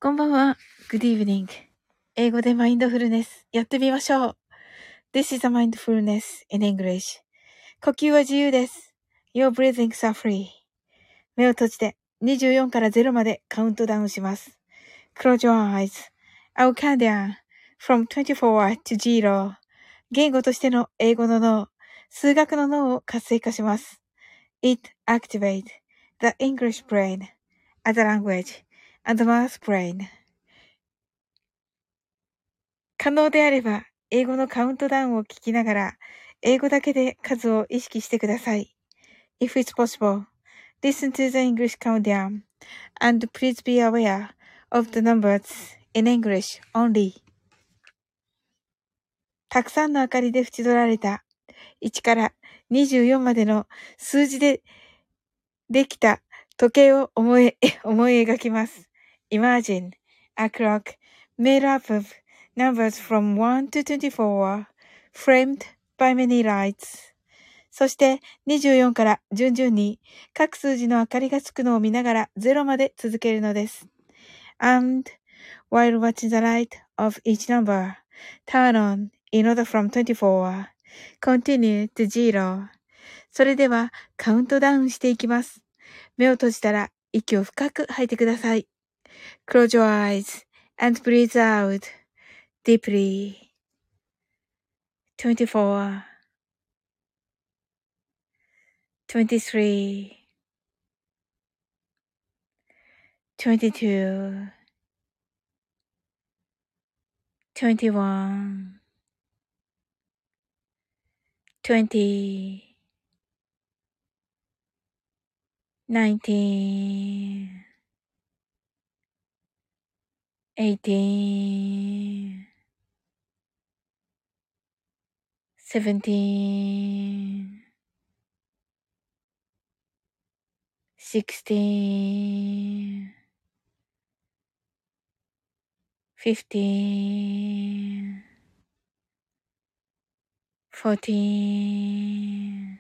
こんばんは。Good evening. 英語でマインドフルネスやってみましょう。This is a mindfulness in English. 呼吸は自由です。Your breathings are free. 目を閉じて24から0までカウントダウンします。Close your eyes. I'll count down from 24 to 0. 言語としての英語の脳、数学の脳を活性化します。It activates the English brain as a language and the math brain. 可能であれば、英語のカウントダウンを聞きながら、英語だけで数を意識してください。If it's possible, listen to the English countdown, and please be aware of the numbers in English only. たくさんの明かりで縁取られた1から24までの数字でできた時計を思い描きます。Imagine a clock made up of numbers from 1 to 24, framed by many lights. そして24から順々に各数字の明かりがつくのを見ながら0まで続けるのです。And while watching the light of each number, turn on in order from 24, continue to 0. それではカウントダウンしていきます。目を閉じたら息を深く吐いてください。Close your eyes and breathe out deeply. 24, 23, 22, 21, 20, 19, 18, 17, 16, 15, 14,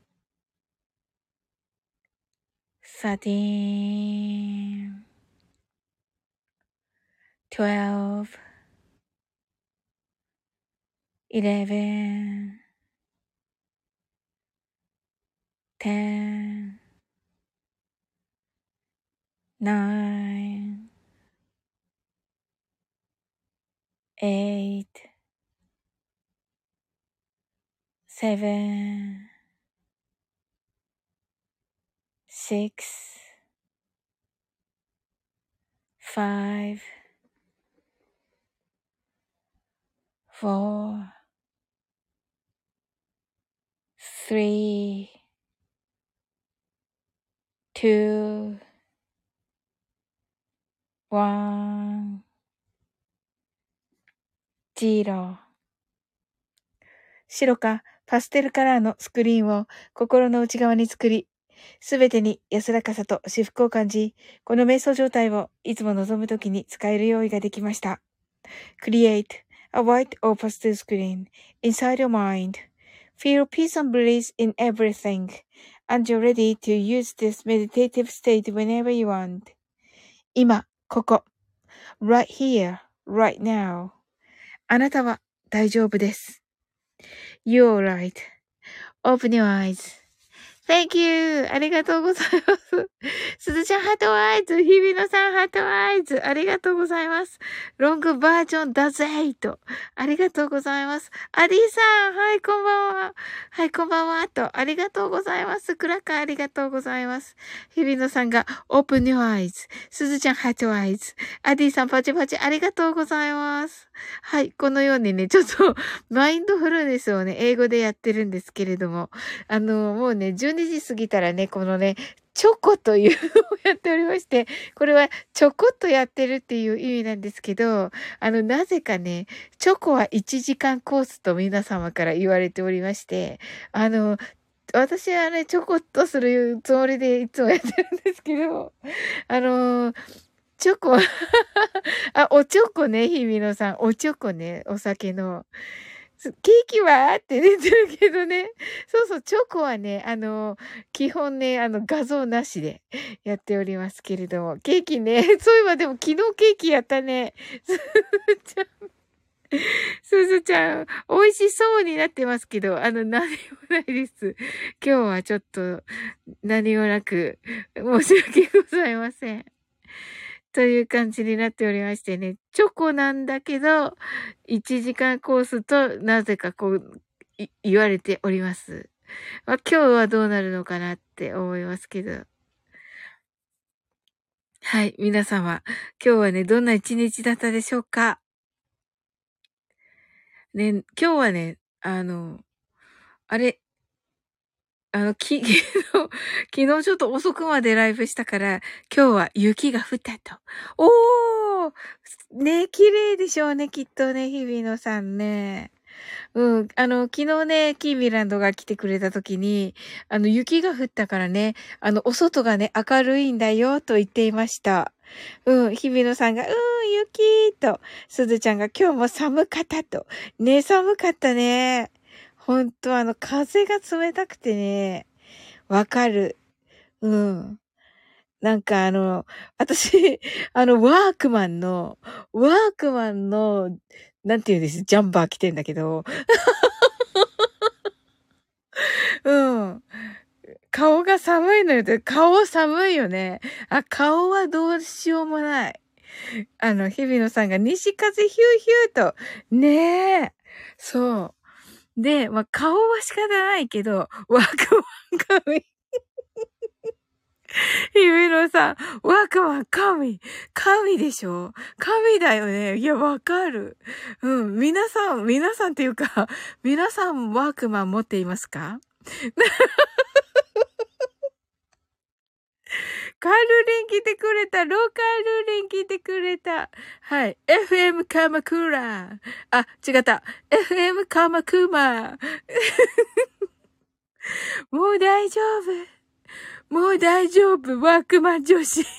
13, 12, 11, 10, 9, 8, 7, 6, 5, 4, 3, 2, 1, 0。白かパステルカラーのスクリーンを心の内側に作り、すべてに安らかさと至福を感じ、この瞑想状態をいつも望むときに使える用意ができました。Create a white or pastel screen inside your mind. Feel peace and bliss in everything, and you're ready to use this meditative state whenever you want. 今、ここ。right here, right now. あなたは大丈夫です。You're right.Open your eyes.Thank you! ありがとうございます。すずちゃんハートアイズ、日比野さんハートアイズ、ありがとうございます。ロングバージョンだぜと、ありがとうございます。アディさん、はい、こんばんは。はい、こんばんはと、ありがとうございます。クラッカーありがとうございます。日比野さんが Open your eyes。すずちゃんハートアイズ。アディさんパチパチありがとうございます。はい、このようにね、ちょっとマインドフルネスをね、英語でやってるんですけれども、もうね、12時過ぎたらね、このね、チョコというのをやっておりまして、これはちょこっとやってるっていう意味なんですけど、なぜかね、チョコは1時間コースと皆様から言われておりまして、私はね、ちょこっとするつもりでいつもやってるんですけど、チョコあ、おチョコね、日比野さん。おチョコね、お酒の。 ケーキはって出てるけどね。そうそう、チョコはね、基本ね、画像なしでやっておりますけれども、ケーキね、そういえばでも昨日ケーキやったね。すずちゃん、すずちゃん、美味しそうになってますけど、何もないです。今日はちょっと、何もなく、申し訳ございません。という感じになっておりましてね、チョコなんだけど、1時間コースとなぜかこう、言われております。まあ、今日はどうなるのかなって思いますけど。はい、皆様、今日はね、どんな一日だったでしょうか？ね、今日はね、あれ、昨日ちょっと遅くまでライブしたから、今日は雪が降ったと。おーね、綺麗でしょうね、きっとね、日比野さんね。うん。昨日ね、キーミランドが来てくれた時に、雪が降ったからね、お外がね、明るいんだよ、と言っていました。うん。日比野さんが、雪と、すずちゃんが今日も寒かったと。ね、寒かったね。ほんと、風が冷たくてね、わかる。うん。なんか私、ワークマンの、なんていうんです、ジャンバー着てんだけど、うん。顔が寒いのよ。顔寒いよね。あ、顔はどうしようもない。日比野さんが西風ヒューヒューと。ねえ。そう。で、まあ、顔は仕方ないけど、ワークマン神。日比野さん、ワークマン神。神でしょ？神だよね。いや、わかる。うん。皆さんっていうか、皆さんワークマン持っていますか？カールリン来てくれた。ローカルリン来てくれた。はい。FM カマクーラー。あ、違った。FM カマクーマー。もう大丈夫。もう大丈夫。ワークマン女子。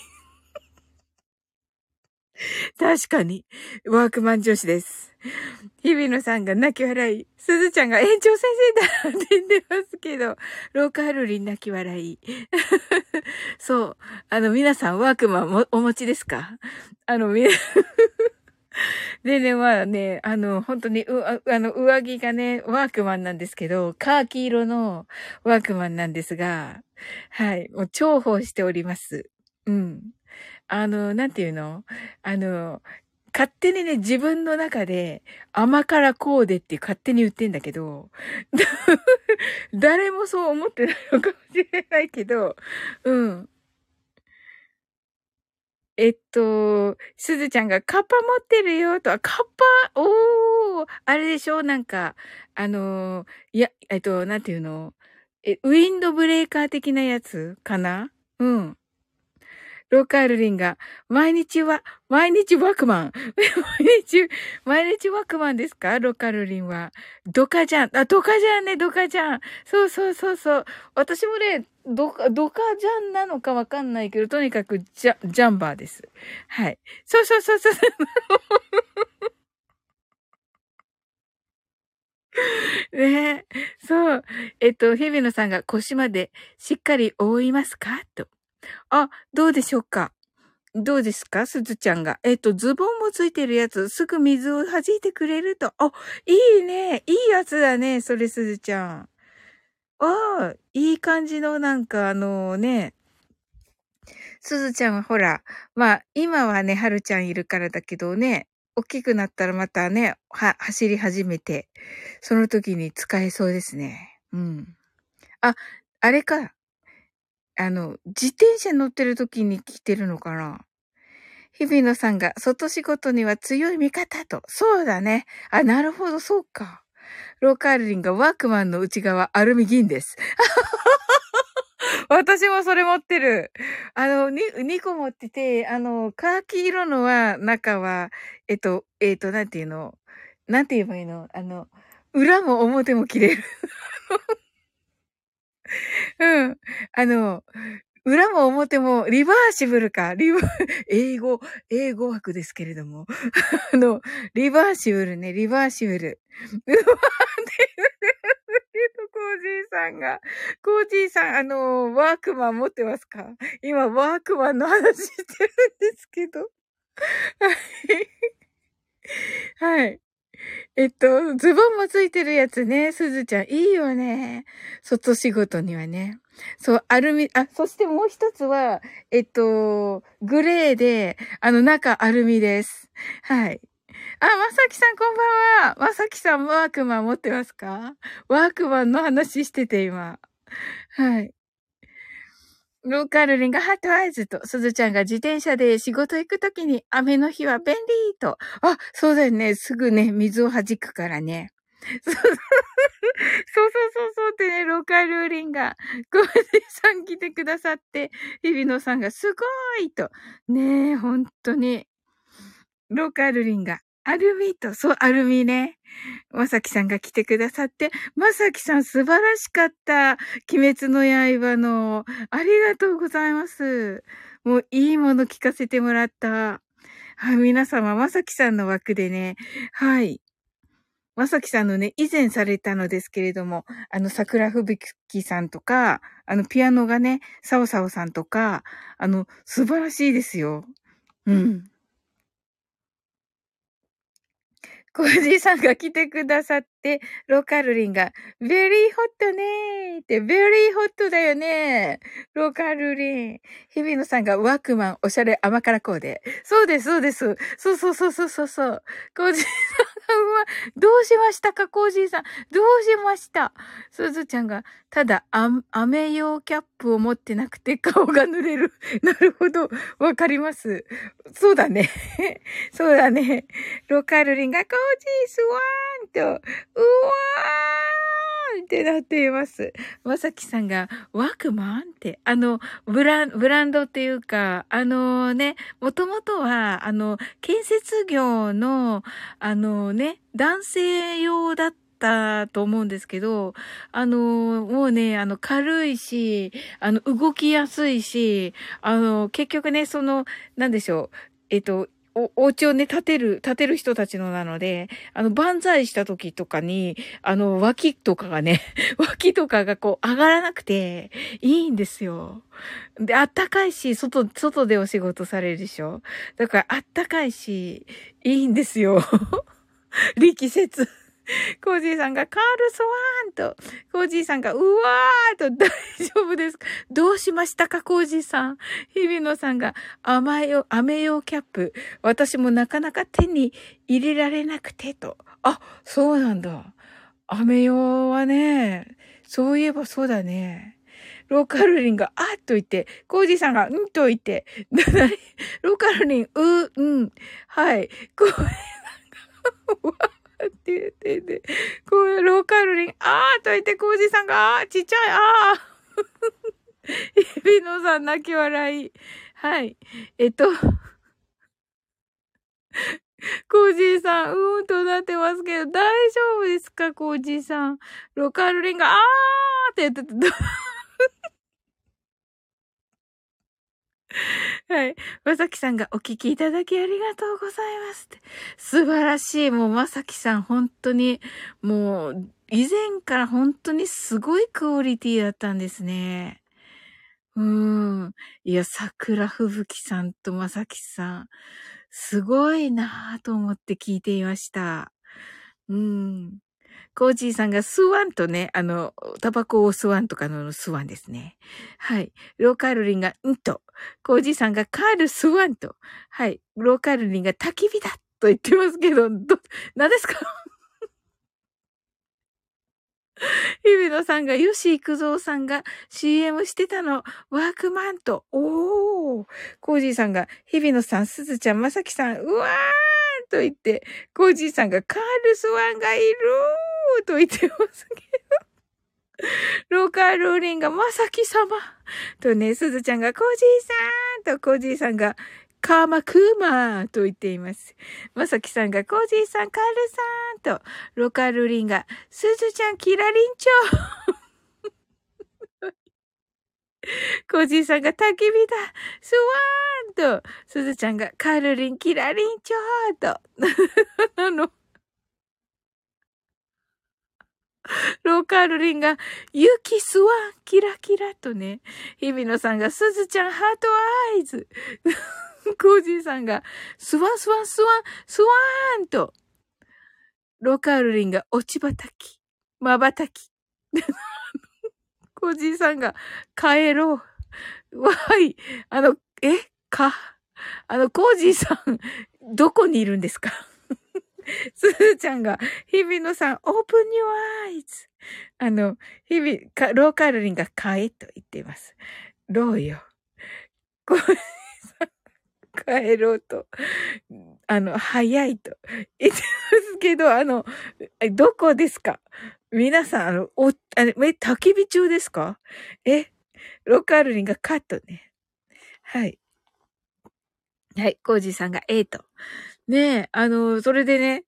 確かに。ワークマン女子です。日比野さんが泣き笑い。すずちゃんが園長先生だって言ってますけど、ローカルリン泣き笑い。そう。皆さんワークマンもお持ちですか？あの、み、でね、まあね、本当に、上着がね、ワークマンなんですけど、カーキ色のワークマンなんですが、はい、もう重宝しております。うん。なんていうの？あの、勝手にね、自分の中で甘辛コーデって勝手に言ってんだけど、誰もそう思ってないのかもしれないけど、うん。すずちゃんがカッパ持ってるよと、カッパあれでしょなんか、いや、なんていうの？ウィンドブレーカー的なやつかな？うん。ローカールリンが、毎日ワークマン。毎日ワークマンですか？ローカールリンは。ドカじゃん。あ、ドカじゃんね、ドカじゃん。そうそうそうそう。私もね、ドカじゃんなのかわかんないけど、とにかくジャンバーです。はい。そうそうそうそう。ねえ。そう。日比野さんが腰までしっかり覆いますかと。あ、どうでしょうか？どうですかすずちゃんが。ズボンもついてるやつ、すぐ水を弾いてくれると。あ、いいね。いいやつだね。それすずちゃん。ああ、いい感じのなんかね、すずちゃんはほら、まあ、今はね、はるちゃんいるからだけどね、大きくなったらまたね、走り始めて、その時に使えそうですね。うん。あ、あれか。自転車乗ってる時に着てるのかな？日比野さんが外仕事には強い味方と。そうだね。あ、なるほど、そうか。ローカールリンがワークマンの内側、アルミ銀です。私もそれ持ってる。2個持ってて、カーキ色のは、中は、なんていうの？なんて言えばいいの？裏も表も着れる。うん。あの、 裏も表もリバーシブルか。英語枠ですけれども。リバーシブルね、リバーシブル。うわーってコージーさんが、コージーさん、ワークマン持ってますか？今、ワークマンの話してるんですけど。はい。ズボンもついてるやつね、すずちゃん。いいよね。外仕事にはね。そう、アルミ、そしてもう一つは、グレーで、中アルミです。はい。まさきさんこんばんは。まさきさんワークマン持ってますか？ワークマンの話してて今。はい。ローカルリンがハートアイズと、すずちゃんが自転車で仕事行くときに雨の日は便利と。そうだよね。すぐね、水を弾くからね。そうそうそうってね、ローカルリンが、小松さん来てくださって、日比野さんがすごいと。ねえ、本当に。ローカルリンが、アルミと、そう、アルミね。まさきさんが来てくださって、まさきさん素晴らしかった。鬼滅の刃の、ありがとうございます。もういいもの聞かせてもらった。はい、皆様、まさきさんの枠でね、はい。まさきさんのね、以前されたのですけれども、桜吹雪さんとか、ピアノがね、サオサオさんとか、素晴らしいですよ。うん。コージーさんが来てくださって、ローカルリンが、ベリーホットねーって、ベリーホットだよねー。ローカルリン。日比野さんがワークマン、おしゃれ甘辛コーデ。そうです、そうです。そう。コージーさんは、どうしましたか、コージーさん。どうしました？すずちゃんが、ただ、雨用キャップを持ってなくて顔が濡れる。なるほど。わかります。そうだね。そうだね。ローカルリンがコージースワーンと、うわーんってなっています。まさきさんが、ワークマンって、ブランドっていうか、もともとは、建設業の、男性用だったと思うんですけど、もうね、軽いし、動きやすいし、結局ね、なんでしょう、お家をね、建てる人たちのなので、万歳した時とかに、脇とかがね、脇とかがこう上がらなくていいんですよ。で、あったかいし、外でお仕事されるでしょ？だからあったかいし、いいんですよ。力説。コージーさんがカールスワーンと、コージーさんがうわーと大丈夫ですか？どうしましたか、コージーさん。日比野さんが雨用キャップ。私もなかなか手に入れられなくてと。そうなんだ。雨用はね、そういえばそうだね。ローカルリンが、と言って、コージーさんが、と言って、ローカルリン、はい。こう、わーって言ってて、こういうローカルリン、と言って、コージーさんが、ちっちゃい、日比野さん泣き笑い。はい。コージーさん、となってますけど、大丈夫ですか、コージーさん。ローカルリンが、って言ってて、はい。まさきさんがお聞きいただきありがとうございますって。素晴らしい。もうまさきさん、本当に、もう、以前から本当にすごいクオリティだったんですね。いや、桜吹雪さんとまさきさん、すごいなぁと思って聞いていました。コージーさんがスワンとね、タバコをスワンとかのスワンですね。はい。ローカルリンがと。コージーさんがカールスワンと。はい。ローカルリンが焚き火だと言ってますけど、何ですか？日比野さんが、吉幾三さんが CM してたの、ワークマンと。コージーさんが、日比野さん、すずちゃん、まさきさん、うわーと言って、コージーさんが、カールスワンがいるーと言ってますけど。ローカールーリンがまさき様とね、すずちゃんがコージーさんとコージーさんがカーマクーマーと言っています。まさきさんがコージーさん、カールさんと、ローカールーリンがすずちゃんキラリンチョコージーさんが焚き火だスワーンと、すずちゃんがカルリンキラリンチョーと、ローカルリンがユキスワンキラキラとね、日比野さんがすずちゃんハートアイズ、コージーさんがスワンスワンスワンスワーンと、ローカルリンが落ちばたき、まばたき、コージーさんが帰ろう。わい。か、コージーさん、どこにいるんですか？すずちゃんが、日比野さん、オープンニューアイズ。ローカルリンが帰と言っています。ローよ。コージーさん、帰ろうと。早いと言ってますけど、どこですか？皆さん、焚き火中ですか？ローカルリンがカットね。はい。はい、コージーさんがと。ねえ、それでね、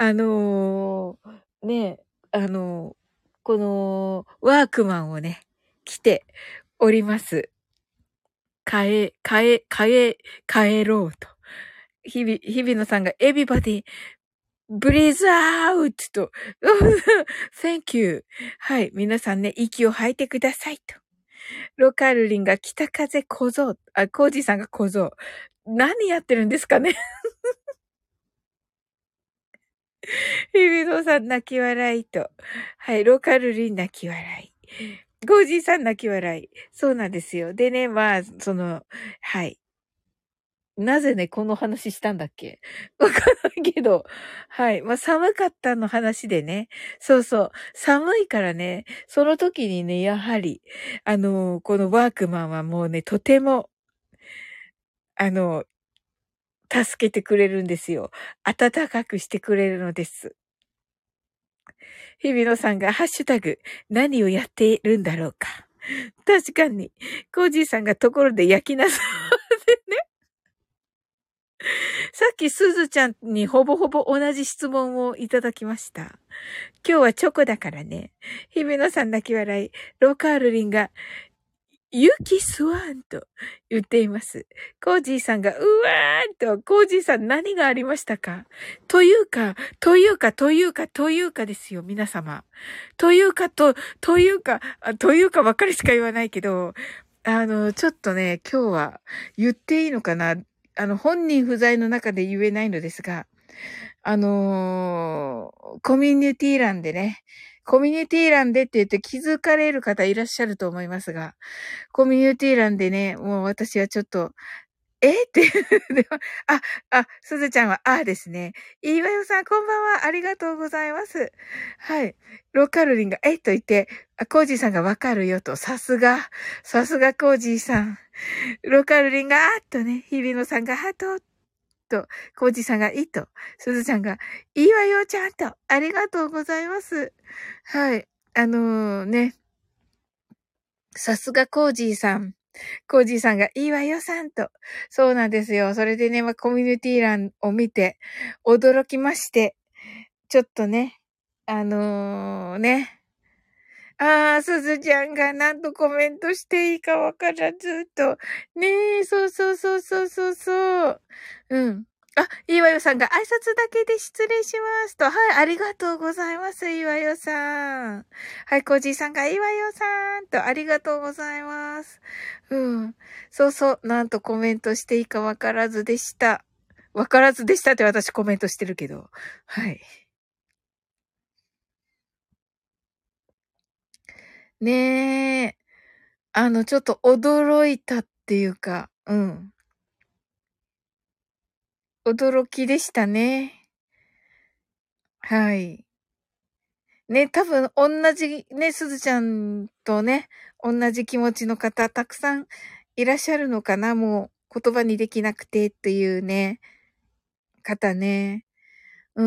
ねえ、この、ワークマンをね、着ております。帰ろうと。日々野さんが、everybody, breathe out と。thank you. はい、皆さんね、息を吐いてくださいと。ロカルリンが北風小僧。コージーさんが小僧。何やってるんですかね？日比野さん泣き笑いと。はい、ローカルリン泣き笑い。ゴージーさん泣き笑い。そうなんですよ。でね、まあ、はい。なぜね、この話したんだっけ？わかんないけど。はい。まあ、寒かったの話でね。そうそう。寒いからね、その時にね、やはり、このワークマンはもうね、とても、あの、助けてくれるんですよ。暖かくしてくれるのです。日比野さんがハッシュタグ、何をやっているんだろうか。確かに、コージーさんがところで焼きなさってね。さっきすずちゃんにほぼほぼ同じ質問をいただきました。今日はチョコだからね。日比野さん泣き笑い。ローカールリンがユキスワンと言っています。コージーさんがうわーんと、コージーさん何がありましたか？というかですよ、皆様。というかばっかりしか言わないけど、ちょっとね、今日は言っていいのかな？本人不在の中で言えないのですが、コミュニティ欄でね、コミュニティ欄でって言って気づかれる方いらっしゃると思いますが、コミュニティ欄でね、もう私はちょっと、っていうでは、すずちゃんは、ですね。いいわよさん、こんばんは。ありがとうございます。はい。ローカルリンが、と言って、コージーさんがわかるよと、さすがコージーさん。ローカルリンが、とね、日比野さんが、と、コージーさんが、と、すずちゃんが、いいわよ、ちゃんと、ありがとうございます。はい。ね、さすがコージーさん。コージーさんが、いいわよさんと。そうなんですよ。それでね、コミュニティ欄を見て、驚きまして、ちょっとね、ね。すずちゃんがなんとコメントしていいかわからずと。ねえ、そう。うん。いわよさんが挨拶だけで失礼しますと。はい、ありがとうございます、いわよさん。はい、コージーさんがいわよさんと、ありがとうございます。うん。そう、なんとコメントしていいかわからずでした。わからずでしたって私コメントしてるけど。はい。ねえ。ちょっと驚いたっていうか、うん。驚きでしたね。はい。ね、多分、同じね、すずちゃんとね、同じ気持ちの方、たくさんいらっしゃるのかな、もう、言葉にできなくてっていうね、方ね。うん。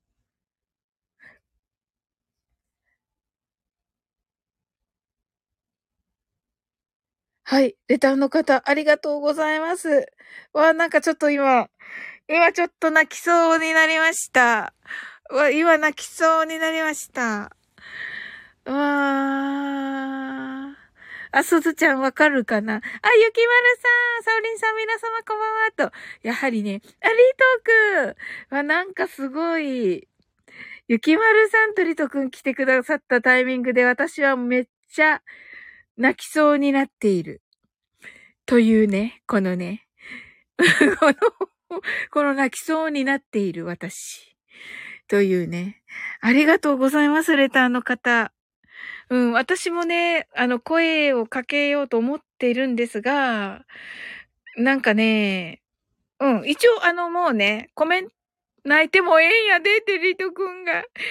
はい。レターの方、ありがとうございます。なんかちょっと今ちょっと泣きそうになりました。今泣きそうになりました。わー。 あ、すずちゃんわかるかな。あ、ゆきまるさん、サオリンさん、皆様こんばんは、と。やはりね、あ、リートくんはなんかすごい、ゆきまるさんとリトくん来てくださったタイミングで私はめっちゃ泣きそうになっている。というね、このね、ここの泣きそうになっている私。というね。ありがとうございます、レターの方。うん、私もね、声をかけようと思っているんですが、なんかね、うん、一応もうね、泣いてもええんやでってリトくんが。ありがとう、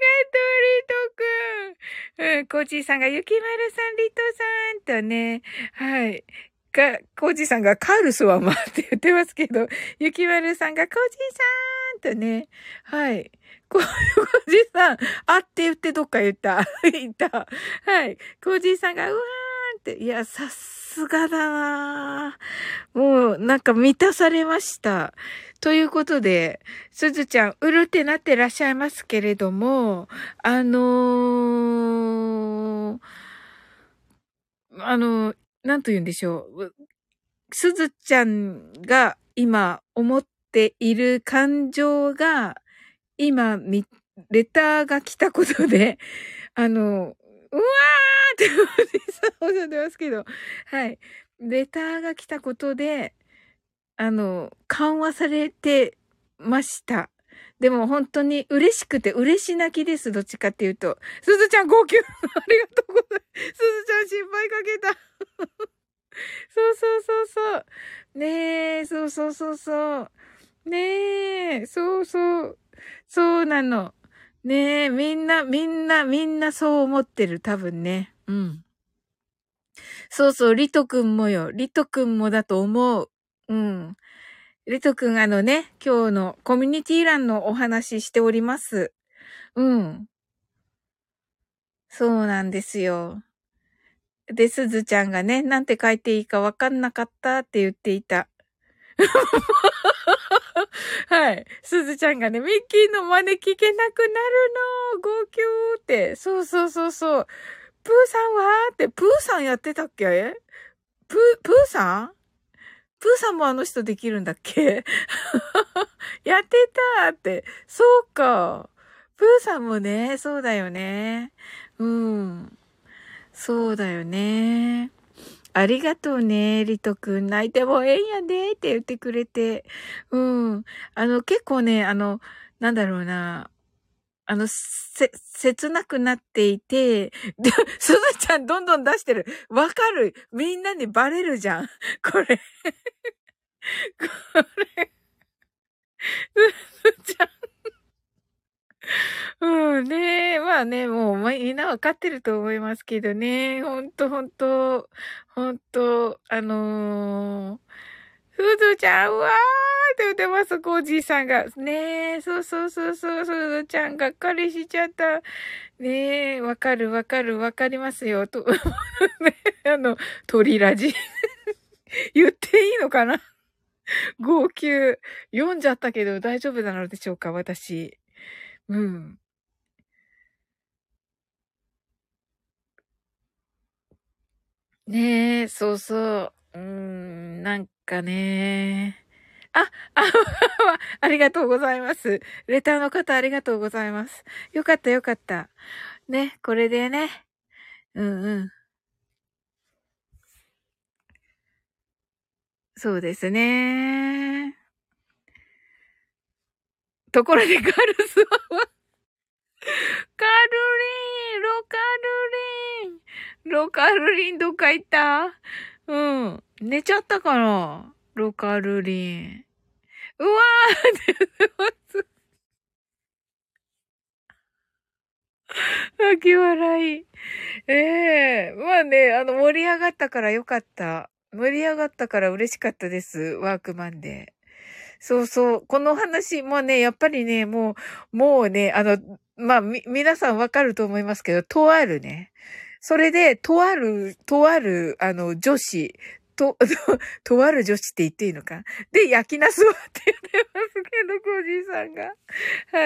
リトくん。うん、コージーさんが、ゆきまるさん、リトさんとね、はい。コージーさんがカールスは待って言ってますけど、ゆきまるさんが、コージーさんとね、はい。コージーさん、あって言ってどっか言った。言った。はい。コージーさんが、うわーんって、いや、さすがだなぁ。もう、なんか満たされました。ということで、すずちゃん、うるってなってらっしゃいますけれども、あのーあの、なんと言うんでしょう。すずちゃんが今思っている感情が、今、レターが来たことで、うわーっておっしゃってますけど、はい。レターが来たことで、緩和されてました。でも本当に嬉しくて嬉し泣きです。どっちかっていうと。すずちゃん号泣ありがとうございます。すずちゃん心配かけた。そうそうそうそう。ねえ、そうそうそうそう。ねえ、そうそう。そうなの。ねえ、みんなそう思ってる。多分ね。うん。そうそう、リトくんもよ。リトくんもだと思う。うん。リトくん今日のコミュニティ欄のお話ししております。うん。そうなんですよ。で、すずちゃんがね、なんて書いていいかわかんなかったって言っていた。はい。すずちゃんがね、ミッキーの真似聞けなくなるの、号泣って。そうそうそうそう。プーさんはって、プーさんやってたっけプーさんプーさんもあの人できるんだっけやってたって。そうか。プーさんもね、そうだよね。うん。そうだよね。ありがとうね、リトくん。泣いてもええんやでって言ってくれて。うん。結構ね、なんだろうな。切なくなっていて、で、すずちゃんどんどん出してる。わかる。みんなにバレるじゃん。これ。これ。すずちゃん。うんね。まあね、もうみんなわかってると思いますけどね。ほんとほんと、ほんと、すずちゃん、うわーって言ってます、コージーさんが。ねえ、そうそうそうそう、すずちゃんがっかりしちゃった。ねえ、わかるわかるわかりますよ。ね、鳥ラジ。言っていいのかな号泣。読んじゃったけど大丈夫なのでしょうか、私。うん。ねえ、そうそう。なんかね。あ、あ、ありがとうございます。レターの方ありがとうございます。よかったよかった。ね、これでね。うんうん。そうですね。ところでカルスは、カルリン、ロカルリンどっか行った？うん。寝ちゃったかな？ロカルリン。うわーって言ってます。泣き笑い。ええまあね、盛り上がったからよかった。盛り上がったから嬉しかったです。ワークマンで。そうそう。この話もね、やっぱりね、もうね、まあ、皆さんわかると思いますけど、とあるね。それで、とある、女子、とある女子って言っていいのか。で、焼きナスはって言ってますけど、コージーさんが。はい。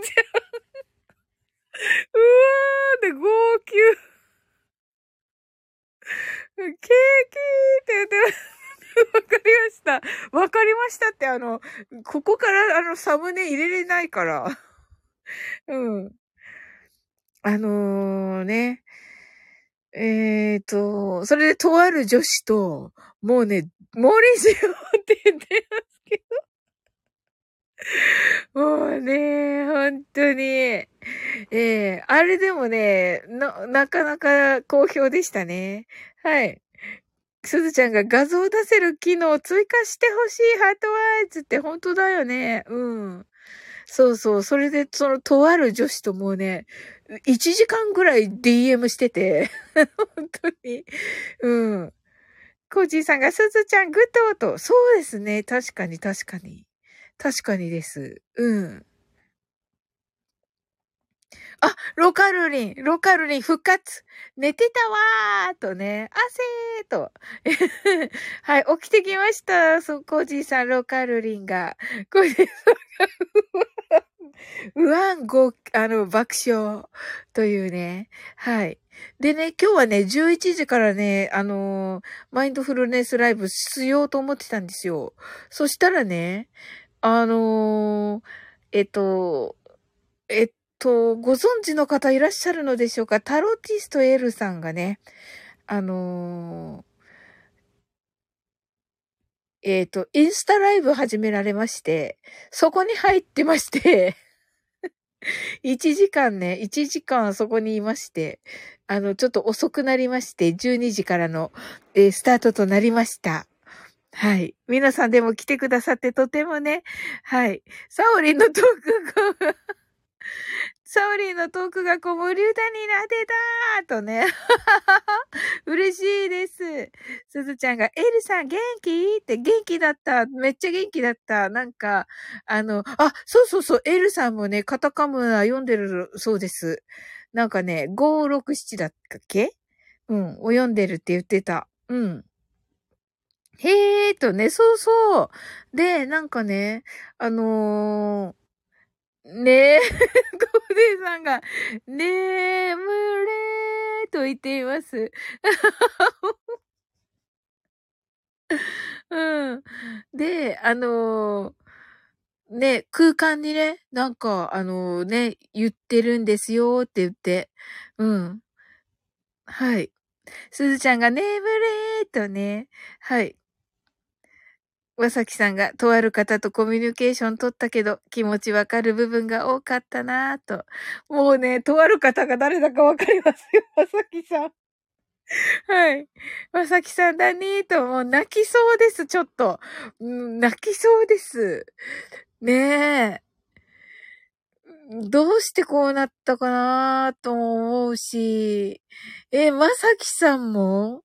うわーって号泣。 ケーキって言ってます。わかりました。わかりましたって、ここからサムネ入れれないから。うん。ね。それでとある女子と、もうね、モリシオって言ってますけど。もうね、本当に。あれでもね、なかなか好評でしたね。はい。すずちゃんが画像を出せる機能を追加してほしい、ハートワーズって本当だよね。うん。そうそう。それで、とある女子ともうね、1時間ぐらい DM してて、本当に。うん。コージーさんが、すずちゃん、グッドと。そうですね。確かに、確かに。確かにです。うん。あ、ロカルリン復活寝てたわーとね、汗ーと。はい、起きてきました。そう、コージーさん、ロカルリンが。コージーさんが、うわんご、爆笑というね。はい。でね、今日はね、11時からね、マインドフルネスライブしようと思ってたんですよ。そしたらね、あのーえっと、ご存知の方いらっしゃるのでしょうか？タロティストエルさんがね、あのインスタライブ始められまして、そこに入ってまして1時間ね、1時間そこにいまして、ちょっと遅くなりまして、12時からの、スタートとなりました。はい。皆さんでも来てくださってとてもね、はい。サオリンのトークがサオリーのトークが子守歌になってたーとね。嬉しいです。すずちゃんが、エルさん元気って元気だった。めっちゃ元気だった。なんか、そうそうそう、エルさんもね、カタカムナ読んでるそうです。なんかね、567だったっけうん、を読んでるって言ってた。うん。へーとね、そうそう。で、なんかね、あのねえ、コーデーさんが、眠れーと言っています。うん。で、ね、空間にね、なんか、言ってるんですよって言って、うん。はい。すずちゃんが眠れーとね、はい。わさきさんが、とある方とコミュニケーション取ったけど、気持ちわかる部分が多かったなぁと。もうね、とある方が誰だかわかりますよ、わさきさん。はい。わさきさんだねーと、もう泣きそうです、ちょっと。うん、泣きそうです。ねえ。どうしてこうなったかなと思うし。まさきさんも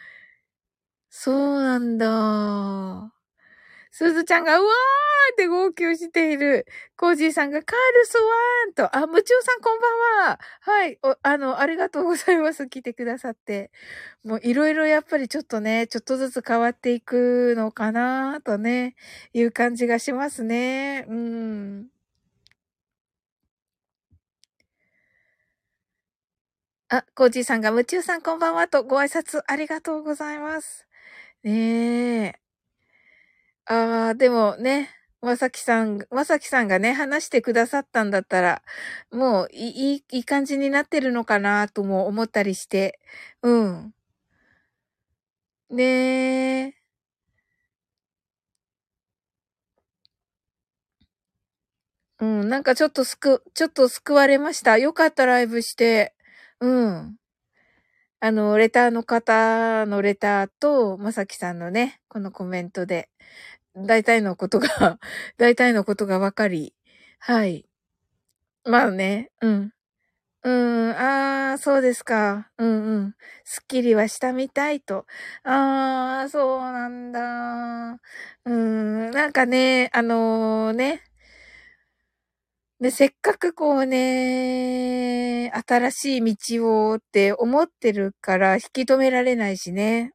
そうなんだ。すずちゃんが、うわーって号泣している。コージーさんが、カールスワーンと、あ、ムチューさんこんばんは。はい。ありがとうございます。来てくださって。もういろいろやっぱりちょっとね、ちょっとずつ変わっていくのかなとね、いう感じがしますね。うん。あ、コージーさんが、ムチューさんこんばんはとご挨拶ありがとうございます。ねえ。ああ、でもね、まさきさんがね、話してくださったんだったら、もういい感じになってるのかなとも思ったりして、うん。ねえ。うん、なんかちょっと救われました。よかったライブして。うん。レターの方のレターと、まさきさんのね、このコメントで、大体のことが大体のことがわかり、はい。まあね、うん。ああ、そうですか。うんうん。スッキリはしたみたいと。ああ、そうなんだ。なんかね、せっかくこうね、新しい道をって思ってるから引き止められないしね。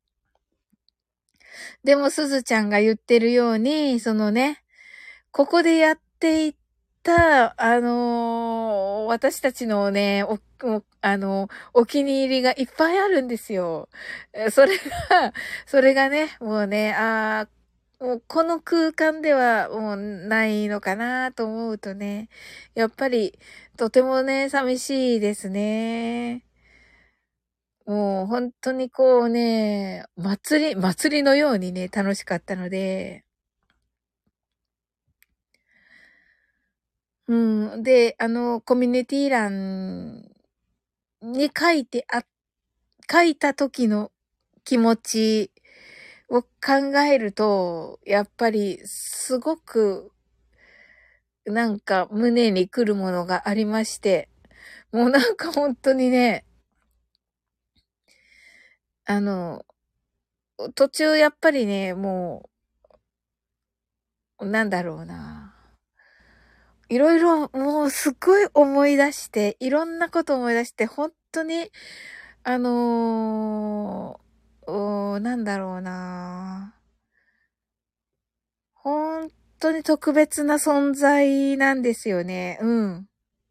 でもすずちゃんが言ってるように、そのね、ここでやっていった、私たちのね、お気に入りがいっぱいあるんですよ。それがね、もうね、もうこの空間ではもうないのかなと思うとね、やっぱりとてもね、寂しいですね。もう本当にこうね、祭りのようにね、楽しかったので、うん。で、コミュニティ欄に書いた時の気持ちを考えると、やっぱりすごくなんか胸に来るものがありまして、もうなんか本当にね、あの、途中やっぱりね、もう、なんだろうな。いろいろもうすっごい思い出して、いろんなこと思い出して、本当に、なんだろうな。本当に特別な存在なんですよね。うん。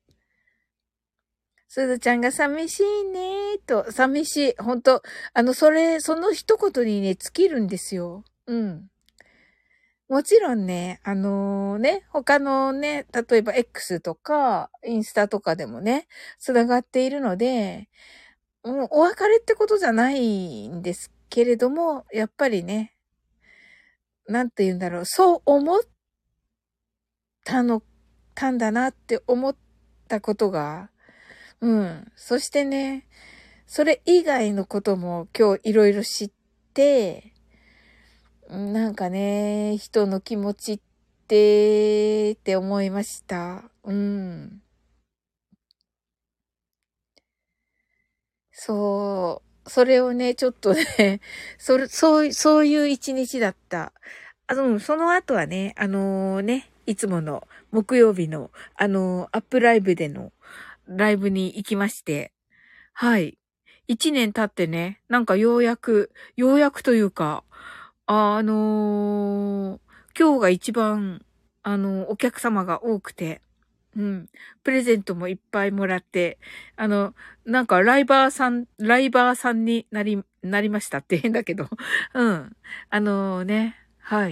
すずちゃんが寂しいねーと、寂しい。本当その一言にね、尽きるんですよ。うん。もちろんね、他のね、例えば X とか、インスタとかでもね、繋がっているので、もうお別れってことじゃないんですけれども、やっぱりね、なんて言うんだろう、そう思ったの、たんだなって思ったことが、うん。そしてね、それ以外のことも今日いろいろ知って、なんかね、人の気持ちって思いました。うん。そう。それをね、ちょっとね、そういう一日だった。その後はね、いつもの木曜日の、アップライブでのライブに行きまして、はい。一年経ってね、なんかようやくというか、今日が一番、お客様が多くて、うん。プレゼントもいっぱいもらって、あの、なんかライバーさんになりましたって変だけど、うん。はい。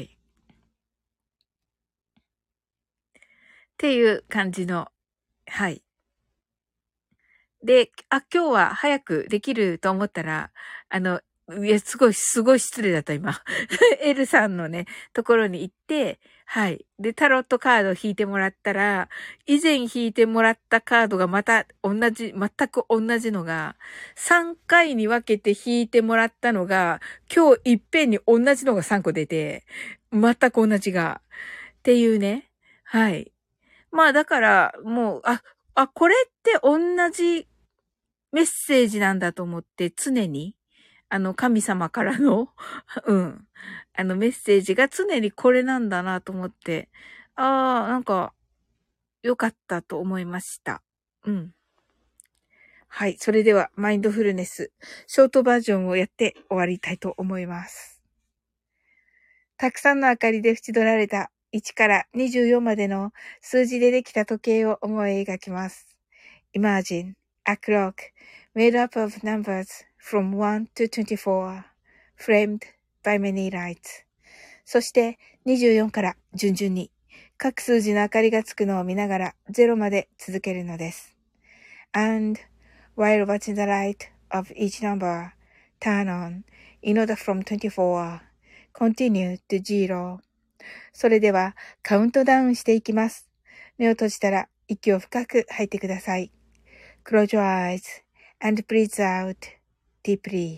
っていう感じの、はい。で、今日は早くできると思ったら、あの、いや、すごい失礼だった、今。エルさんのね、ところに行って、はい。で、タロットカードを引いてもらったら、以前引いてもらったカードがまた全く同じのが、3回に分けて引いてもらったのが、今日いっぺんに同じのが3個出て、全く同じが、っていうね。はい。まあだから、もう、これって同じメッセージなんだと思って常に、神様からのうん。メッセージが常にこれなんだなと思って、なんか、良かったと思いました。うん。はい。それでは、マインドフルネス、ショートバージョンをやって終わりたいと思います。たくさんの明かりで縁取られた1から24までの数字でできた時計を思い描きます。Imagine a clock made up of numbers from 1 to 24, framed by many lights. そして24から順々に各数字の明かりがつくのを見ながら0まで続けるのです。And while watching the light of each number turn on in order from 24, continue to 0. それではカウントダウンしていきます。目を閉じたら息を深く吐いてください。Close your eyes and breathe out deeply.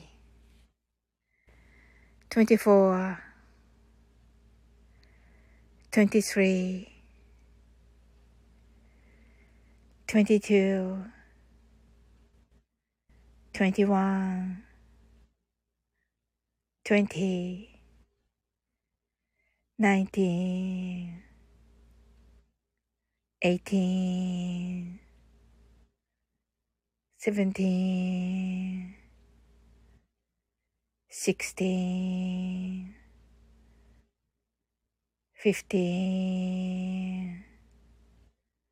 24, 23, 22, 21, 20, 19, 18, 17, 16, 15,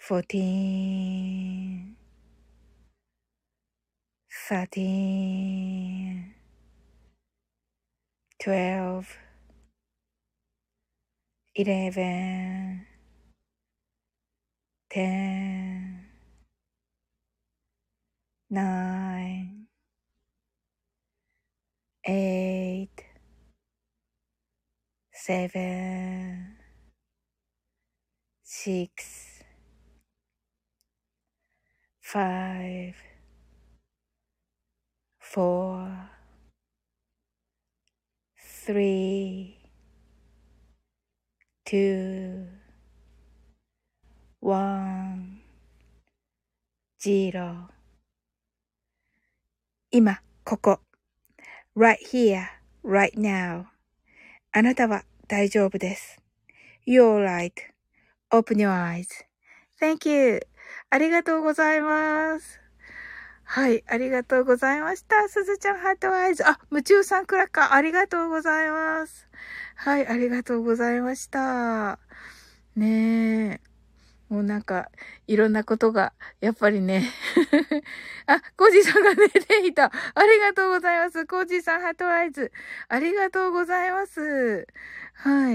14, 13, 12, 11, 10, 9, 8, 7, 6, 5, 4, 3, 2, 1, 0。今、ここ。right here, right now. あなたは大丈夫です。You're right.Open your eyes. Thank you. ありがとうございます。はい、ありがとうございました。すずちゃんハートアイズ。あ、夢中さんクラッカー、ありがとうございます。はい、ありがとうございました。ねえ。もうなんか、いろんなことが、やっぱりね。あ、コージーさんが寝ていた。ありがとうございます。コージーさんハートアイズ。ありがとうございます。はい。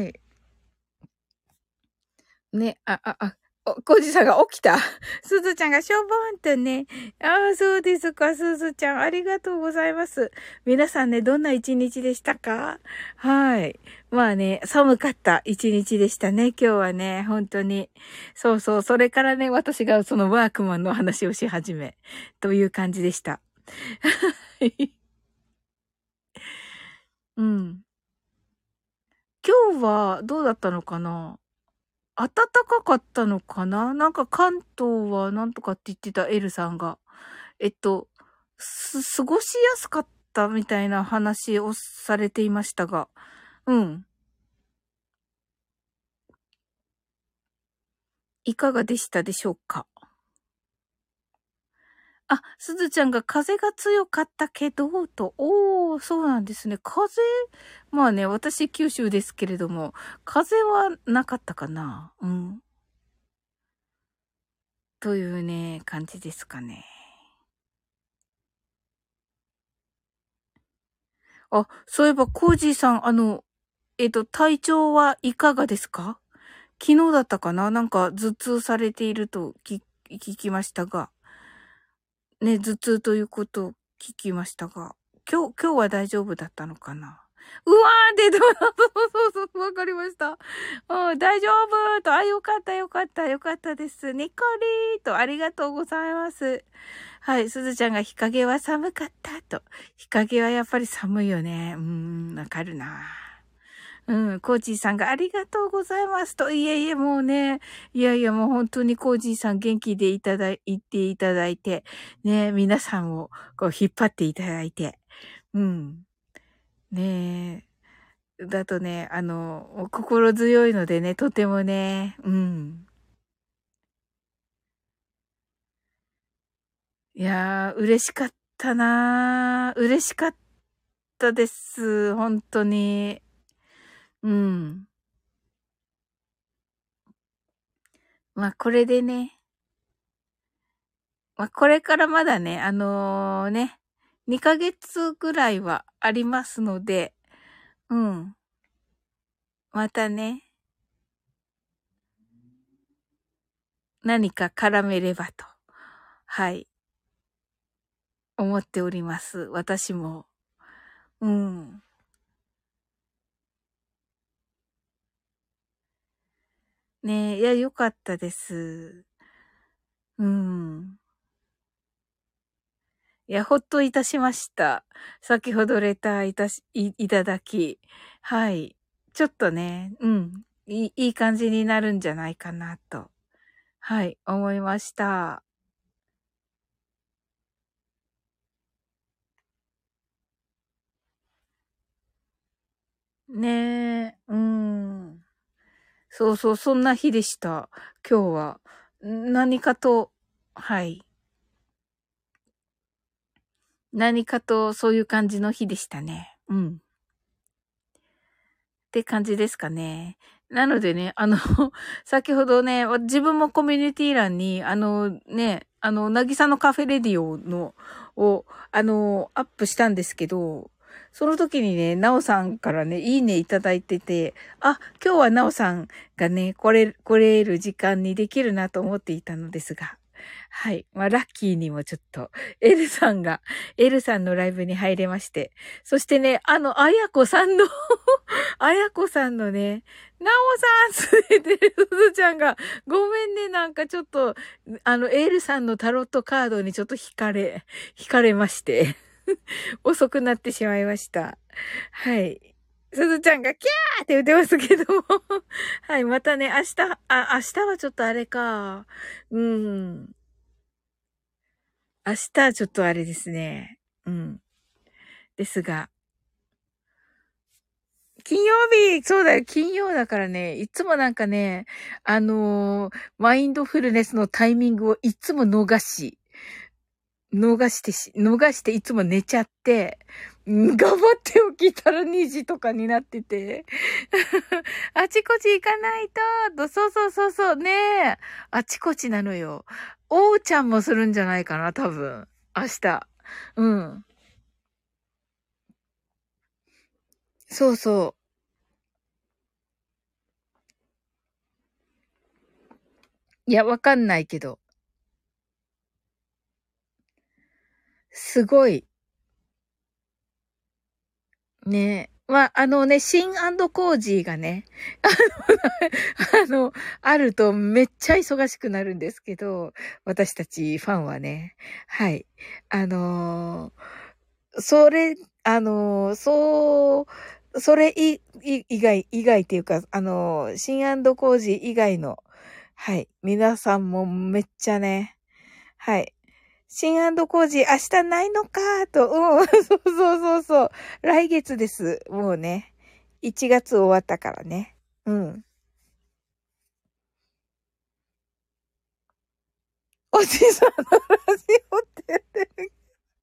ね、コージさんが起きた。すずちゃんがしょぼーんとね。ああ、そうですか、すずちゃん。ありがとうございます。皆さんね、どんな一日でしたか？はい。まあね、寒かった一日でしたね、今日はね、本当に。そうそう、それからね、私がそのワークマンの話をし始め、という感じでした。うん。今日はどうだったのかな？暖かかったのかな？なんか関東はなんとかって言ってたエルさんが。えっと、過ごしやすかったみたいな話をされていましたが。うん。いかがでしたでしょうか？あ、すずちゃんが風が強かったけど、と。おー、そうなんですね。まあね、私九州ですけれども、風はなかったかな。うん。というね、感じですかね。あ、そういえば、コージーさん、体調はいかがですか？昨日だったかな、なんか頭痛されていると聞きましたが。ね、頭痛ということを聞きましたが。今日は大丈夫だったのかな？うわーって言って、そう、わかりました。うん、大丈夫と、あ、よかった、よかった、よかったです。ニコリーと、ありがとうございます。はい、すずちゃんが日陰は寒かったと。日陰はやっぱり寒いよね。わかるな。うん、コージーさんがありがとうございますと、いえいえ、もうね、いやいや、もう本当にコージーさん元気で言っていただいて、ね、皆さんをこう引っ張っていただいて、うん、ねだとね、心強いのでね、とてもね、うん。いやー、嬉しかったなー。嬉しかったです。本当に。うん。まあ、これでね、まあ、これからまだね、2ヶ月ぐらいはありますので、うん。またね、何か絡めればと、はい、思っております。私も。うん。ねえ、いや、よかったです。うん。いや、ほっといたしました。先ほどレターいただき。はい。ちょっとね、うん。いい感じになるんじゃないかなと。はい、思いました。ねえ、うん。そうそう、そんな日でした。今日は。何かと、はい。何かとそういう感じの日でしたね。うん。って感じですかね。 なのでね、先ほどね、自分もコミュニティ欄に、なぎさのカフェレディオの、アップしたんですけど、その時にね、なおさんからね、いいねいただいてて、あ、今日はなおさんがね、来れる時間にできるなと思っていたのですが、はい。まあ、ラッキーにもちょっと、エルさんのライブに入れまして、そしてね、あやこさんのあやこさんのね、なおさんついてるすずちゃんが、ごめんね、なんかちょっと、エールさんのタロットカードにちょっと惹かれまして、遅くなってしまいました。はい。すずちゃんがキャーって言ってますけども。はい、またね、明日はちょっとあれか。うん。明日はちょっとあれですね。うん。ですが、金曜日、そうだよ、金曜だからね、いつもなんかね、マインドフルネスのタイミングをいつも逃していつも寝ちゃって、頑張って起きたら2時とかになってて、あちこち行かないそうそうそうそう、ねえ、あちこちなのよ。おーちゃんもするんじゃないかな、多分。明日。うん。そうそう。いや、わかんないけど。すごい。ね。まあ、シンコージーがね、あの、あるとめっちゃ忙しくなるんですけど、私たちファンはね。はい。あのそれ、それ以外っていうか、シンコージー以外の、はい。皆さんもめっちゃね、はい。シンコージー明日ないのかと、うん、そうそうそうそう。来月です。もうね。1月終わったからね。うん。おじさんのラジオって言ってる。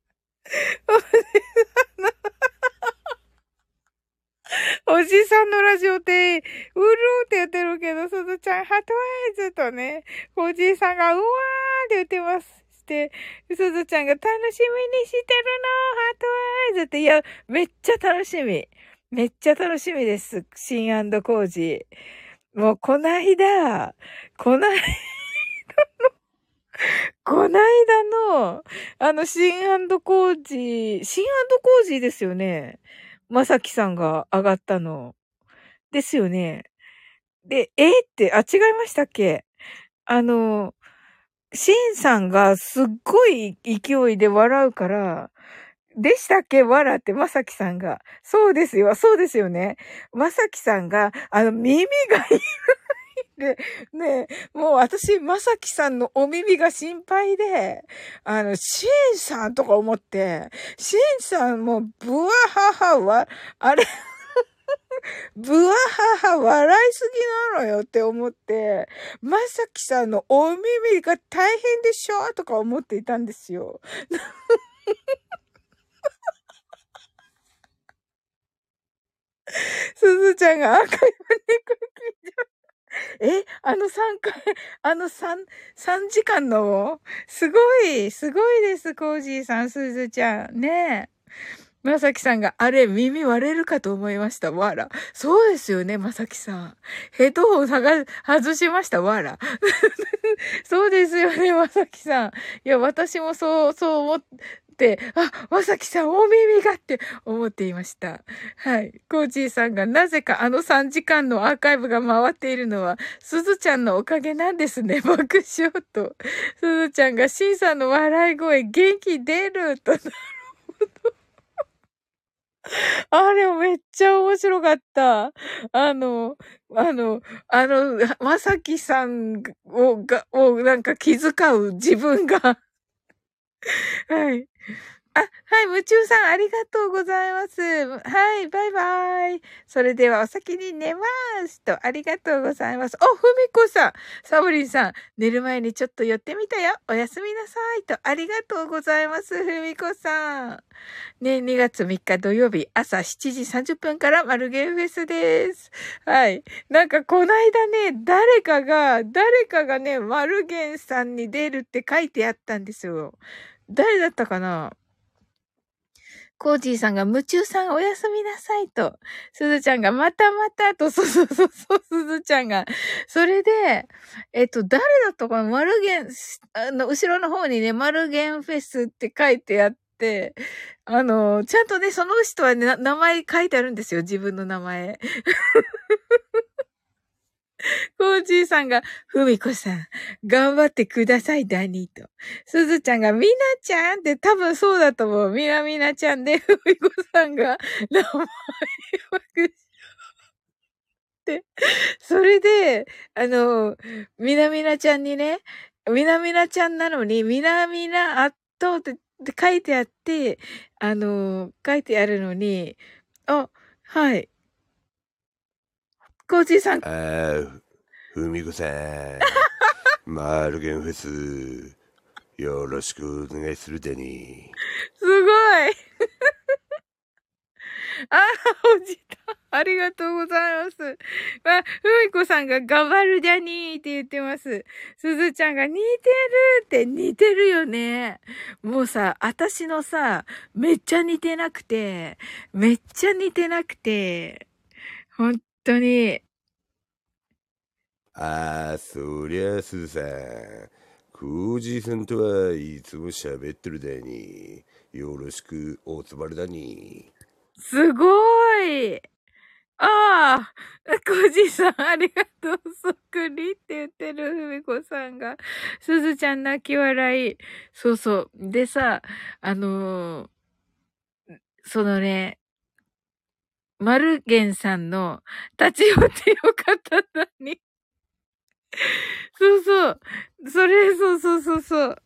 おじさんのラジオって、うるーって言ってるけど、すずちゃん、ハトワイズとね、おじいさんが、うわーって言ってます。して、すずちゃんが楽しみにしてるの、ハトワイズって、いや、めっちゃ楽しみ。めっちゃ楽しみです。シンコージー。もう、こない、こないだの、シンコージシンコージーですよね。まさきさんが上がったの。ですよね。で、違いましたっけ？あの、シンさんがすっごい勢いで笑うから、でしたっけ？笑って、まさきさんが。そうですよ。そうですよね。まさきさんが、耳がいいで、ね、もう私、まさきさんのお耳が心配で、シンさんとか思って、シンさんも、ブワハハは、あれブワハハ笑いすぎなのよって思って、まさきさんのお耳が大変でしょとか思っていたんですよ。すずちゃんが赤い招3回、3時間の、すごいです、コージーさん、すずちゃん。ねえ。まさきさんが、あれ、耳割れるかと思いました。わら。そうですよね、まさきさん。ヘッドホン外しました。わら。そうですよね、まさきさん。いや、私もそう思って、あ、まさきさん、お耳がって思っていました。はい。コージーさんが、なぜかあの3時間のアーカイブが回っているのは、すずちゃんのおかげなんですね。爆笑と。すずちゃんが、シンさんの笑い声、元気出ると。あれめっちゃ面白かった。あの、まさきさんをなんか気遣う自分がはい。 あ、はい、夢中さん、ありがとうございます。はい、バイバイ。それでは、お先に寝ますと、ありがとうございます。ふみこさん、サボリンさん、寝る前にちょっと寄ってみたよ。おやすみなさいと、ありがとうございます、ふみこさん。ね、2月3日土曜日、朝7時30分からマルゲンフェスです。はい。なんか、こないだね、誰かがね、マルゲンさんに出るって書いてあったんですよ。誰だったかな。コージーさんが夢中さんおやすみなさいと、すずちゃんがまたまたと、すずちゃんが。それで、誰だったかな、マルゲン、後ろの方にね、マルゲンフェスって書いてあって、ちゃんとね、その人はね、名前書いてあるんですよ、自分の名前。コージーさんが、ふみこさん、頑張ってください、ダニーと。すずちゃんが、みなちゃんって多分そうだと思う。みなちゃんで、ふみこさんが、名前を隠して。それで、みなちゃんにね、みなちゃんなのに、みなあっとって書いてあって、書いてあるのに、あ、はい。コージーさん。 ふみこさん、マルゲンフェス、よろしくお願いするでに。 すごい。おじた。ありがとうございます。ふみこさんが頑張るじゃにーって言ってます。すずちゃんが似てるって似てるよね。もうさ、私のさ、めっちゃ似てなくて、本当に。 そりゃすずさん、コージーさんとはいつも喋ってるだに。よろしくおつばれだに。 すごい。ああ、コジさん、ありがとう。そっくりって言ってる、ふみこさんが。すずちゃん泣き笑い。そうそう。でさ、そのね、マルゲンさんの立ち寄ってよかったのに。そうそう。そう。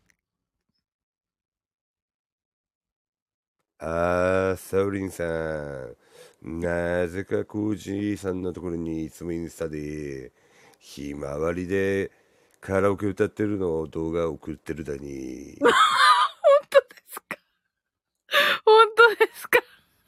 サウリンさん、なぜかコージーさんのところにいつもインスタで、ひまわりでカラオケ歌ってるのを動画送ってるだに。 本当ですか？本当ですか？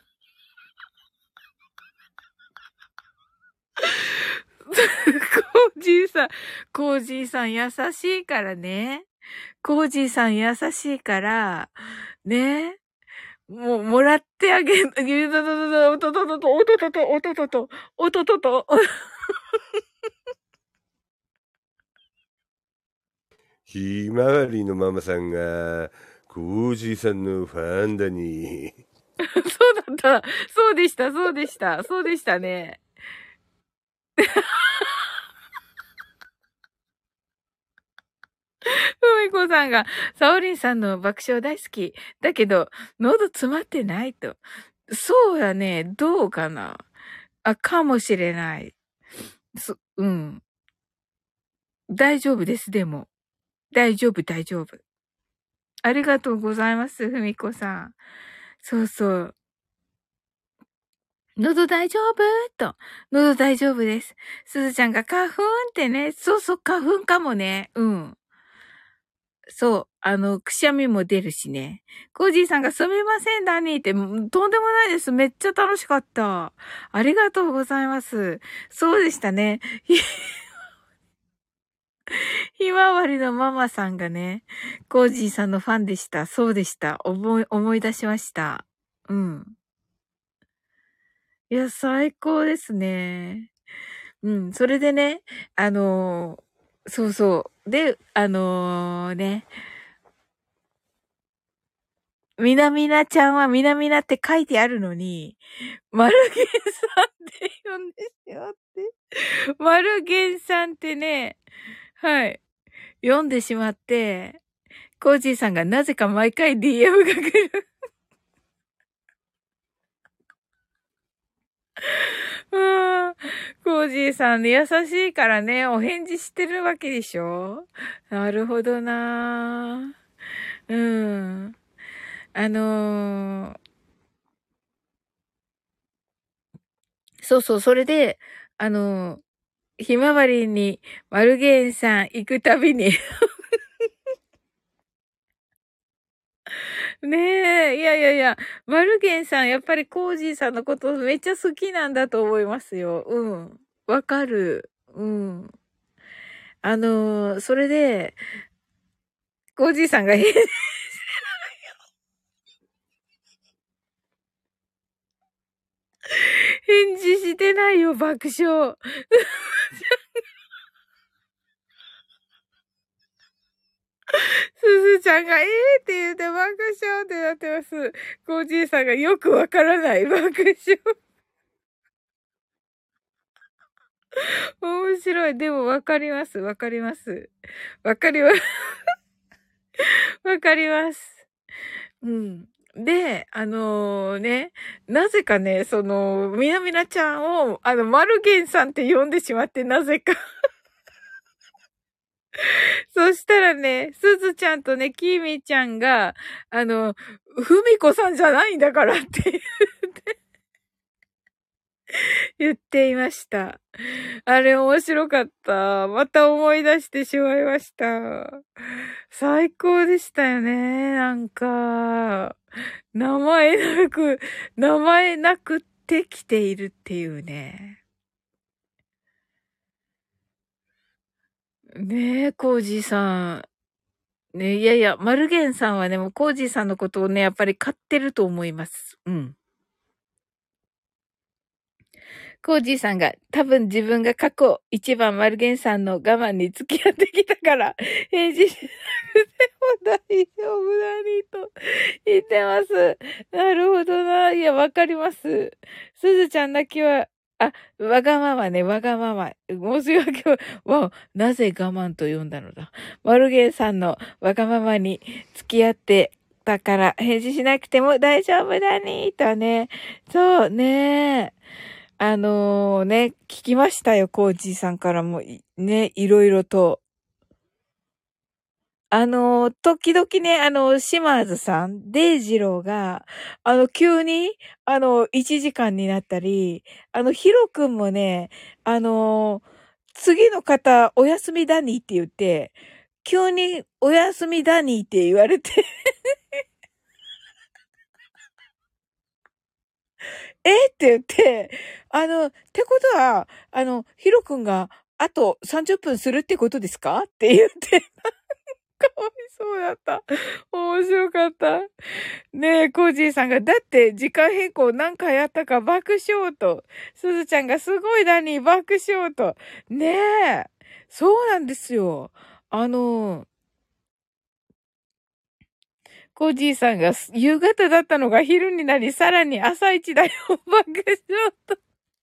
コージーさん優しいからね。コージーさん優しいから、ね。もう、もらってあげる、おとととと、おととと、おととと、おととと。 ひまわりのママさんが、コージーさんのファンだに。 そうだった。そうでしたね。ふみこさんが、サオリンさんの爆笑大好き。だけど、喉詰まってないと。そうやね。どうかな。かもしれない。うん。大丈夫です、でも。大丈夫。ありがとうございます、ふみこさん。そうそう。喉大丈夫と。喉大丈夫です。すずちゃんが花粉ってね。そうそう、花粉かもね。うん。そう。くしゃみも出るしね。コージーさんがすみません、ダニーって、とんでもないです。めっちゃ楽しかった。ありがとうございます。そうでしたね。ひまわりのママさんがね、コージーさんのファンでした。そうでした。思い出しました。うん。いや、最高ですね。うん。それでね、そうそう。で、ね、みなみなちゃんはみなみなって書いてあるのに、マルゲンさんって呼んでしまって。マルゲンさんってね、はい。読んでしまって、コージーさんがなぜか毎回 DM が来る。うん。コージーさんね、優しいからね、お返事してるわけでしょ？なるほどなぁ。うん。 あのーそうそう、それで、ひまわりに、マルゲンさん行くたびにねえ、いやいやいや、マルゲンさん、やっぱりコージーさんのことめっちゃ好きなんだと思いますよ。うん。わかる。うん。それで、コージーさんが返事してないよ、爆笑。すずちゃんが、って言って爆笑ってなってます。コージーさんがよくわからない爆笑。面白い。でもわかります。わかります。わかります。わかります。うん。で、なぜかね、みなみなちゃんを、マルゲンさんって呼んでしまって、なぜか。そしたらね、すずちゃんとね、きみちゃんが、ふみこさんじゃないんだからって言っていました。あれ面白かった。また思い出してしまいました。最高でしたよね。なんか、名前なくってきているっていうね。ねえ、コージーさん。ね、いやいや、マルゲンさんはね、もうコージーさんのことをね、やっぱり買ってると思います。うん。コージーさんが多分自分が過去一番マルゲンさんの我慢に付き合ってきたから、返事しなくても大丈夫だにと言ってます。なるほどな。いや、わかります。すずちゃんだけは、わがままね、わがまま。申し訳なぜ我慢と呼んだのだ。マルゲンさんのわがままに付き合ってたから、返事しなくても大丈夫だにとね。そうね。聞きましたよ、コージーさんからも、いろいろと。時々ね、島津さん、デイジローが、急に、1時間になったり、ヒロ君もね、あの、次の方、お休みだにって言って、急にお休みだにって言われてって言って、ってことは、ヒロ君が、あと30分するってことですかって言って、かわいそうだった。面白かった。ねえ、コージーさんが、だって時間変更何回やったか爆笑と。すずちゃんがすごいだに爆笑と。ねえ、そうなんですよ。あの、コージーさんが夕方だったのが昼になり、さらに朝一だよ。爆笑と。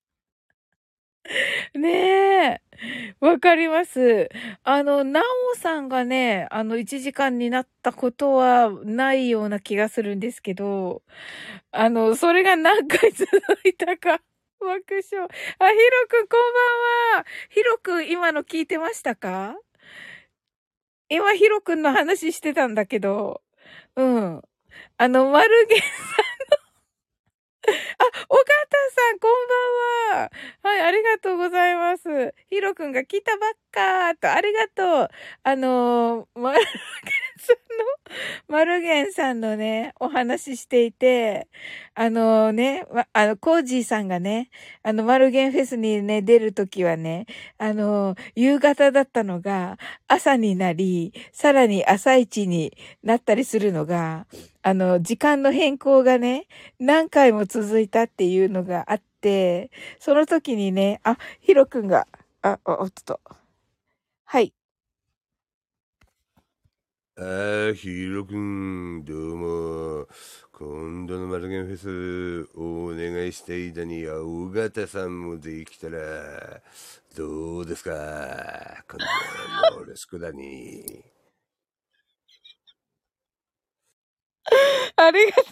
ねえ。わかります。なおさんがね、1時間になったことはないような気がするんですけど、それが何回続いたか。爆笑。あ、ヒロくんこんばんは。ヒロくん今の聞いてましたか？今ヒロくんの話してたんだけど、うん。マルゲ尾形さん、こんばんは。はい、ありがとうございます。ヒロくんが来たばっかーと、ありがとう。マルゲンさんのね、お話ししていて、コージーさんがね、マルゲンフェスにね、出るときはね、夕方だったのが朝になり、さらに朝一になったりするのが、時間の変更がね、何回も続いたっていうのがあって、その時にね、ヒロくんが、おっと、はい。 ヒロくん、どうも。今度のマルゲンフェスお願いしたいだに、尾形さんもできたら、どうですか？今度よろしくだに。 ありがと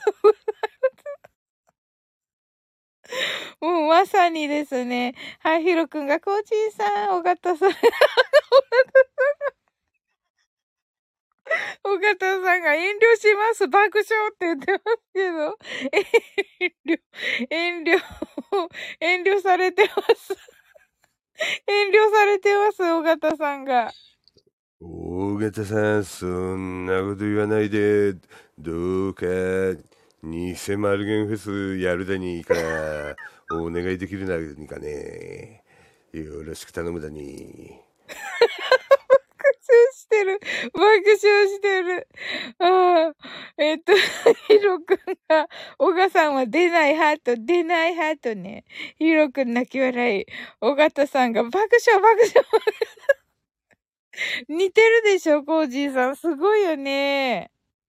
う。もうまさにですね。はい、ヒロくんが、コーチンさん、尾形さん、 尾形さんが遠慮します。爆笑って言ってますけど。遠慮、遠慮されてます。遠慮されてます、尾形さんが。 大型さん、そんなこと言わないで、どうか、偽マルゲンフェスやるだにか、お願いできるなにかね。よろしく頼むだに。 笑してる。爆笑してる。ああ。ヒロ君が、小賀さんは出ないハート、出ないハートね。ヒロ君泣き笑い。尾形さんが爆笑、爆笑。似てるでしょ、コージーさん。すごいよね。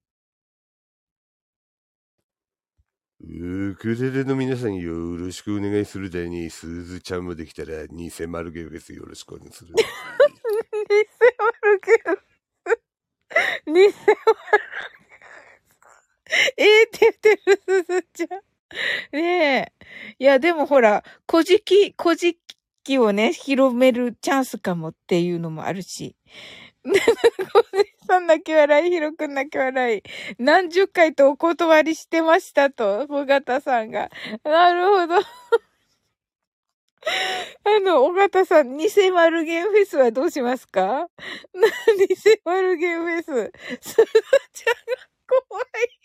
ウクレレの皆さんよろしくお願いするだに、すずちゃんもできたら偽マルゲンフェスよろしくお願いする。 偽丸けど。偽丸。って言ってる、すずちゃん。ねえ。いや、でもほら、古事記をね、広めるチャンスかもっていうのもあるし。小杉さん泣き笑い、ヒロくん泣き笑い。何十回とお断りしてましたと、尾形さんが。なるほど。尾形さん、偽マルゲンフェスはどうしますか？偽マルゲンフェス。すずちゃんが怖い。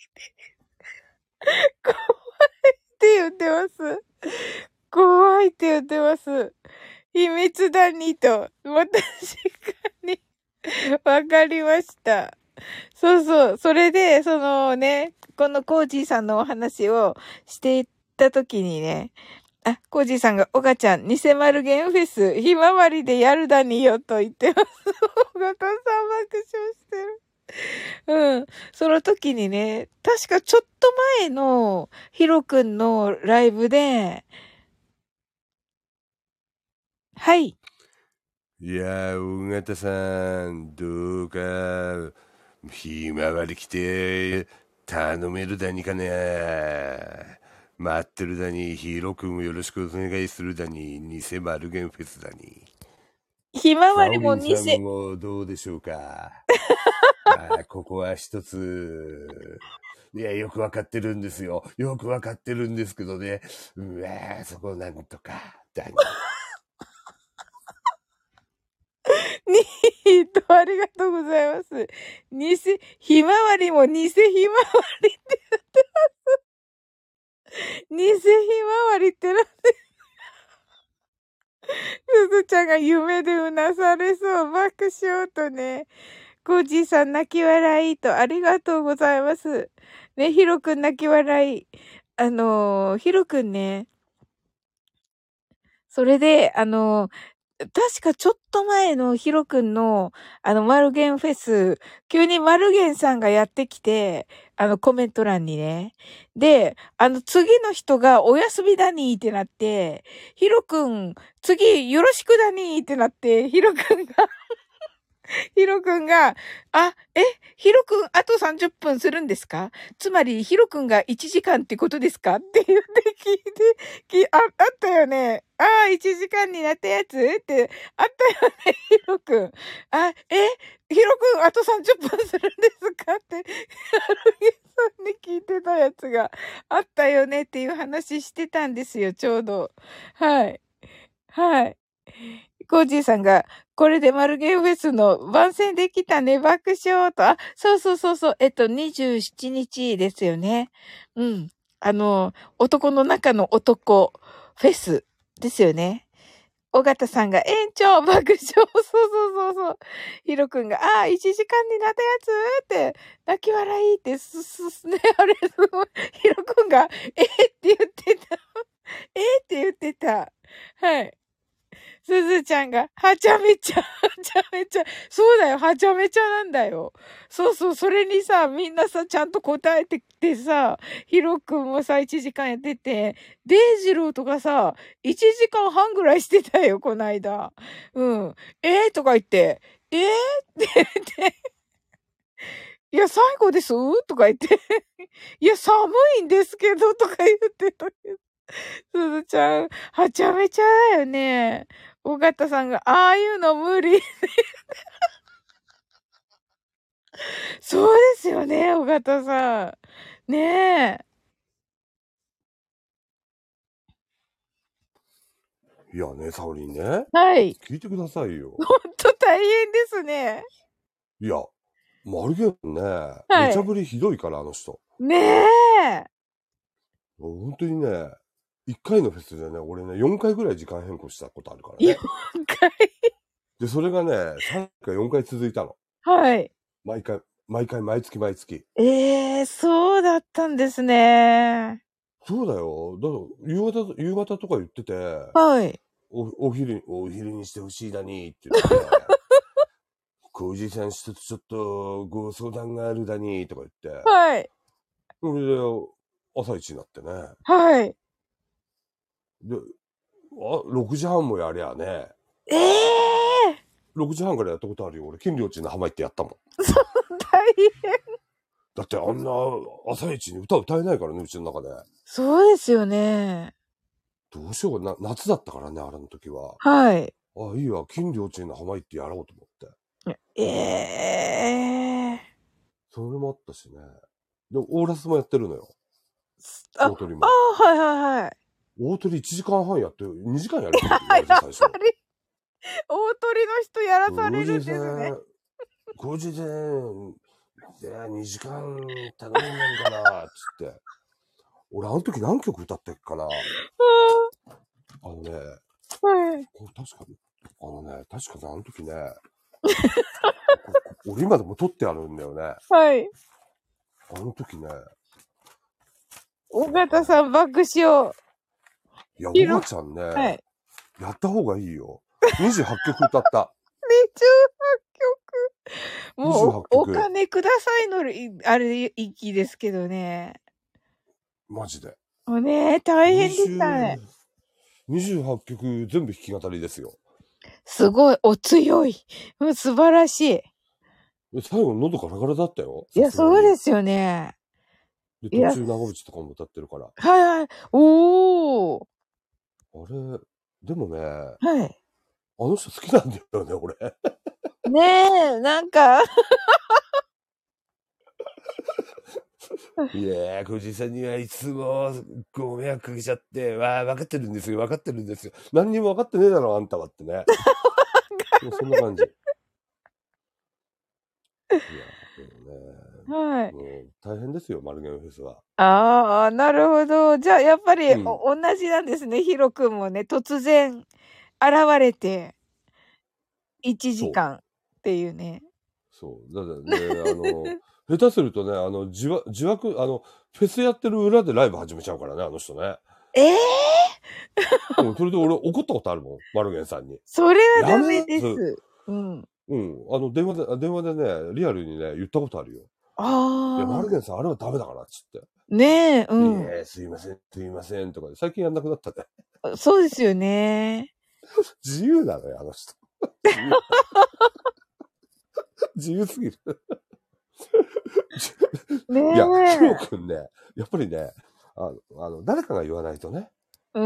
怖いって言ってます。怖いって言ってます。秘密だにと。確かに。わかりました。そうそう。それで、そのね、このコージーさんのお話をしていったときにね、コージーさんが、オガちゃん、偽マルゲンフェス、ひまわりでやるだによと言ってます。オガタさん爆笑してる。うん。その時にね、確かちょっと前のヒロくんのライブで、はい。 いやー、大型さん、どうか、ひまわり来て、頼めるだにかね。待ってるだに、ヒーロー君もよろしくお願いするだに、偽マルゲンフェスだに。 ひまわりサオリンさも偽、 んもどうでしょうか。ここは一つ。いや、よくわかってるんですよ。よくわかってるんですけどね。そこなんとか、だに。 ありがとうございます。ひまわりも偽ひまわりって言ってます。偽ひまわりってなんですずちゃんが夢でうなされそう。爆笑とね。コージーさん泣き笑いと、ありがとうございます。ね、ヒロくん泣き笑い。ヒロくんね、それで、確かちょっと前のヒロくんの、マルゲンフェス、急にマルゲンさんがやってきて、コメント欄にね。で、次の人がお休みだにーってなって、ヒロくん、次よろしくだにーってなって、ヒロくんが、ヒロくん、あと30分するんですか？つまり、ヒロくんが1時間ってことですかって言って聞いて、あったよね。1時間になったやつって、あったよね、ヒロくん。ヒロくん、あと30分するんですかって、ハルゲさんに聞いてたやつがあったよねっていう話してたんですよ、ちょうど。はい。はい。コージーさんが、これでマルゲンフェスの番宣できたね、爆笑と。そうそうそうそう。27日ですよね。うん。男の中の男フェスですよね。尾形さんが延長爆笑。そうそうそうそう。ヒロくんが、1時間になったやつって、泣き笑いって、ね、あれ、すごい。ヒロくんが、って言ってた。って言ってた。はい。すずちゃんが、はちゃめちゃ、はちゃめちゃ、そうだよ、はちゃめちゃなんだよ。そうそう、それにさ、みんなさ、ちゃんと答えてきてさ、ヒロくんもさ、1時間やってて、デイジローとかさ、1時間半ぐらいしてたよ、こないだ。うん。とか言って、って言って、いや、最後ですとか言って、いや、寒いんですけど、とか言ってたけど。すずちゃん、はちゃめちゃだよね。尾形さんが、ああいうの無理。 そうですよね、尾形さん。ねえ。 いやね、サオリンね。 はい。 聞いてくださいよ。 ほんと大変ですね。 いや、マルゲンね、無はい。 茶ぶりひどいから、あの人。 ねえ。 本当にね、1回のフェスでね、俺ね、4回ぐらい時間変更したことあるから 4 ね。 回。 で、それがね、3回、4回続いたの。 はい。 毎回、毎月毎月。 ええ、そうだったんですね。 そうだよ。だから夕方とか言ってて、 はい。 お昼にしてほしいだにって言って、小じさん一つちょっとご相談があるだにとか言って、 はい。 それで朝一になってね。 はい。 で、6時半もやりゃね、 ええ 6時半からやったことあるよ。俺、金良地の浜行ってやったもん。 大変。 だってあんな朝一に歌歌えないからね、うちの中で。 そうですよね。 どうしようかな、夏だったからね、あれの時は。 はい。 いいわ、金良地の浜行ってやろうと思って。 ええそれもあったしね。で、オーラスもやってるのよ。 あ、 大鳥も。 はいはいはい。 大鳥1時間半やって2時間やるって言わやっぱれて最初。 り、大鳥の人やらされるん小路ですね。 小路じゃあ2時間頼めないかな、つって。俺、あの時何曲歌ってっかな。あのね、 はい。 確かに、確かにあの時ね、俺今でも撮ってあるんだよね。 はい。 あの時ね。 尾形さん爆笑。 いや、おばちゃんね、 はい。 やった方がいいよ。28曲歌った。 28曲。もう 28 お曲。 金くださいの、あれ、息ですけどね。 マジで。 もうね、大変でしたね。 28曲全部弾き語りですよ。 すごい、お強い。もう素晴らしい。 最後喉ガラガラだったよ。 いや、 さすがに。 そうですよね。 で、 いや、 途中長渕とかも歌ってるから。 はいはい。おー。 あれ、でもね、 はい。 あの人好きなんだよね、俺。 ねえ、なんかいやー、小じさんにはいつもご迷惑かけちゃって、分かってるんですよ、分かってるんですよ。何にも分かってねえだろ、あんたはってね。そんな感じ。いや、でもね、 はい。 もう大変ですよ、マルゲンフェスは。 ああ、なるほど。じゃあ、やっぱり、 うん。 同じなんですね。ヒロ君もね、突然現れて、1 そう。 時間っていうね。 そう。だね、下手するとね、自枠、フェスやってる裏でライブ始めちゃうからね、あの人ね。 ええうん、それで俺怒ったことあるもん、マルゲンさんに。 それはやダメめそれです。うん。 うん、電話でね、リアルにね、言ったことあるよ。いや、マルあゲンさん、あれはダメだから、つって。 あ、ねえ、 いうえ、すいません、すいません、とかで、最近やんなくなったね。 ん。そうですよね。 自由なのよ、あの人。自由。自由すぎる。 ねいや、ヒロえ。 君ね、やっぱりね、誰かが言わないとね。 うん。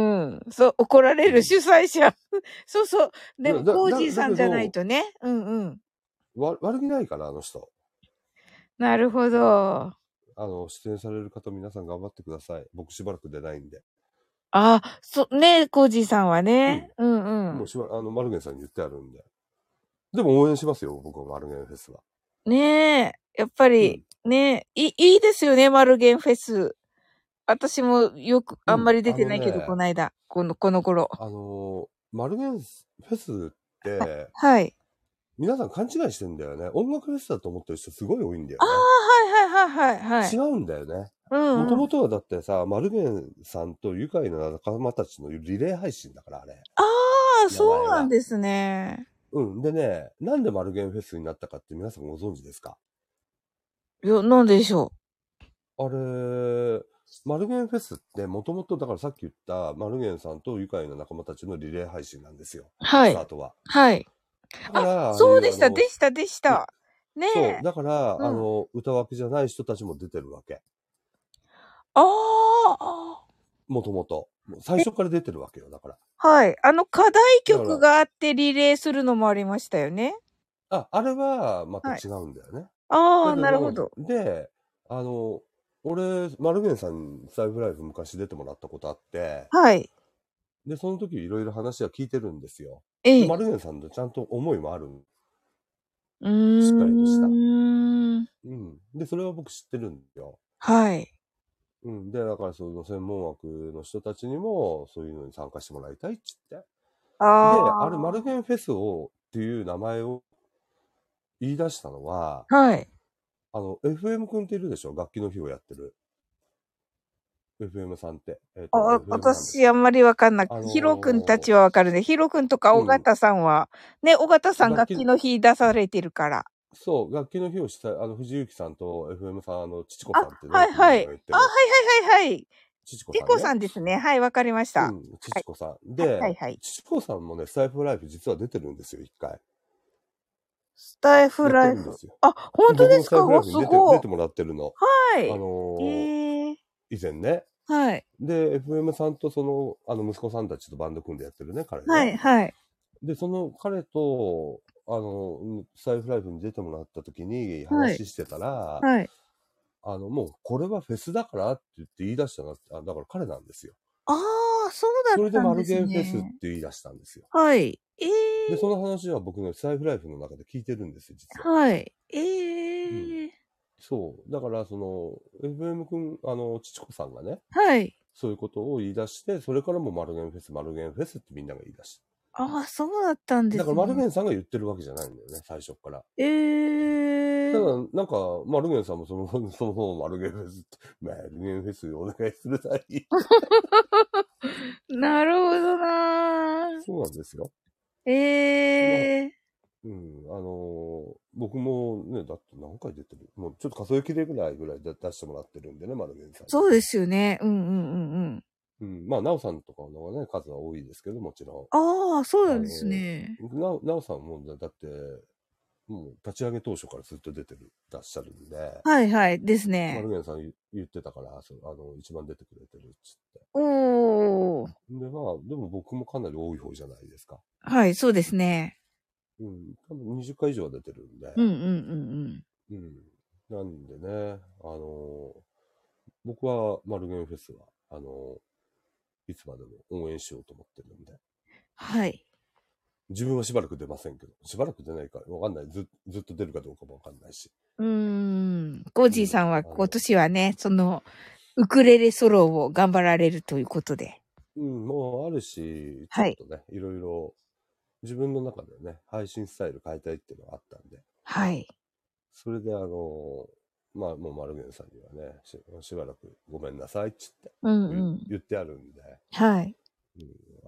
そう、怒られるうん。 主催者。そうそう。でも、コージーださんじゃないけど、 とね。うんうん。 悪気ないから、あの人。 なるほど。 出演される方皆さん頑張ってください。僕しばらく出ないんで。 あ、ね、コージーさんはうん。 ね。うんうん。 もうマルゲンさんに言ってあるんで。でも応援しますよ、僕はマルゲンフェスは。 ねえ。やっぱり、 うん。 ねいいですよね、マルゲンフェス。私もよく、あんまうん。 り出てないけど、この間。この頃。 マルゲンフェスって、 はい。 皆さん勘違いしてんだよね。音楽フェスだと思ってる人すごい多いんだよああ、 ね。 はいはいはいはいはい。 違うんだよね。 うんうん。 もともとはだってさ、マルゲンさんと愉快な仲間たちのリレー配信だから、あれ。 ああ、そうなん名前は。 ですね。 うん。でね、なんでマルゲンフェスになったかって皆さんご存知ですか？ いや、なんでしょあれ、マルゲンフェスってもともとだからさっき言ったマルゲンさんと愉快な仲間たちのリレー配信なんですよ。 う。はい。 スタートは。 はい。あ、 だから、ああいうそうでした、でした、でしうん、 た。ねそう。 え。 だから、 うん。 歌枠じゃない人たちも出てるわけ。 ああ。 もともと。最初から出てるわけよ。だから。 はい。課題だから、 曲があってリレーするのもありましたよね。 あれはまたはい。 違うんだよね。 ああ、 だけど、 なるほど。 で、俺、マルゲンさん、スタイフライフ昔出てもらったことあって、 はい。 で、その時いろいろ話は聞いてるんですよ。で、 ええ。 マルゲンさんとちゃんと思いもある。 うしっかりとした。 ーん。 うん。で、それは僕知ってるんですよ。 はい。 うん。で、だからその専門枠の人たちにも、そういうのに参加してもらいたいっつって。で、あれ、マルあゲンフェスを、っていう名前を言い出したのは、 あ。はい。 FM 君っているでしょ？楽器の日をやってる。FM さんって。 あ、 FM なんです私、あけど。 んまりわかんない。ヒロ君たちはわかるね。ヒロ君とか、尾うん。 形さんは、ね、尾形さん楽器、 楽器の日出されてるから。 そう、楽器の日をした、藤幸さんと FM さん、ちちこあ、 さんってね、よくみんなはいはい。あ、はいが言ってる。 はいはいはい。 ちちこチコさんね。 さんですね。はい、わかりました。 うん、ちはい。 ちこさん。 はいはいで、 はい。 ちちこさんもね、スタイフライフ実は出てるんですよ、一回。 スタイフやってライフ。 るんですよ。 あ、本当僕ですか？お、 のスタイフライフにすごい。 出てもらってるの。 はあい。 の以前ね。 はい。 で、FM さんと息子さんたちとバンド組んでやってるね、彼ね。 はい、はい。 で、その彼と、スタイフライフに出てもらった時にはい。 話してたら、 はい。 もうこれはフェスだからって言い出したのだから彼なんですよ。 ああ、そうだっそれでたんですマルゲンフェスってね。 言い出したんですよ。 はい。 で、その話は僕のスタイフライフの中で聞いてるんですよ、実は。 はい。 うん。そう。だから、FM 君、ちちこさんがね、 はい。 そういうことを言い出して、それからもマルゲンフェス、マルゲンフェスってみんなが言い出した。 ああ、そうだったんでだからマルゲすね。 ンさんが言ってるわけじゃないんだよね、最初から。 ええ。 ただ、なんか、マルゲンさんもその方マルゲンフェスって、マルゲンフェスお願いするたい。 なるほどなー。 そうなんですよ。 ええ。 うん、僕もね、だって何回出てる？もうちょっと数えきれぐらいで出してもらってるんでね、マルゲンさんに。 そうですよね。うんうんうんうん。 うん、まあ、ナオさんとかの方がね、数は多いですけど、もちろああ、そうん。 なんですね。 ナオさんも、だって、もう立ち上げ当初からずっと出らっしゃるんで、 はいはい。ですマルね。 ゲンさん言ってたから、一番出てくれてるっつって。 おー。 で、まあ、でも僕もかなり多い方じゃないですか。 はい、そうですね。 うん、多分20回以上は出てるんで、 うんうんうんうん。なんでね、僕はマルゲンフェスは、いつまでも応援しようと思ってるんで。 はい。 自分はしばらく出ませんけど、しばらく出ないかわかんない。ずっと出るかどうかもわかんないし。 うーん。コーうん。 ジーさんは今年はね、ウクレレソロを頑張られるということで。 もうあるし、ちょはい。 っとね、いろいろ自分の中でね、配信スタイル変えたいっていうのがあったんで、 はい。 それでまあ、もうマルゲンさんにはね、しばらくごめんなさいっつってうんうん。 言ってあるんで、 はい。 うん、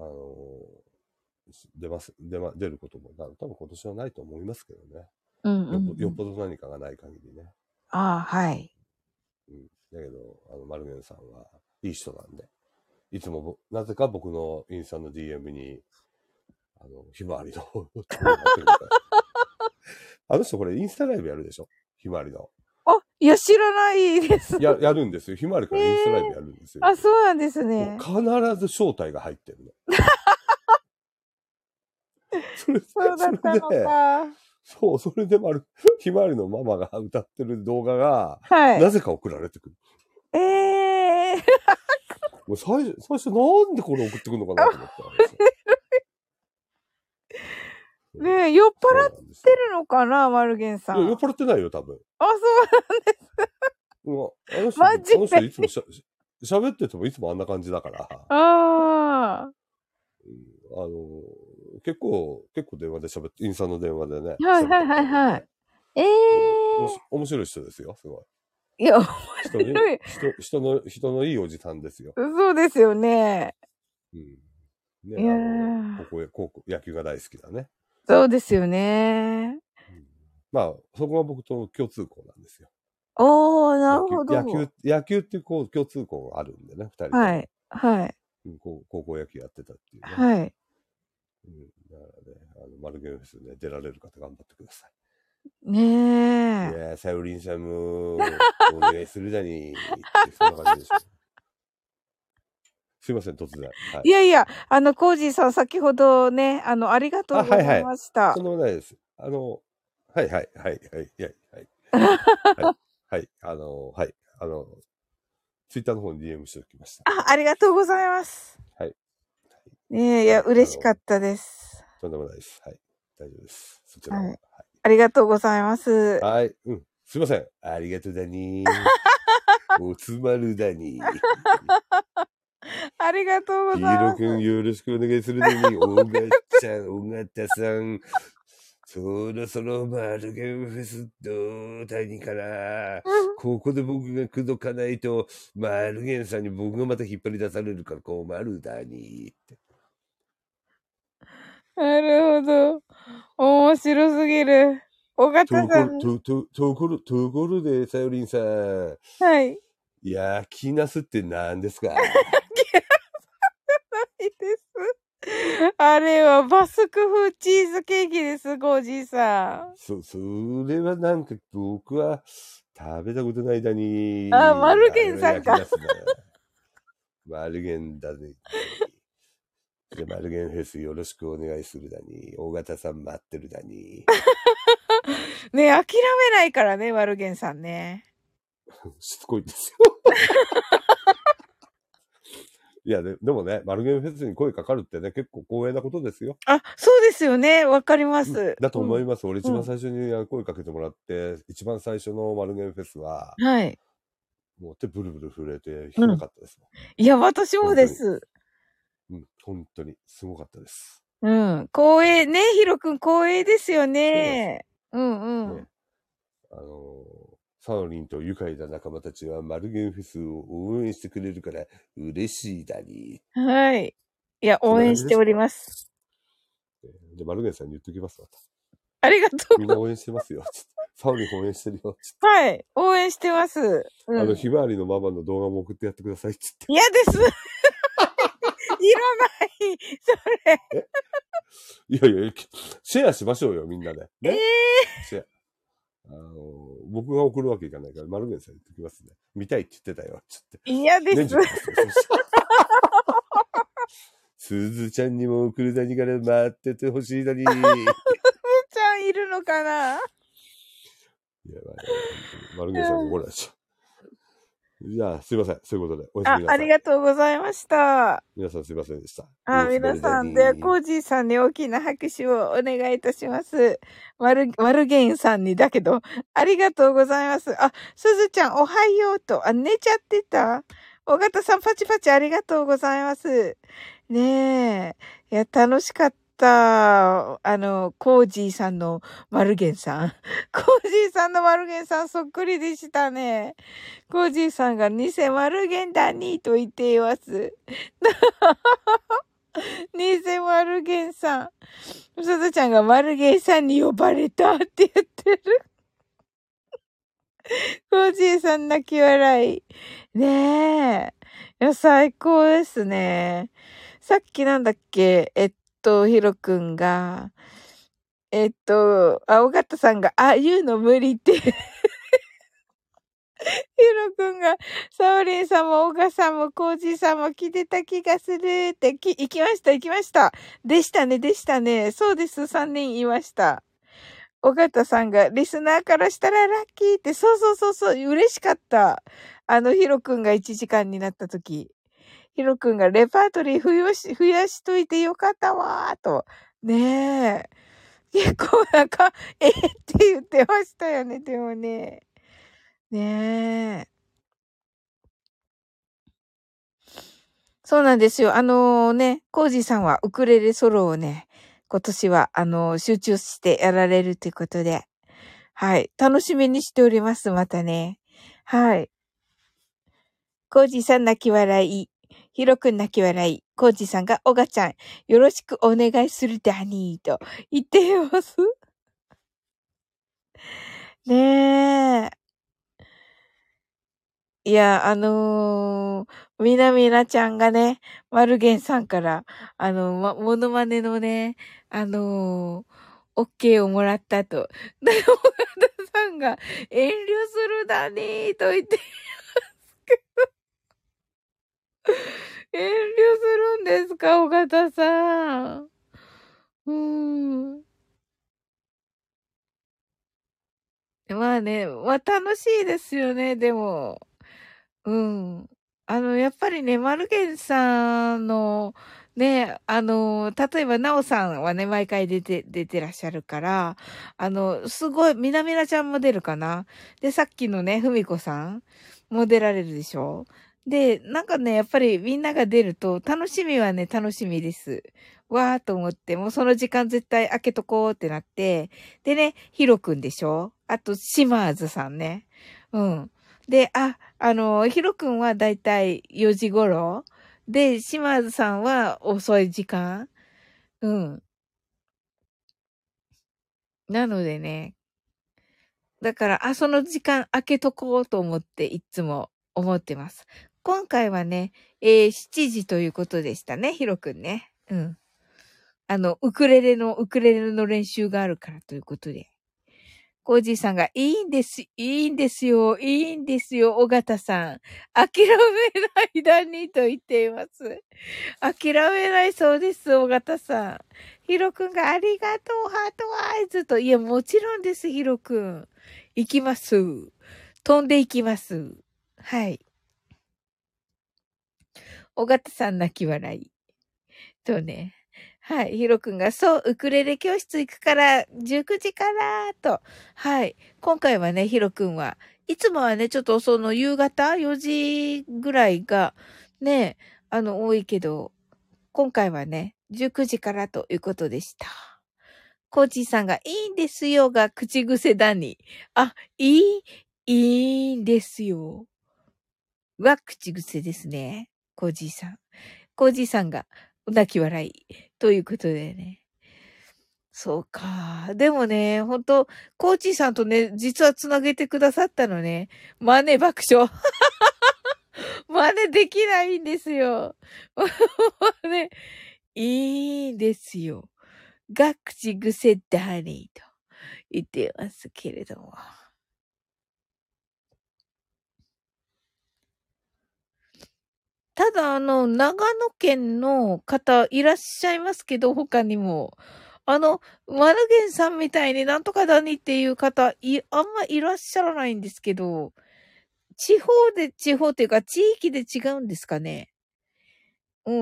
出ることも、多分今年はないと思いますけどね。 うんうんよっうん。 ぽど何かがない限りね。 ああ、はい。 うん。だけど、マルゲンさんはいい人なんで、いつもなぜか僕のインスタの DM に、ひまわりの動画ってるから。あの人これインスタライブやるでしょ？ひまわりの。 あ、いや、知らないです。 やるんですよ。ひまわりからインスタライブやるんですよ。 あ、そうなんですもうね。 必ず招待が入ってるの。 そうだったのか。 それでひまわりのママが歌ってる動画が、 はい。 なぜか送られてくる。 ええー。 もう最初なんでこれ送ってくるのかなと思ったんですよ。 ねえ、酔っ払ってるるのかな、マルゲンさん。 いや、酔っ払ってないよ、多分。 あ、 あの人いつも喋っててもいつもあんな感じだから。 ああ。 結構電話で喋って、インスタの電話でね。 はいはいはいはい。 面白い人ですよ、すごいや、面い。 白い。 人のいいおじさんですよ。 そうですよね。 うん。 いね、 やー。 野球が大好きだね。 そうですよね。 まあ、そこが僕と共通項なんですよ。 おー、なるほど。 野球っていう共通項があるんでね、二人とも。 はい。はい。 高校野球やってたっていうね。 はい。 だからね、マルゲンフェスね、出られる方頑張ってください。 ねいやサウリンさんも、お願いするだに、そんな感じでしょ。すいません、突然。 いやいや、コージーさん先ほどね、ありがとうございました。 そんなことないです。はい。 はい。はい。はい。ツイッターの方に DM しておきました。 ありがとうございます。 はい。 ねえ、いや、嬉しかったです。 とんでもないです。はい。大丈夫です。そちらは。 はい。 はい。 ありがとうございます。 はい。うん。すいません。ありがとうだにー。おつまるだにー。 ありがとうございヒーローます。 くんよろしくお願いするのに、おがちゃん、おがたさん、そろそろマルゲンフェスどうだにかな。ここで僕が口説かないと、マルゲンさんに僕がまた引っ張り出されるから困るだにって。 なるほど。面白すぎる。尾形さん。 ところで、さよりんさん。 はい。 焼きナスって何ですか？ ないです。あれはバスク風チーズケーキです、ゴージーさん。 それはなんか僕は食べたことないだに。 マルゲあれはンさんか。 焼きナスだ。マルゲンだね。じゃあマルゲンフェスよろしくお願いするだに。大型さん待ってるだに。 ね、諦めないからね、マルゲンさんね。 しつこいんですよ。いや、でもね、マルゲンフェスに声かかるってね、結構光栄なことですよ。 そうですよね。わかります。 だと思います。俺一番うん。 最初に声かけてもらって、一番最初のマルゲンフェスは、 はい。 もう手ブルブル震えて弾けうん。 なかったですもん。 いや、私も本当に。 です。 本当に。すごかったです。 うん。光栄、ね、ヒロくん光栄ですよそうなんです。 ね。うんうん。 ね。サオリンと愉快な仲間たちはマルゲンフェスを応援してくれるから嬉しいだに。 はい。いや、 そん応援しておりな感じでしょ。 ます。 じゃあマルゲンさんに言っときますわ。 ありがとう。 みんな応援してますよ。サオリン応援してるよ。つって。 はい。応援してます。うん。 ひまわりのママの動画も送ってやってください。つって。 嫌です。いらない。それ。 いやいや、シェアしましょうよ、みんなで。ね。シェア。僕が送るわけいかないから、マルゲンさん言ってきますね。見たいって言ってたよ。つって。 嫌です。 年中すずちゃんにも送るだにから待っててほしいだに。 ちゃんいるのかないや、マルゲンさんに怒られちゃう。じゃあ、すいません。そういうことで、おやすみなさい。 ありがとうございました。 皆さんすいませんでした。 皆さんで、コージーさんに大きな拍手をお願いいたします。マルゲンさんにだけど、ありがとうございます。すずちゃんおはようと。寝ちゃってた尾形さんパチパチありがとうございます。ねえ。いや、楽しかった。コージーさんのマルゲンさん。コージーさんのマルゲンさんそっくりでしたね。コージーさんが偽マルゲンだにと言っています。偽マルゲンさん。すずちゃんがマルゲンさんに呼ばれたって言ってる。コージーさん泣き笑い。ねえ。いや、最高ですね。さっきなんだっけヒロくんが、尾形さんが、言うの無理って。ヒロくんが、サオリンさんも、オガさんも、コージーさんも来てた気がするって、行きました、行きました。でしたね、でしたね。そうです、3人いました。尾形さんが、リスナーからしたらラッキーって、そうそうそうそう、嬉しかった。ヒロくんが1時間になった時。ヒロくんがレパートリー増やしといてよかったわーと。ねえ。結構なんか、って言ってましたよね、でもね。ねえ。そうなんですよ。コージーさんはウクレレソロをね、今年は、集中してやられるということで、はい。楽しみにしております、またね。はい。コージーさん泣き笑い。ヒロくん泣き笑い。コージーさんが、オガちゃん、よろしくお願いするだにーと言っています。ねえ。いや、みなみなちゃんがね、マルゲンさんから、モノマネのね、オッケーをもらったと。で、岡田さんが、遠慮するだにーと言って、遠慮するんですか、岡田さん。うーん。 まあね、楽しいですよね、でも。うん。やっぱりね、マルゲンさんの、ね、例えば、ナオさんはね、毎回出てらっしゃるから、すごい、みなみなちゃんも出るかな。で、さっきのね、ふみこさんも出られるでしょ。で、なんかね、やっぱりみんなが出ると、楽しみはね、楽しみです。わーと思って、もうその時間絶対開けとこうってなって、でね、ヒロくんでしょ。あと、シマーズさんね。うん。で、ヒロくんはだいたい4時頃。で、島津さんは遅い時間。うん。なのでね。だから、その時間空けとこうと思っていつも思ってます。今回はね、7時ということでしたね、ヒロくんね。うん。ウクレレの練習があるからということで。コージーさんが、いいんですよ、いいんですよ、尾形さん。諦めない間にと言っています。諦めないそうです、尾形さん。ヒロくんがありがとう、ハートアイズと。いや、もちろんです、ヒロくん。行きます。飛んで行きます。はい。尾形さん泣き笑い。とね。はい。ヒロくんが、そう、ウクレレ教室行くから、19時からと。はい。今回はね、ヒロくんは、いつもはね、ちょっとその夕方4時ぐらいが、ね、多いけど、今回はね、19時からということでした。コーチーさんが、いいんですよが口癖だに。あ、いいんですよ。は口癖ですね。コージーさん。コージーさんが泣き笑い。ということでね。そうか。でもね、ほんと、コーチーさんとね、実はつなげてくださったのね。真似爆笑。真似できないんですよ。真似、いいんですよ。が口癖だにと言ってますけれども。ただ、長野県の方いらっしゃいますけど、他にも。マルゲンさんみたいになんとかだにっていう方、あんまいらっしゃらないんですけど、地方っていうか地域で違うんですかね。うん。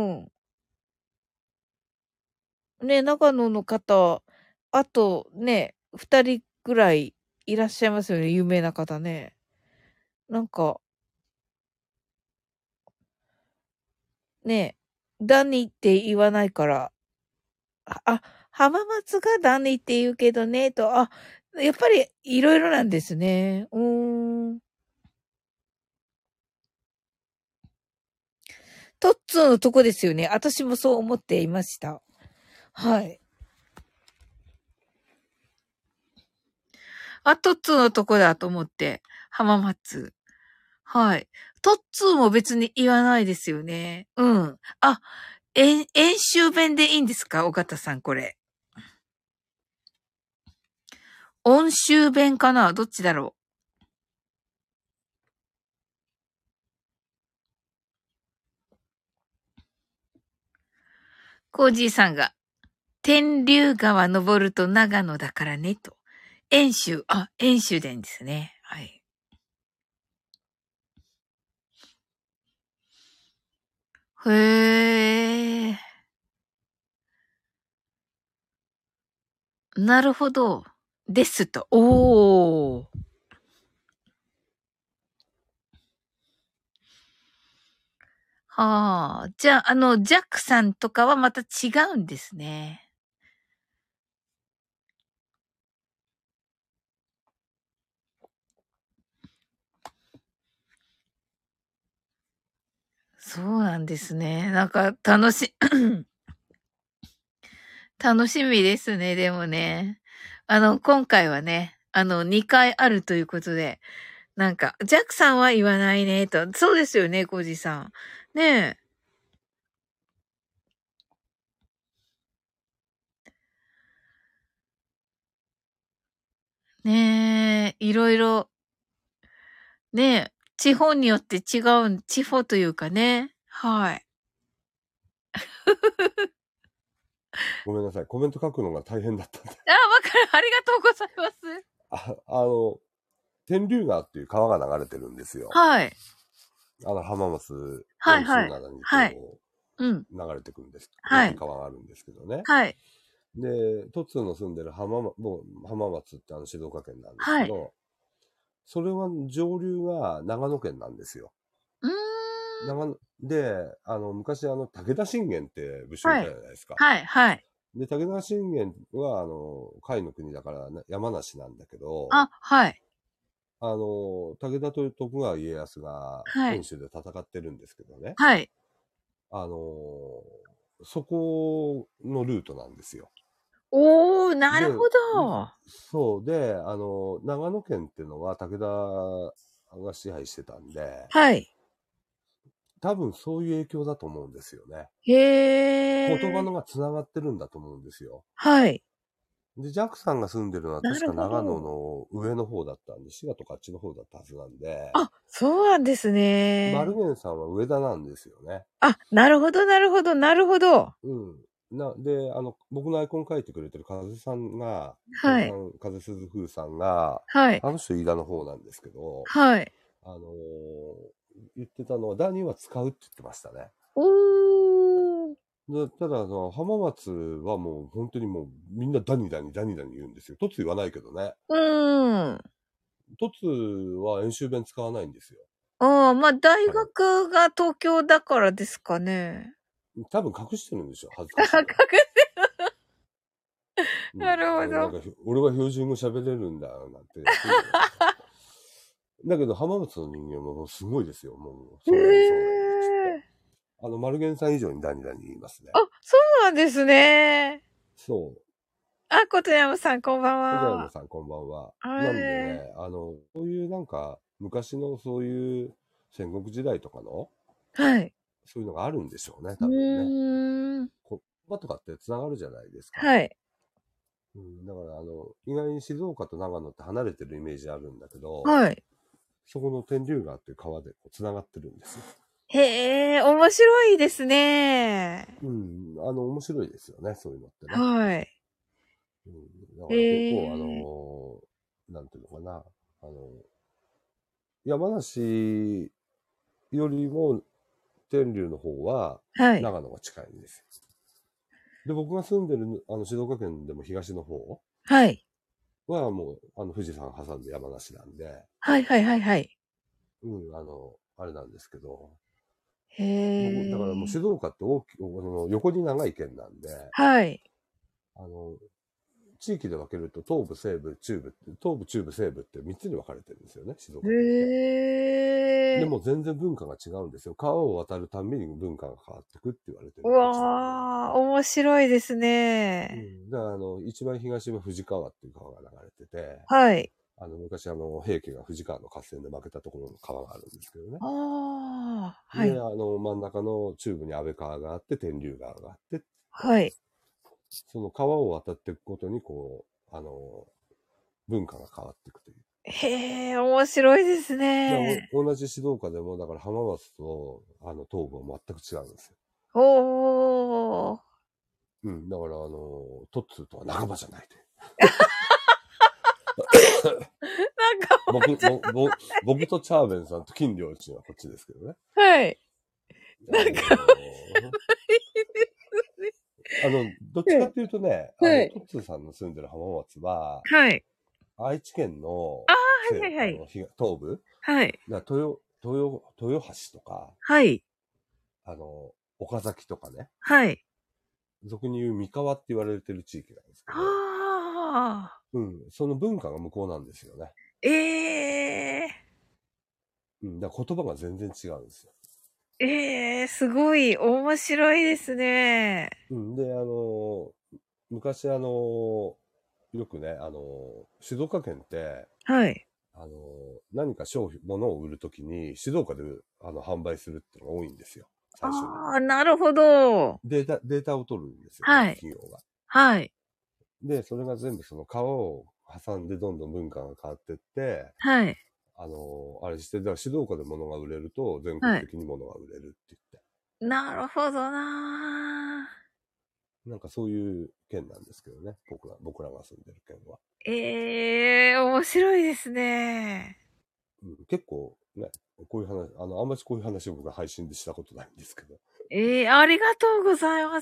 ね、長野の方、あとね、二人ぐらいいらっしゃいますよね、有名な方ね。なんか、ね、ダニって言わないから、浜松がダニって言うけどね、と、やっぱりいろいろなんですね。トッツーのとこですよね。私もそう思っていました。はい。トッツーのとこだと思って、浜松。はい。トッツーも別に言わないですよね。うん。演習弁でいいんですか？尾形さん、これ。音習弁かな？どっちだろう？コージーさんが、天竜川登ると長野だからね、と。演習伝ですね。はい。へえ。なるほど。ですと。おー。はあ。じゃあ、ジャックさんとかはまた違うんですね。そうなんですね。なんか、楽しみですね、でもね。今回はね、2回あるということで、なんか、ジャックさんは言わないね、と。そうですよね、コージさん。ねえ、ねえ、いろいろ、ねえ、地方によって地方というかね。はい。 ごめんなさい。コメント書くのが大変だったんで。 わかる。ありがとうございます。 あの、 天竜川っていう川が流れてるんですよ。 はい。 浜松はい、はい。 47にはい。 こうん。 う、流れてくるんです。大はい。 きい川があるんですけどね。 はい。 で、トツの住んでるもう浜松って静岡県なんですはい。 けど、それは上流は長野県なんですよ。 うーん。 で、昔武田信玄って武将いはい。 たじゃないですか。 はい、はい。 で、武田信玄は、甲斐の国だから山梨なんだけど、 あ、はい。 武田と徳川家康がはい。 遠州で戦ってるんですけどね。 はい。 あの、そこのルートなんですよ。 おー、なるほで、 ど。 そうで、長野県っていうのは武田が支配してたんで、 はい。 多分そういう影響だと思うんですよね。 へー。 言葉のが繋がってるんだと思うんですよ。 はい。 で、ジャックさんが住んでるのは確かなるほ長野ど。 の上の方だったんで、滋賀とかあっちの方だったはずなんで、 あ、そうなんですね。 マルゲンさんは上田なんですよね。 あ、なるほど、なるほど、なるほど。 うん。で、僕のアイコン書いてくれてる風さんが、 はい。 風鈴風さんが、 はい。 あの人飯田の方なんですけど、 はい。 あのー言ってたのは、ダニは使うって言ってましたね。 おー。 ただ、浜松はもう本当にもうみんなダニダニダニダニ言うんですよ。トツ言わないけどね。 うーん。 トツは演習弁使わないんですよ。 ああ、まあ、大彼。 学が東京だからですかね。 多分隠してるんでしょ。恥ずかしいから。 あ、 うん。 なるほど。 俺は標準語喋れるんだ、なんてやってるんじゃないかな。だけど、浜松の人間はもうすごいですよ。もう、 へそうなの、そうなの、つって。 え。 マルゲンさん以上にダニダニ言いますね。 あ、そうなんですね。 そう。 あ、ことやまさん、こんばん小田山は。 さん、こんばんは。なんでへえ。 ね、そういうなんか、昔のそういう戦国時代とかの、 はい。 そういうのがあるんでしょうね、 う多分ね。 ーん。 言葉とかって繋がるじゃないですか。 はい。 うん、だから意外に静岡と長野って離れてるイメージあるんだけど、 はい。 そこの天竜川っていう川でこう繋がってるんですよ。 へえ、面白いですね。 うん、面白いですよね、そういうのってね。 はい。 うん、だから結構、 へえ。 なんていうのかな、山梨よりも天竜の方ははい。 長野が近いんですよ。で、僕が住んでる静岡県でも東の方はい。 はもう富士山挟んで山梨なんで、 はいはいはいはい。 うん、あれなんですけど、 へだからもう静え。 岡って横に長い県なんで、 はい。 あの、地域で分けると東部、西部、中部、東部、中部、西部って3つに分かれてるんですよね、静岡県って。でへえ。 も全然文化が違うんですよ。川を渡るたんびに文化が変わってくって言われてうる土地なんで。 わー、面白いですね。 うん。だから一番東は富士川っていう川が流れてて、 はい。 昔平家が富士川の合戦で負けたところの川があるんですけどね。 ああ、はで、 い。 真ん中の中部に安倍川があって、天竜川があって、 はい。 その川を渡っていくことに、文化が変わっていくという。 へえ、面白いですね。 同じ静岡でも、だから浜松と、東部は全く違うんですよ。 おー。 うん。だから、トッツーとは仲間じゃないという。 なんか、 僕とチャーベンさんと金良一はこっちですけどね。 はい。 あのなんか、 どっちかっていうとね、 はい。 トッツーさんの住んでる浜松は、 はい。 愛知県のああ、はいはいはい。 東部、 はい。 豊橋とか、 はい。 岡崎とかね、 はい。 俗に言う三河って言われてる地域なんですけど、 ああ。 うん、その文化が向こうなんですよね。 ええうん、だから言葉が全然違うんですよ。 ええすごい、面白いですね。 うん、で、昔よくね、静岡県って、 はい。 何か物を売るときに、静岡で、販売するっていうのが多いんですよ。最初に。 ああ、なるほど。 データを取るんですよ、各はい。 企業が。 はい。 で、それが全部その川を挟んでどんどん文化が変わってって、 はい。 あれして、だから静岡で物が売れると全国はい。 的に物が売れるって言って。 なるほどななんかそういう県なんですけどね。僕らが住んでる県は。 面白いですね。 結構ね、こういう話、あんまりこういう話を僕は配信でしたことないんですけど。 ありがとうございます。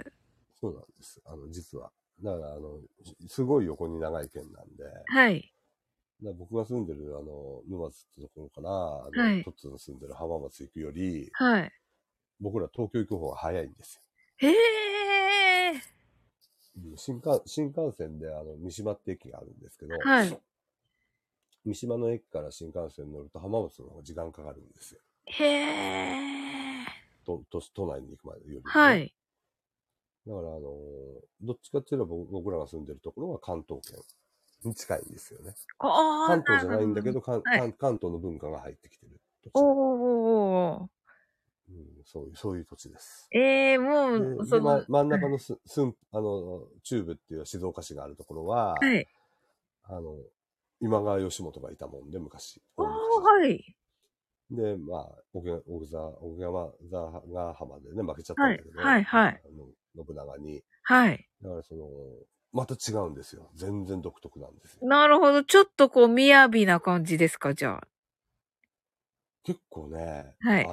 そうなんです。実は。だから、すごい横に長い県なんで、 はい。 僕が住んでる、沼津ってところから、 はい。 トッツの住んでる浜松行くより、 はい。 僕ら東京行く方が早いんですよ。 へえ。 新幹線で、三島って駅があるんですけど、 はい。 三島の駅から新幹線に乗ると浜松の方が時間かかるんですよ。 へえ。 都内に行くまでよりもね。 はい。 だから、どっちかっていうと僕らが住んでるところは関東圏に近いんですよね。 ああ、 関東じゃなるほど。 ないんだけど、 はい。 関東の文化が入ってきてる土地で。 おー。 そういう土地です。 もで、 う、 真ん中の中部っていう静岡市があるところは、 はい。 あの、今川義元がいたもんで、昔、 おー、 大昔時代。 はい。 で、まあ、奥山ヶ浜でね、負けちゃったはい。 んだけど、 はい。はい。 信長に。 はい。 だからまた違うんですよ。全然独特なんですよ。 なるほど。ちょっとこう、雅な感じですか、じゃ結構ね、 あ。はい。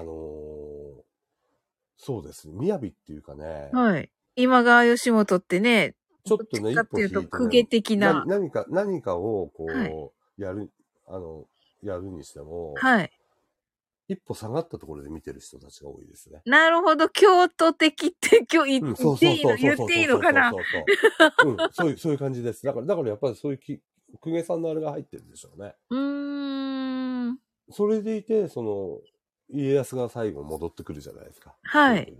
そうですね。雅っていうかね、 はい。今川義元ってね、どっちちょっとね、一歩かっていうと、 引いてね、 公家的な。 何かをはい。 やるにしても、 はい。 一歩下がったところで見てる人たちが多いですね。 なるほど。京都的って今日うん、 言っていいのそう言っていいのかな。 うん、そういう感じです。だからやっぱりそういう公家さんのあれが入ってるんでしょうね。 うーん。 それでいて、家康が最後戻ってくるじゃないですか。 はい。 京都に。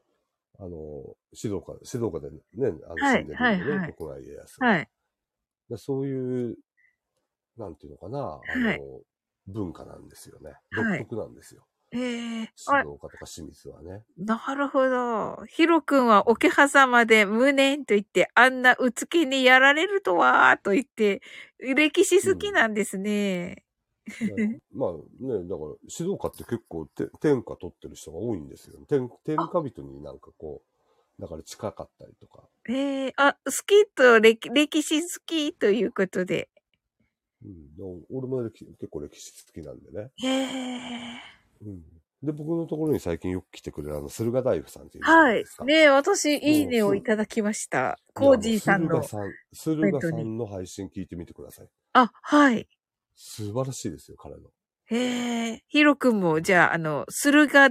静岡でね、 はい。 死んでるはい。 んでね、 はい。 徳川家康が。 はい。 そういう、なんていうのかな、 はい。 文化なんですよね。独はい。 特なんですよ。静あ、 岡とか清水はね。 なるほど。ヒロ君は桶狭間で無念と言って、あんなうつけにやられるとは、と言って、歴史好きうん。 なんですね。 まあね、だから静岡って結構天下取ってる人が多いんですよ。天下人になんかだから近かったりとか。 好きと歴史好きということで。 うん。俺も結構歴史好きなんでね。 へえ。 うん。で、僕のところに最近よく来てくれる駿河大夫さんっているじゃなはい。 いですか。 ねえ、私、いいもうねをいただきました。 いや、 コージーさんのコメントに。 駿河さんの配信聞いてみてください。 あ、はい。 素晴らしいですよ、彼の。 へえ。ヒロ君も、じゃあ、駿河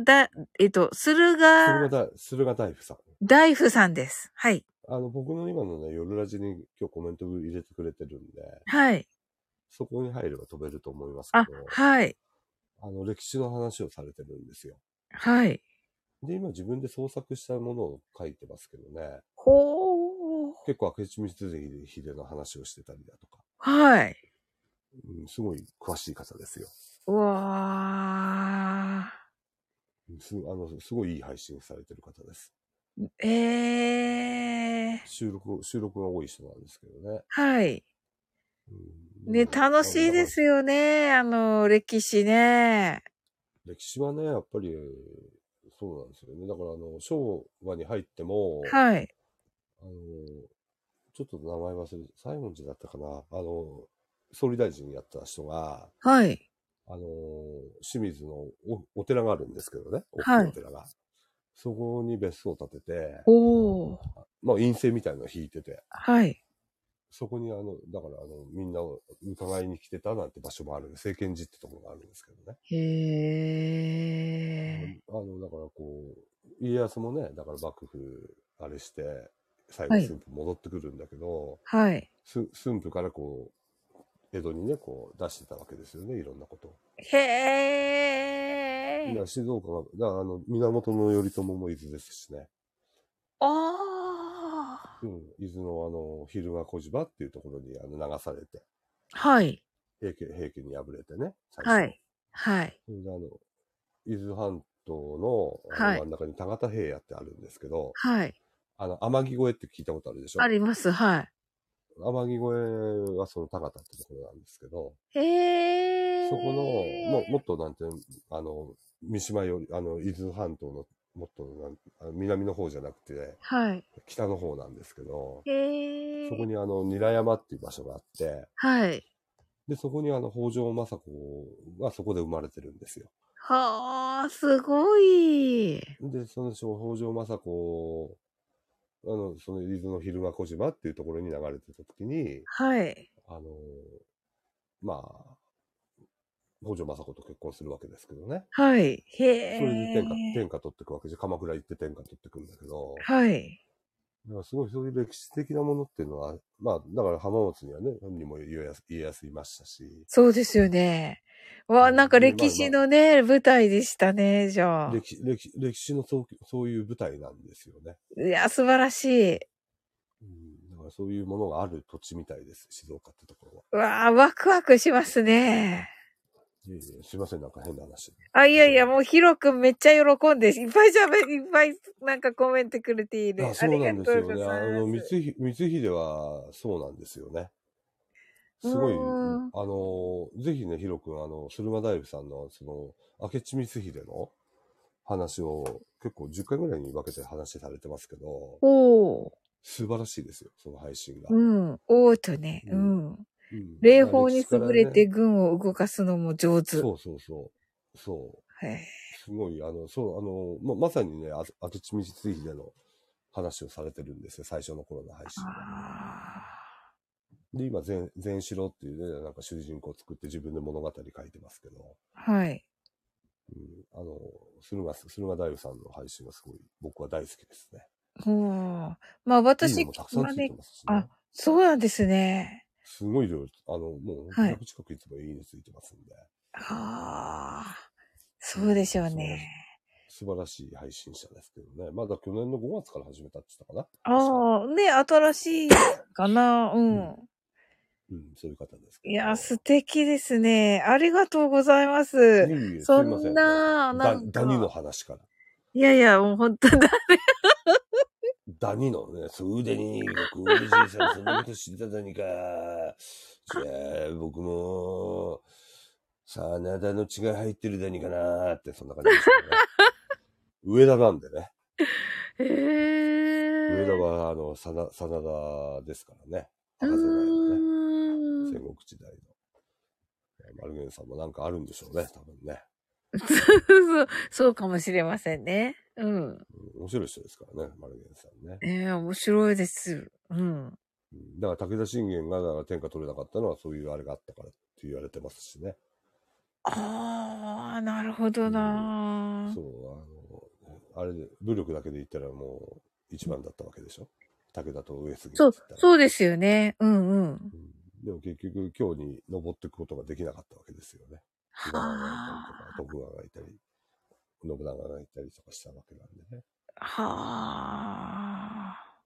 駿河大夫さん。 大夫さんです。はい。 僕の今のね、夜ラジに今日コメント入れてくれてるんで、 はい。 そこに入れば飛べると思いますけあ、 ど、 はい。 歴史の話をされてるんですよ。 はい。 で、今自分で創作したものを書いてますけどね、 ほー。 結構明智光秀の話をしてたりだとか、 はい。 すごい詳しい方ですよ。 うわすごいいい配信されてる方です。 ー。えー。 収録が多い人なんですけどね。 はい。ね、 でも楽しいだから、 ですよね。歴史ね。 歴史はね、やっぱり、そうなんですよね。だから昭和に入っても、 はい。 あの、ちょっと名前忘れて、西門寺だったかな。総理大臣やった人が、 はい。 清水のお寺があるんですけどね、大きいはい。 お寺が。そこに別荘を建てて、 おー。 まあ、陰性みたいなのを引いてて、 はい。 そこにだからみんなを伺いに来てたなんて場所もあるんで、政権寺ってところがあるんですけどね。 へだから家康もね、だから幕府、あれして、最ー。はい。 後駿府戻ってくるんだけど、 はい。 駿府から江戸にね、出してたわけですよね、いろんなことを。 へー。 静岡が、源頼朝も伊豆ですしね。 あー。 伊豆の蛭ヶ小島っていうところに流されて、 はい。 平家に敗れてね、最初。 はい。はい。 それで伊豆半島のはい。 真ん中に田形平野ってあるんですけど、 はい。 天城越えって聞いたことあるでしょ？ あります。は天城越えはその田形ってところなんですけど、 い。へー。 そこの、もっとなんて、三島より、伊豆半島のもっと南の方じゃなくて、 はい。 北の方なんですけど、 へえ。 そこに韮山っていう場所があって、 はい。 で、そこに北条政子がそこで生まれてるんですよ。 はあ、すごい。 で、その北条政子、その伊豆の蛭間小島っていうところに流れてた時に、 はい。 まあ、北条政子と結婚するわけですけどね。 はい。へそれで天え。 下取っていくわけじゃ、鎌倉行って天下取っていくんだけど、 はい。 だからすごいそういう歴史的なものっていうのは、まあ、だから浜松にはね、本にも家康いましたし、 そうですよね。わあ、なんかで、ま歴史あまあ、 のね、舞台でしたね、じゃあ。 歴史のそういう舞台なんですよね。 いや、素晴らしい。 だからそういうものがある土地みたいです、静岡ってところは。 うわあ、ワクワクしますね。 いえいえ、すいません、なんか変な話。 あ、いやいや、もうヒロ君めっちゃ喜んで、いっぱいいっぱいなんかコメントくれている。あそうなんりがとうですよね。 ございます。 光秀はそうなんですよね。 うすごい、 ーん。 ぜひね、ヒロ君、駿河大夫さんの、明智光秀の話を結構10回ぐらいに分けて話されてますけど、 おー。 素晴らしいですよ、その配信が。 うん。おーとね。ううん。 ん。 うん。 霊だから歴史か法に優らね、 れて軍を動かすのも上手。 そうそうそう。そう。 へえ。 すごい、まさにね、明智光秀の話をされてるんですよ、最初の頃の配信は。 あで、今、全城っていうね、なんか主人公を作って自分で物語書いてますけど、 ーはい。 うん、駿河大夫さんの配信がすごい、僕は大好きですね。 ほう。まあ私、 いいねもたくさんまね、 ついてますしあ、 ね。 そうなんですね。 すごい量、もうはい。 100近くいつもいいねついてますんで。 はあ。 うん、 そうでしょうね。 素晴らしい配信者ですけどね。まだ去年の5月から始めたって言ったかな確か。 ああ、ね、新しいかな。ううん。 ん。 うん、そういう方ですけいや、素ど。 敵ですね。ありがとうございます。 いえいえ、すそいません。 んな、なんダニのか、 話から。 いやいや、もう本当だ。 ダニのね、そうダニがクージーさんそんなこと知ってたダニか。じゃあ、僕も、真田の血が入ってるダニかなーって、そんな感じですよね。上田なんでね。 へ上田え。 は、真田ですからね。 う赤瀬内のね。 ーん。 戦国時代の。丸源さんもなんかあるんでしょうね、多分ね。 そうかもしれませんね。うん。 面白い人ですからね、丸源さんね。 面白いです。うん。 だから武田信玄がだから天下取れなかったのはそういうあれがあったからって言われてますしね。 ああ、なるほどうん、 なそう、あれで武力だけで言ったらもう一番だったわけでしょ。武田と上杉って言ったら。 そうですよね。うんうん。 でも結局今日に登っていくことができなかったわけですよね。今川がいたりとか、 は徳川がいたり、信長がいたりとかしたわけなんでね。 あ。はあ。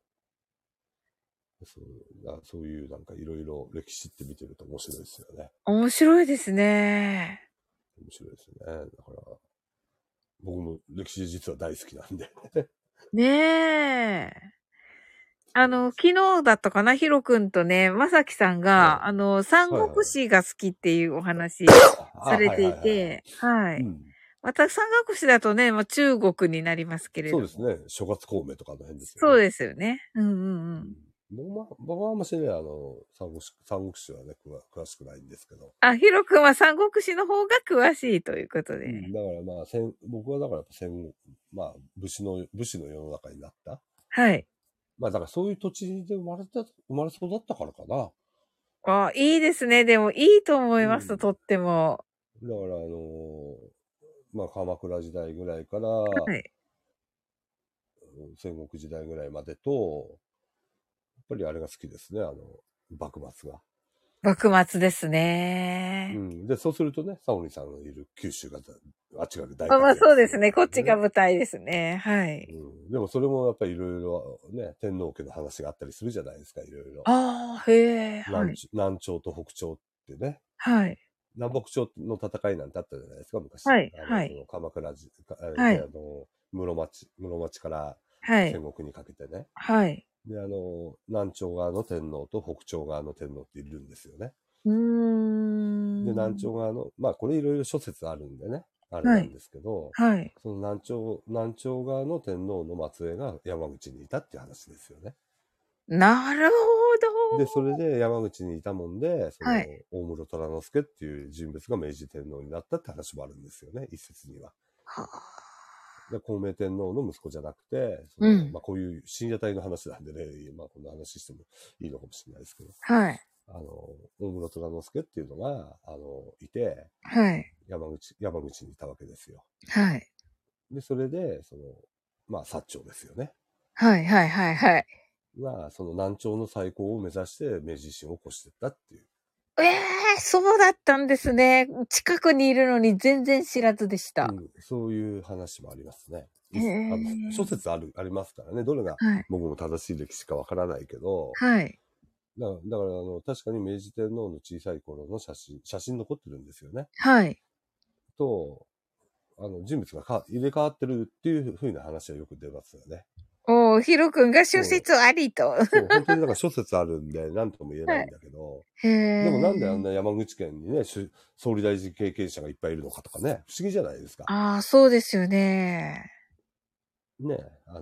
そういうなんかいろいろ歴史って見てると面白いですよね。 面白いですね。 面白いですよね。だから、僕も歴史実は大好きなんで。 ねえ。昨日だったかな、ヒロ君とね、まさきさんはい。 が、三はいはい。 国志が好きっていうお話されてはいはいはいはい。 いて、はい。 うん。 私、三国志だとね、まあ、中国になりますけれども。 そうですね。諸葛孔明とかの辺ですよね。 そうですよね。うんうんうん。 僕はあんましね、三国志はね、詳しくないんですけど。 あ、ヒロ君は三国志の方が詳しいということで。 だからまあ、僕はだからやっぱまあ、武士の世の中になった。 はい。 まあ、だからそういう土地で生まれ育ったからかな。 あ、いいですね。でも、いいと思います。 うん。 とっても。 だからまあ、鎌倉時代ぐらいから、 はい。 戦国時代ぐらいまでと、やっぱりあれが好きですね、幕末が。 幕末ですね。 で、そうするとね、サオリさんのいる九州が、あっちが大まあ活躍するわそうですね。こっちがけなんでね。 舞台ですね。はい。 でもそれもやっぱりいろいろね、天皇家の話があったりするじゃないですか、いろいろ。 ああ、へえ、はい。 南朝と北朝ってね、 はい。 南北朝の戦いなんてあったじゃないですか、昔。 はい、はい。 鎌倉で、 はい。 室町からはい。 戦国にかけてね。 はい。 で、南朝側の天皇と北朝側の天皇っているんですよね。 うーで、南ん。 朝側の、まあこれいろいろ諸説あるんでね。 あれなんですけど、 はい。 その南朝側の天皇の末裔が山口にいたっていう話ですよね。 なるほで、 ど。 それで山口にいたもんで、そのはい。 大室虎之助っていう人物が明治天皇になったって話もあるんですよね、一説には。 はあ。 で、孝明天皇の息子じゃなくて、こういう深夜帯の話なんでね、こんな話してもいいのかもしれないですけど、 はい。 大室虎之助っていうのが、いて、 はい。 山口にいたわけですよ。 はい。 で、それで、薩長ですよね。 はい。はい。はい。はい。 その南朝の再興を目指して明治維新を起こしていったっていう。 ええー、そうだったんですね。近くにいるのに全然知らずでした。 そういう話もありますね。 へえ。 諸説ありますからね。どれがはい。 僕も正しい歴史かわからないけど、 はい。 だから確かに明治天皇の小さい頃の写真残ってるんですよね。 はい。 と、人物が入れ替わってるっていう風な話はよく出ますよね。 おー、ヒロ君が諸説ありと。 そう、本当に諸説あるんで、何とも言えないんだけど、 へでもなんであんえ。 な山口県にね、総理大臣経験者がいっぱいいるのかとかね、不思議じゃないですか。 ああ、そうですよね。 ね、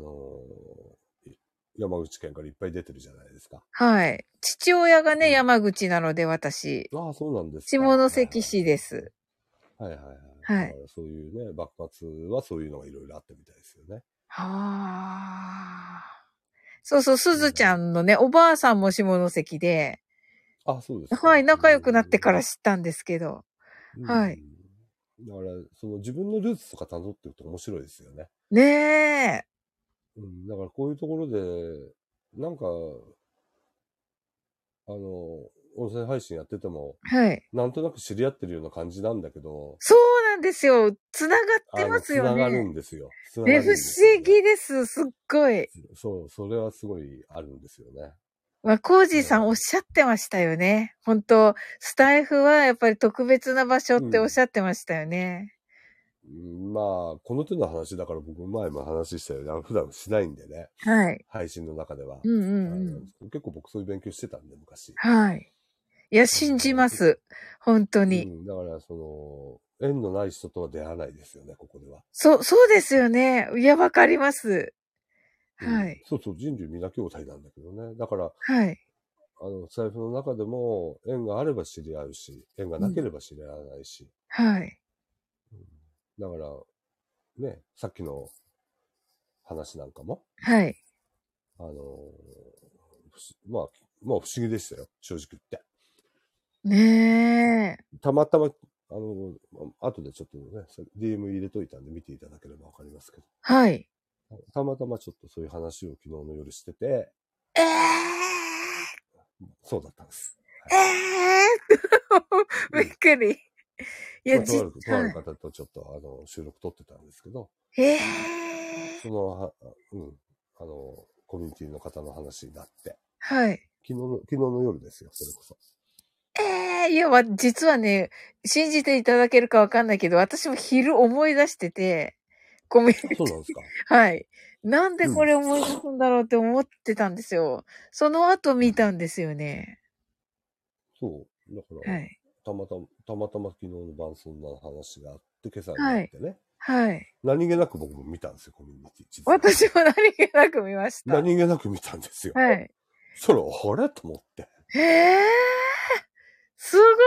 山口県からいっぱい出てるじゃないですか。 はい。父親がね、山口なので、私。 ああ、そうなんですか。 下関市です。 はいはいはい。 はい。 だからそういうね、幕末はそういうのがいろいろあったみたいですよね。 はあ。そうそう、すずちゃんのね、おばあさんも下関で、 あ、そうですか。 はい、仲良くなってから知ったんですけど。はい。 だから、自分のルーツとか辿っていくと面白いですよね。 ねえ。 だからこういうところで、なんか、音声配信やってても、 はい。 なんとなく知り合ってるような感じなんだけど、 そうなんですよ。つながってますよね。 つながるんですよ。つなね、 が不るんですよね。 思議です。すっごい。 そう、それはすごいあるんですよね。 まあ、コージーだから、 さんおっしゃってましたよね。本当スタイフはやっぱり特別な場所っておっしゃってましたよね。 この手の話だから僕前も話したように、普段しないんでね。 はい。 配信の中では。 うんうんうん。 結構僕そういう勉強してたんで、昔。 はい。いや、信じだからます。本当に。 だから縁のない人とは出会わないですよね、ここでは。 そうですよね。いや、わかります。はい。 そうそう、人類皆兄弟なんだけどね。だから、 はい。 財布の中でも縁があれば知り合うし、縁がなければ知り合わないし。 はい。 だから、ね、さっきの話なんかも、 はい。 あの不思議でしたよ、正直言って。 ねえ。 たまたま、後でちょっとね、DM 入れといたんで見ていただければわかりますけど。 はい。 たまたまちょっとそういう話を昨日の夜してて、 ええそうだったんです。 ー、えー、びっくり。いや、 とある方とちょっと収録撮ってたんですけど、 ええー、 コミュニティの方の話になって、 はい。 昨日の夜ですよ、それこそ。 いや、実はね、信じていただけるかわかんないけど、私も昼思い出してて、コミュニティ、 そうなんですか。 はい。なんでこれ思い出すんだろうって思ってたんですよ。その後見たんですよね。 そう。だから、 はい。 たまたま昨日の晩そんな話があって、今朝になはい。 ってね。 はい。 何気なく僕も見たんですよ、コミュニティ、実は。 私も何気なく見ました。 何気なく見たんですよ。 はい。 それ、あれと思って。 へえ、すごい。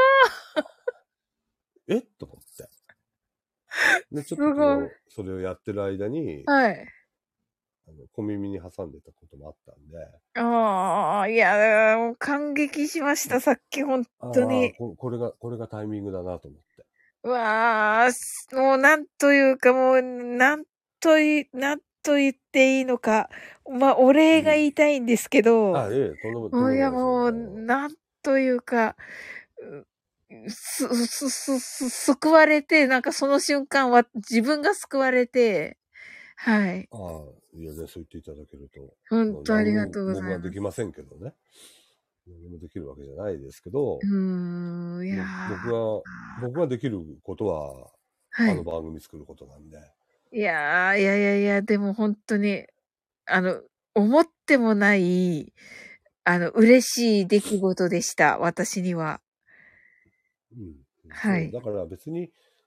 と思って。で、ちょっとすごい。 昨日、それをやってる間に、 はい。 小耳に挟んでたこともあったんで、 ああ、いや、もう感激しました、さっき、本当に。 これがタイミングだなと思って。 うわあ、もうなんというか、もう、なんと言っていいのか。まあ、お礼が言いたいんですけど、 とんでいや、 もないですもう、 よ。 なんというか、救われて、なんかその瞬間は自分が救われて、はい。 いやね、そう言っていただけると、 本当ありがとうございます。 僕はできませんけどね。何もできるわけじゃないですけど、 いや僕ができることは、 はい。 番組作ることなんで。 でも本当に、あの、思ってもない、嬉しい出来事でした、私には。 そう。 はい。 だから別に、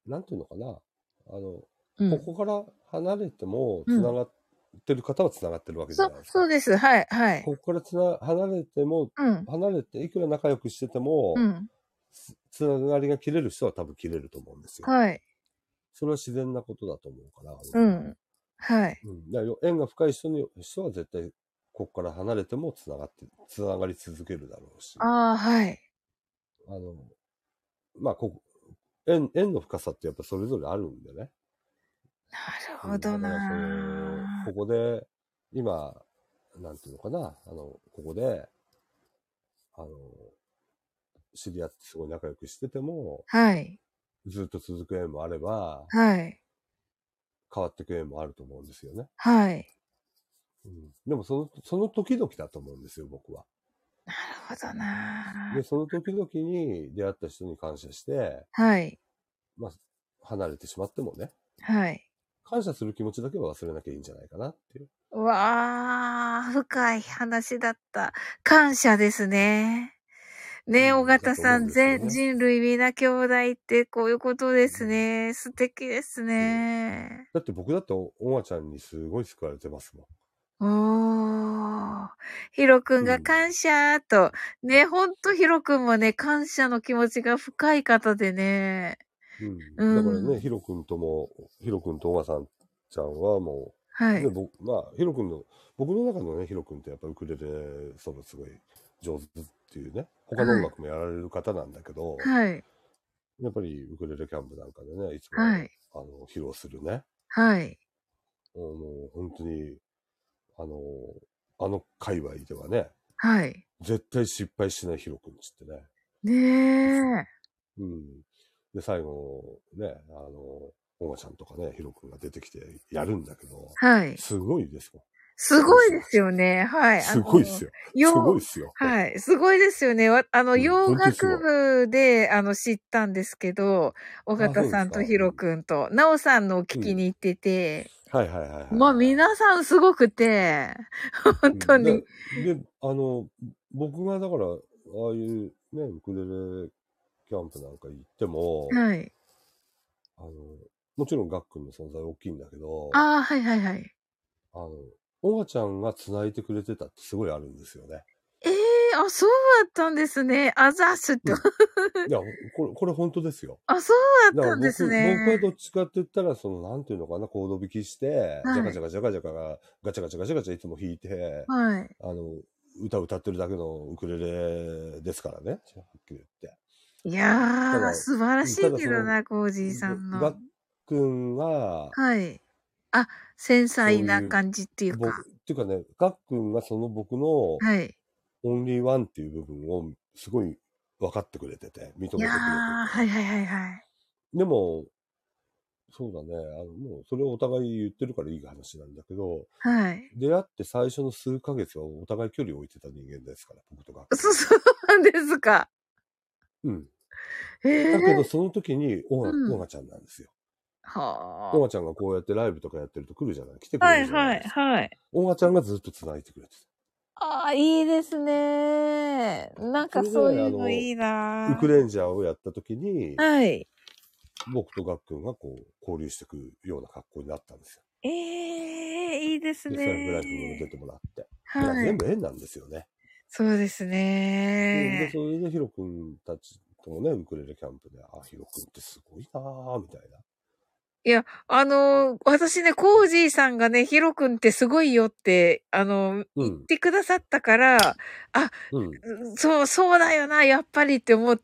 なんていうのかな、こうん。 こから離れても、 うん。 繋がってる方は繋がってるわけじゃないですか。 そうです。はい、はい。 ここから離れても、 うん。 離れて、いくら仲良くしてても、 うん。 つながりが切れる人は多分切れると思うんですよ。 はい。 それは自然なことだと思うから、僕は。 うん。はい。 うん。だから縁が深い人は絶対、ここから離れてもつながり続けるだろうし。 ああ、はい。 あの、まあ、縁の深さってやっぱそれぞれあるんでね。 なるうん。 ほどだからこなこで、今、なんていうのかな、ここで、あの、知り合ってすごい仲良くしてても、 ー。はい。 ずっと続く縁もあれば、 はい。 変わっていく縁もあると思うんですよね。 はい。 うん。でもその時々だと思うんですよ、僕は。 なるほどなで、その時々に出会った人に感謝して、 はい。 まあ、離れてしまってもね、 はい。 感謝する気持ちだけは忘れなきゃいいんじゃないかなっていう。 うわあ、深い話だった。感謝ですね。ねえ、尾うん、だ形さん、 と思うんですよね。 人類皆兄弟ってこういうことですうん、 ね。素敵ですそう。 ね。 だって僕だっておばちゃんにすごい救われてますもおー。ヒロくんん。うがん。 感謝と。ね、ほんとヒロくんもね、感謝の気持ちが深い方でね。 ううん。だからね、 ん。 ヒロ君とおばさんちゃんはもう、で、 はい。 まあ、僕の中のね、ヒロ君ってやっぱウクレレソロすごい上手っていうね、他の音はい。 楽もやられる方なんだけど、 はい。 やっぱりウクレレキャンプなんかでね、いつも、 はい。 披露するね、 はい。 もう本当に、あの、界隈ではね、 はい。 絶対失敗しないヒロ君ちってね、 ねですよ。 え。 うん。で、最後、ね、おばちゃんとかね、ヒロ君が出てきてやるんだけど、 はい。 すごいですよ。 すあのごいです人たち。 よね。はい。 すごいっすよ。すごいっすよ。 はい。すごいですよね。 うん、 洋本当にすご楽い。 部で、知ったんですけど、尾あ、 形そうですか。 さんとヒロうん。 君と、ナオさんのを聞うん。 きに行ってて、 はいはいはいはいまあ、 は皆さんすごくて、本い。うん。 当に。 で、僕がだから、ああいうね、ウクレレキャンプなんか行っても、 はい。 あの、もちろんガックンの存在大きいんだけど、 ああ、はいはいはい。 あの、おばちゃんが繋いでくれてたってすごいあるんですよね。 ええあ、そうだったんですね。あざーすって。 うん。いや、これ本当ですよ。 あ、そうだっだからたんです僕はね。 どっちかって言ったら、なんていうのかな、コード弾きして、ジャはい。 カジャカジャカジャカが、ガチャガチャガチャガチャいつも弾いて、 はい。 あの、歌ってるだけのウクレレですからね、はっきり言って。 いやー、 ただ、 素晴らしたいけどな、 だコージーさんの。 ガックンが、 はい。あ、繊細そういう、 な感じっていうか。 っていうかね、ガックンがその僕のはい。 オンリーワンっていう部分をすごい分かってくれてて、認いやー、 めてくれてて。 はいはいはいはい。 でも、そうだね。もう、それをお互い言ってるからいい話なんだけど、 はい。 出会って最初の数ヶ月はお互い距離を置いてた人間ですから、僕とガックンは。 そうなんですか。 うん。 へだけど、 え。 その時に、オうん。 ガちゃんなんですよ。オはガちゃんがこうやってライブとかやってると来るじゃない、来てあ。 くれるはいはいじゃないですか。 はい。 オガちゃんがずっと繋いでくれてた。 ああ、いいですね。なんかそれで、 そういうのいいウクなレンジャーをやった時に、 はい。 僕とガックンがこう、交流してくるような格好になったんですよ。 ええいいですで、最後ライブにも出ね。 てもらって。だからはい。 全部縁なんですよね。 そうですうん。で、 ね。 それでヒロ君たちともね、ウクレレキャンプで、あ、ヒロ君ってすごいなぁ、みたいな。 いや、私ね、コージーさんがね、ヒロ君ってすごいよって、言っうん、 てくださったから、あ、 うん。 そうだよな、やっぱりって思って、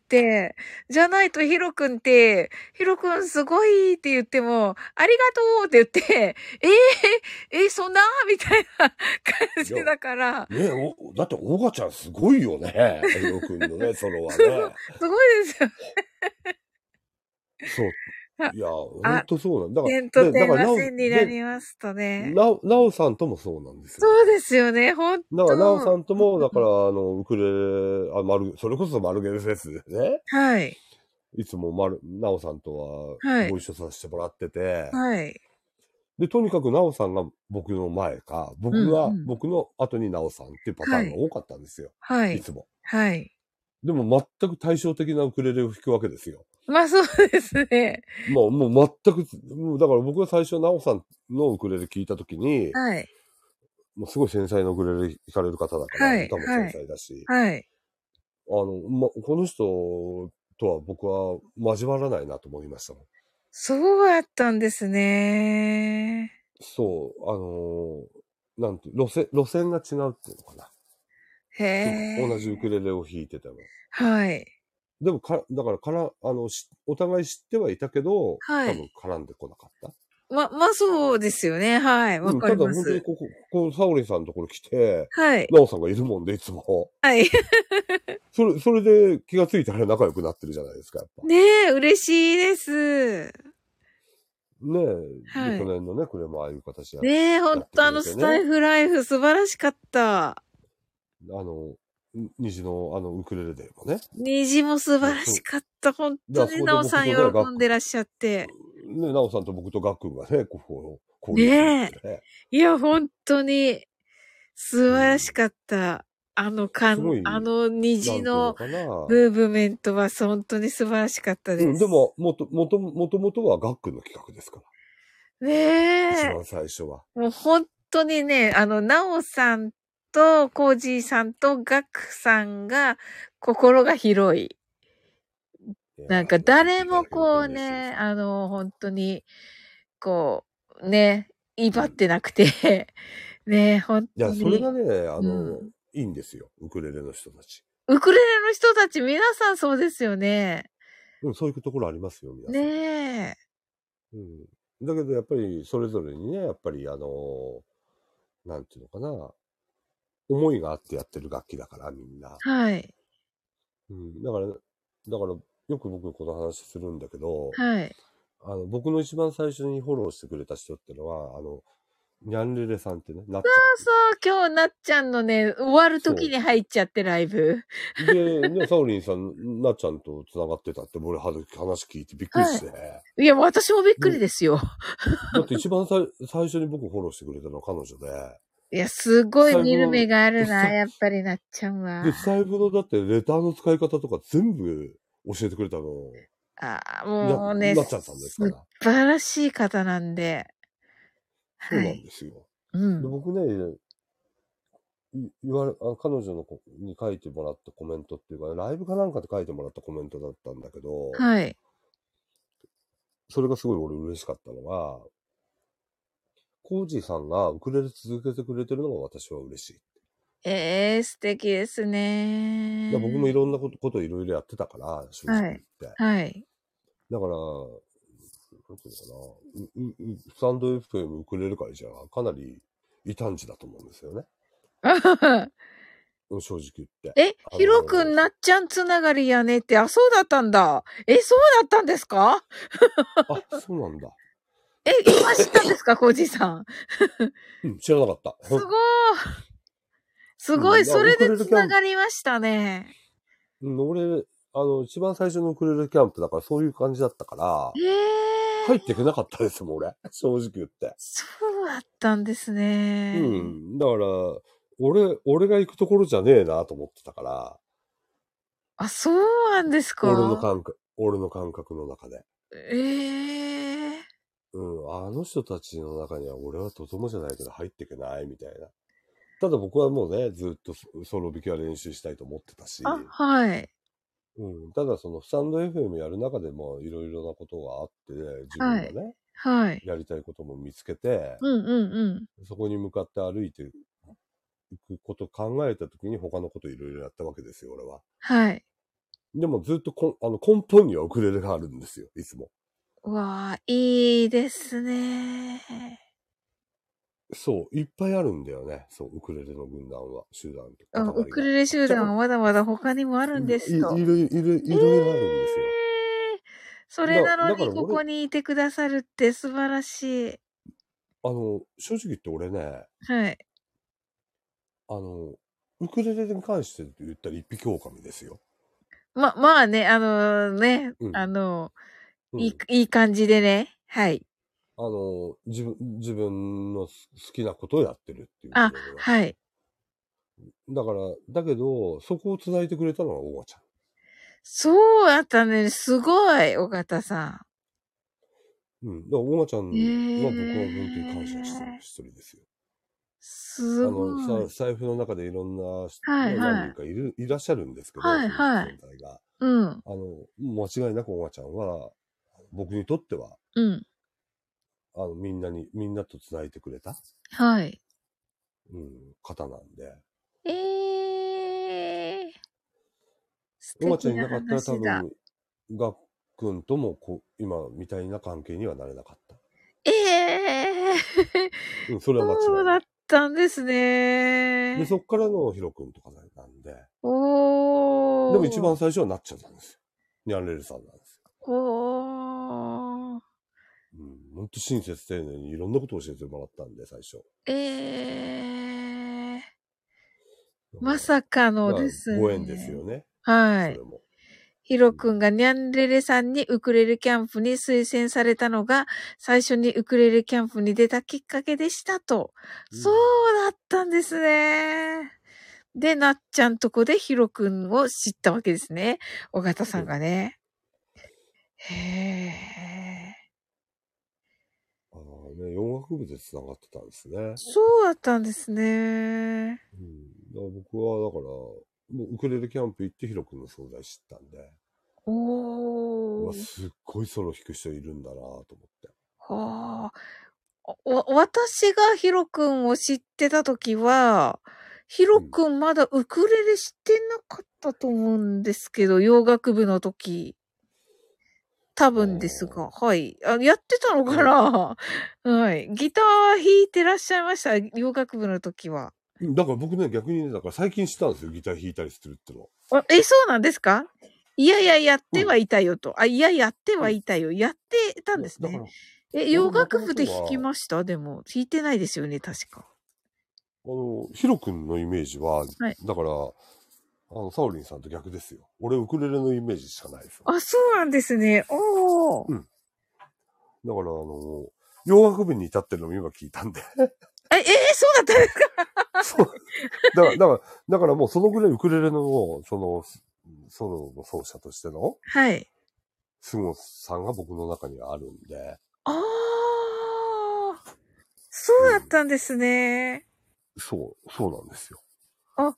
じゃないとヒロ君って、ヒロ君すごいって言っても、ありがとうって言って、そんなみたいな感いや、 じだから、 ねだってオガちゃんすごいよね。ヒロ君のね、ソロはすご、 ね。 すごいですよ。 そう。 あ、 いや、ほんあ、 とそうなんだ。 点とだから、 点が線になりますとね。 なおさんともそうなんですよ。 そうですよね、ほんだから、なおさと。 んとも、だから、 うんウクレレ、それこそマルゲルフェスでね、 はい。 いつもなおさんとははい。 ご一緒させてもらってて、 はい。 で、とにかくなおさんが僕の前か、 うんうん。 僕の後になおさんっていうパターはい。 ンが多かったんですよ。 はい。 いつも。 はい。 でも全く対照的なウクレレを弾くわけですよ。 まあそうですね。 もう全く、もうだから僕が最初、なおさんのウクレレ聞いたときに、 はい。 もうすごい繊細なウクレレ弾かれる方だから、 はい。 歌も繊はい。 細だし、 はい。 この人とは僕は交わらないなと思いましたもん。 そうだったんですね。 そう、なんて、路線が違うっていうのかな。 へ同じウクえ。 レレを弾いてても。 はい。 でもだからお互い知ってはいたけど、 はい。 多分絡んでこなかった。 まあそうですよね。はい。わうん、 かただ本当にります。 サオリンさんのところ来て、 はい。 ナオさんがいるもんで、いつも。 はい。 それで気がついたら仲良くなってるじゃないですか、やっぱ。 ねえ、嬉しいです。 ねえ。で、 はい。 去年のね、暮れもああいう形ねえ、ほんやってくれてね。 とスタイフライフ素晴らしかった。 虹のウクレレデーもね。 虹も素晴らしそかった。本当にであそこでなおさん喜僕とね、 んでらっしゃって。 ね、なおさんと僕とガックンがね、交流でねえ。 きてね。 いや、本当に素うん。 晴らしかった。 すごい、なんていうの虹のかな。 ムーブメントは本当に素晴らしかったうん、でです。 も、もともとはガックンの企画ですから。 ねえ。 一番最初は。 もう本当にね、なおさんとコージーさんとガクさんが心が広い。 いやなんかー、聞いて誰もいただけるとこう嬉しいです。 ね、本当に、こう、ね、威張ってなくて、ね、本いや、それ当に。 がね、 うん。 いいんですよ。ウクレレの人たち。 ウクレレの人たち皆さんそうですよね。 うん、そういうところありますよ、皆ねさん。 え。 うん。だけど、やっぱり、それぞれにね、やっぱり、なんていうのかな。思いがあってやってる楽器だから、みんな。 はい。 うん。だから、よく僕この話するんだけど、 はい。 僕の一番最初にフォローしてくれた人ってのは、ニャンレレさんってね、なっちゃんっていう。 そう、今日なっちゃんのね、終わる時そに入っちゃってライブ。 う。で、ね、サオリンさん、なっちゃんと繋がってたって、俺話聞いてびっくりはい。 して。 いや、私もびっくりで、 ですよ。 だって一番最初に僕フォローしてくれたのは彼女で、 いや、すごい見る目財布の、 があるな、やっぱりなっちゃんは。 財布のだってレターの使い方とか全部教えてくれたの、 ああ、もうね、 なっちゃんさんですか素ら。 晴らしい方なんで。 そうなんはい。 ですよ。で、 うん。 僕ね、言われ、彼女のに書いてもらったコメントっていうか、ライブかなんかで書いてもらったコメントだったんだけど、 はい。 それがすごい俺嬉しかったのが、コージーさんがウクレレ続けてくれてるのが私は嬉しい。 ええ、素敵です僕もいね。 ろんなこといろいろやってたから、正直はい。 言って。 はい。 だから、なんていうのかな、スタンド FM ウクレレ会じゃかなり異端児だと思うんですよね。正直言って。 ヒロくんなっちゃんつながりやねって、あ、そうだったんだ。そうだったんですか？ そうなんだ。 今知ったんですか、コージーさん。 うん、知らなかった。 すごー。すごい、 うん、ウクそれでレレキャンプ、 つながりましたね。 うん、俺、一番最初のウクレレキャンプだからそういう感じだったから、 ええ、 入っていけなかったですもん、俺。正直言って。 そうだったんですね。 うん。だから、俺が行くところじゃねえなと思ってたから、 あ、そうなんですか？ 俺の感覚の中で。 ええ、 うん。あの人たちの中には俺はとてもじゃないけど入っていけないみたいな。ただ僕はもうね、ずっとソロ弾きは練習したいと思ってたあ、 し、 はい。 うん。ただそのスタンド FM やる中でもいろいろなことがあって、自はい。 分がね、 はい。 やりたいことも見つけて、 うんうんうん。 そこに向かって歩いていくことを考えたときに他のこといろいろやったわけですよ、俺は。 はい。 でもずっと根本にはウクレレがあるんですよ、いつも。 わあ、いいですね。 そう、いっぱいあるんだよね。そう、ウクレレの軍団は、集団とうん、ウ塊が。 クレレ集じゃあ、 団はまだまだ他にもあるんですと。えいろいろあるんですよ。 え、それなのだからにここにいてくださるって素晴らしい。 正直言って俺ね、 はい。 あの、ウクレレに関して言ったら一匹狼ですよ。 まあね、 うん。うん。 いい感じでね。はい。 自分の好きなことをやってるっていうウクあ、 レレは。 はい。 だから、だけど、そこを繋いでくれたのは大和ちゃん。 そうだったね。すごい、尾形さうん。だから、おまちゃんん。 は僕は本当に感謝してる一人ですよ。 すごい。 財布の中でいろんな、 はい何はい。 人かいらっしゃるんですけど、 はいそういうはい。 存在が。 うん。 間違いなくおまちゃんは、僕にとっては、 うん。 みんなと繋いでくれた、 はい。 うん、方なんで。 えー、素おまちゃ敵なんいなかったら多話だ。 分、がっくんとも今みたいな関係にはなれなかった。 えー、 うん、それは間そうだっ違いない。 たんですで、 ね。 そっからのヒロくんとかなんで、でも一おー。 番最初はなっちゃったんですよ。ニャンレルさんなんですよ。 おー。 うん、ほんと親切丁寧にいろんなことを教えてもらったんで、最初。 えー、 だから、 まさかのまあ、 ですご縁ですね。 よね。 はい。 それも。 ヒロうん、 君がニャンレレさんにウクレレキャンプに推薦されたのが、最初にウクレレキャンプに出たきっかけでしたと。そううん。 だったんですね。で、なっちゃんとこでヒロ君を知ったわけですね。尾形さんそうです。 がね。へえ。 ああね、洋楽部で繋がってたんですね。 そうだったんですね。 うん。だから僕は、だから、もうウクレレキャンプ行ってヒロ君の存在知ったんで、うわ、 おー。 すっごいソロ弾く人いるんだなと思って。 はあ。私がヒロ君を知ってたときは、ヒロうん。 君まだウクレレしてなかったと思うんですけど、洋楽部の時。多あ分ですが、 あ。 はい。やってたのかだからなはい。ギターは弾いてらっしゃいました、洋楽部の時は。 だから僕ね、逆にね、だから最近知ったんですよ、ギター弾いたりするっての。 そうなんですか？いやいや、やっうん。 てはいたよと。いや、やってうん。 はいたよ。やってたんですね。 だから、 洋俺もと楽部で弾もとは、 きましたでも、弾いてないですよね、確か。 ヒロ君のイメージは、 はい。 だから、サオリンさんと逆ですよ。俺、ウクレレのイメージしかないですよ。 あ、そうなんですね。おー。 うん。だから、洋楽部に至ってるのも今聞いたんで。 そうだったんですか？ そう。だからもうそのぐらいウクレレの、ソロの奏者としての、 はい。 凄さが僕の中にはあるんで、 ああ、そうだっうん。 たんですね。 そうなんですよ。 あ、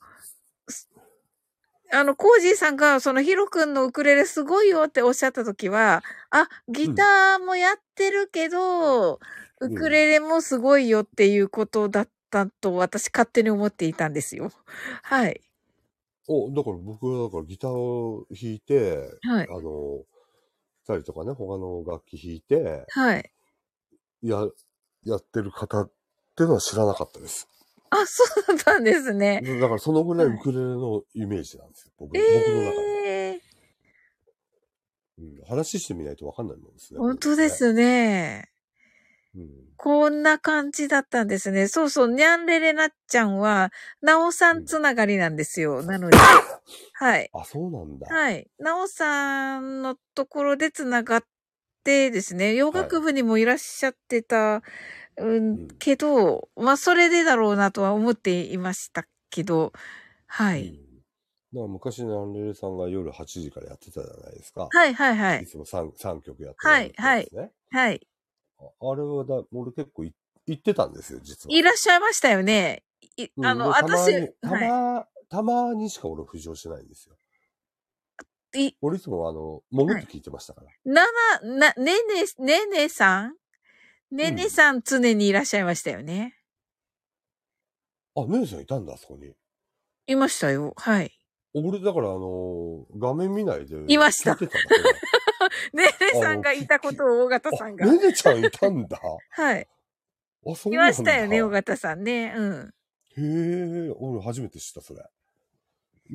コージーさんが、そのヒロ君のウクレレすごいよっておっしゃったときは、ギタうん。 ーもやってるけど、ウうん。 クレレもすごいよっていうことだったと私勝手に思っていたんですよ。はい。 だから僕はだからギターを弾いて、 はい。 二人とかね、他の楽器弾いて、 はい。 や、やってる方っていうのは知らなかったです。 そうだったんですね。 だからそのぐらいウはい。 クレレのイメージなんですよ。 え僕の中では。 えー、 うん、話してみないとわかんないもんですね、こ本ういうのってね。 当ですね。 うん。 こんな感じだったんですね。そうそう、ニャンレレナッちゃんは、ナオさうん。 んつながりなんですよ。なので。はい。 あ、そうなんだ。 はい。ナオさんのところでつながってですね、洋はい。 楽部にもいらっしゃってた、 うん。 けど、まあ、それでだろうなとは思っていましたけど、はうん。 い。 だから昔ね、アンレレさんが夜8時からやってたじゃないですか。 はいはいはい。 いつも3曲やって終はい、 わるってやはい、 つね。 はい。 あれは俺結構行ってたんですよ、実は。 いらっしゃいましたよね。 うん。で、 私、はい。 たまにしか俺浮上しないんですよ。 い、 俺いつも潜っはい。 て聞いてましたから。 ねねさんねねうん。 さん常にいらっしゃいましたよね。 あ、姉さんいたんだ、あそこに。 いましたよ。はい。 俺、だから画面見ないでいました。 聞いてただけで。 ねねさんがいたことを尾形さんが。 ねねちゃんいたんだ。 はい。 あ、そいまうなんだ。 したよね、尾形さんね。うん。 へえ、俺初めて知った、それ。だから、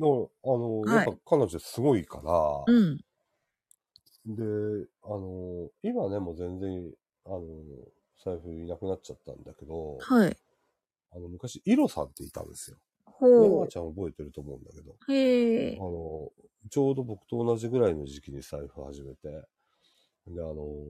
やっはい。 ぱ彼女すごいから、 うん。 で、今ね、もう全然、あの、財布いなくなっちゃったんだけど、 はい。 昔、イロさんっていたんですよ。ね、まーほちゃん覚えてると思うんだけど、 う。へえ。 ちょうど僕と同じぐらいの時期に財布始めて、で、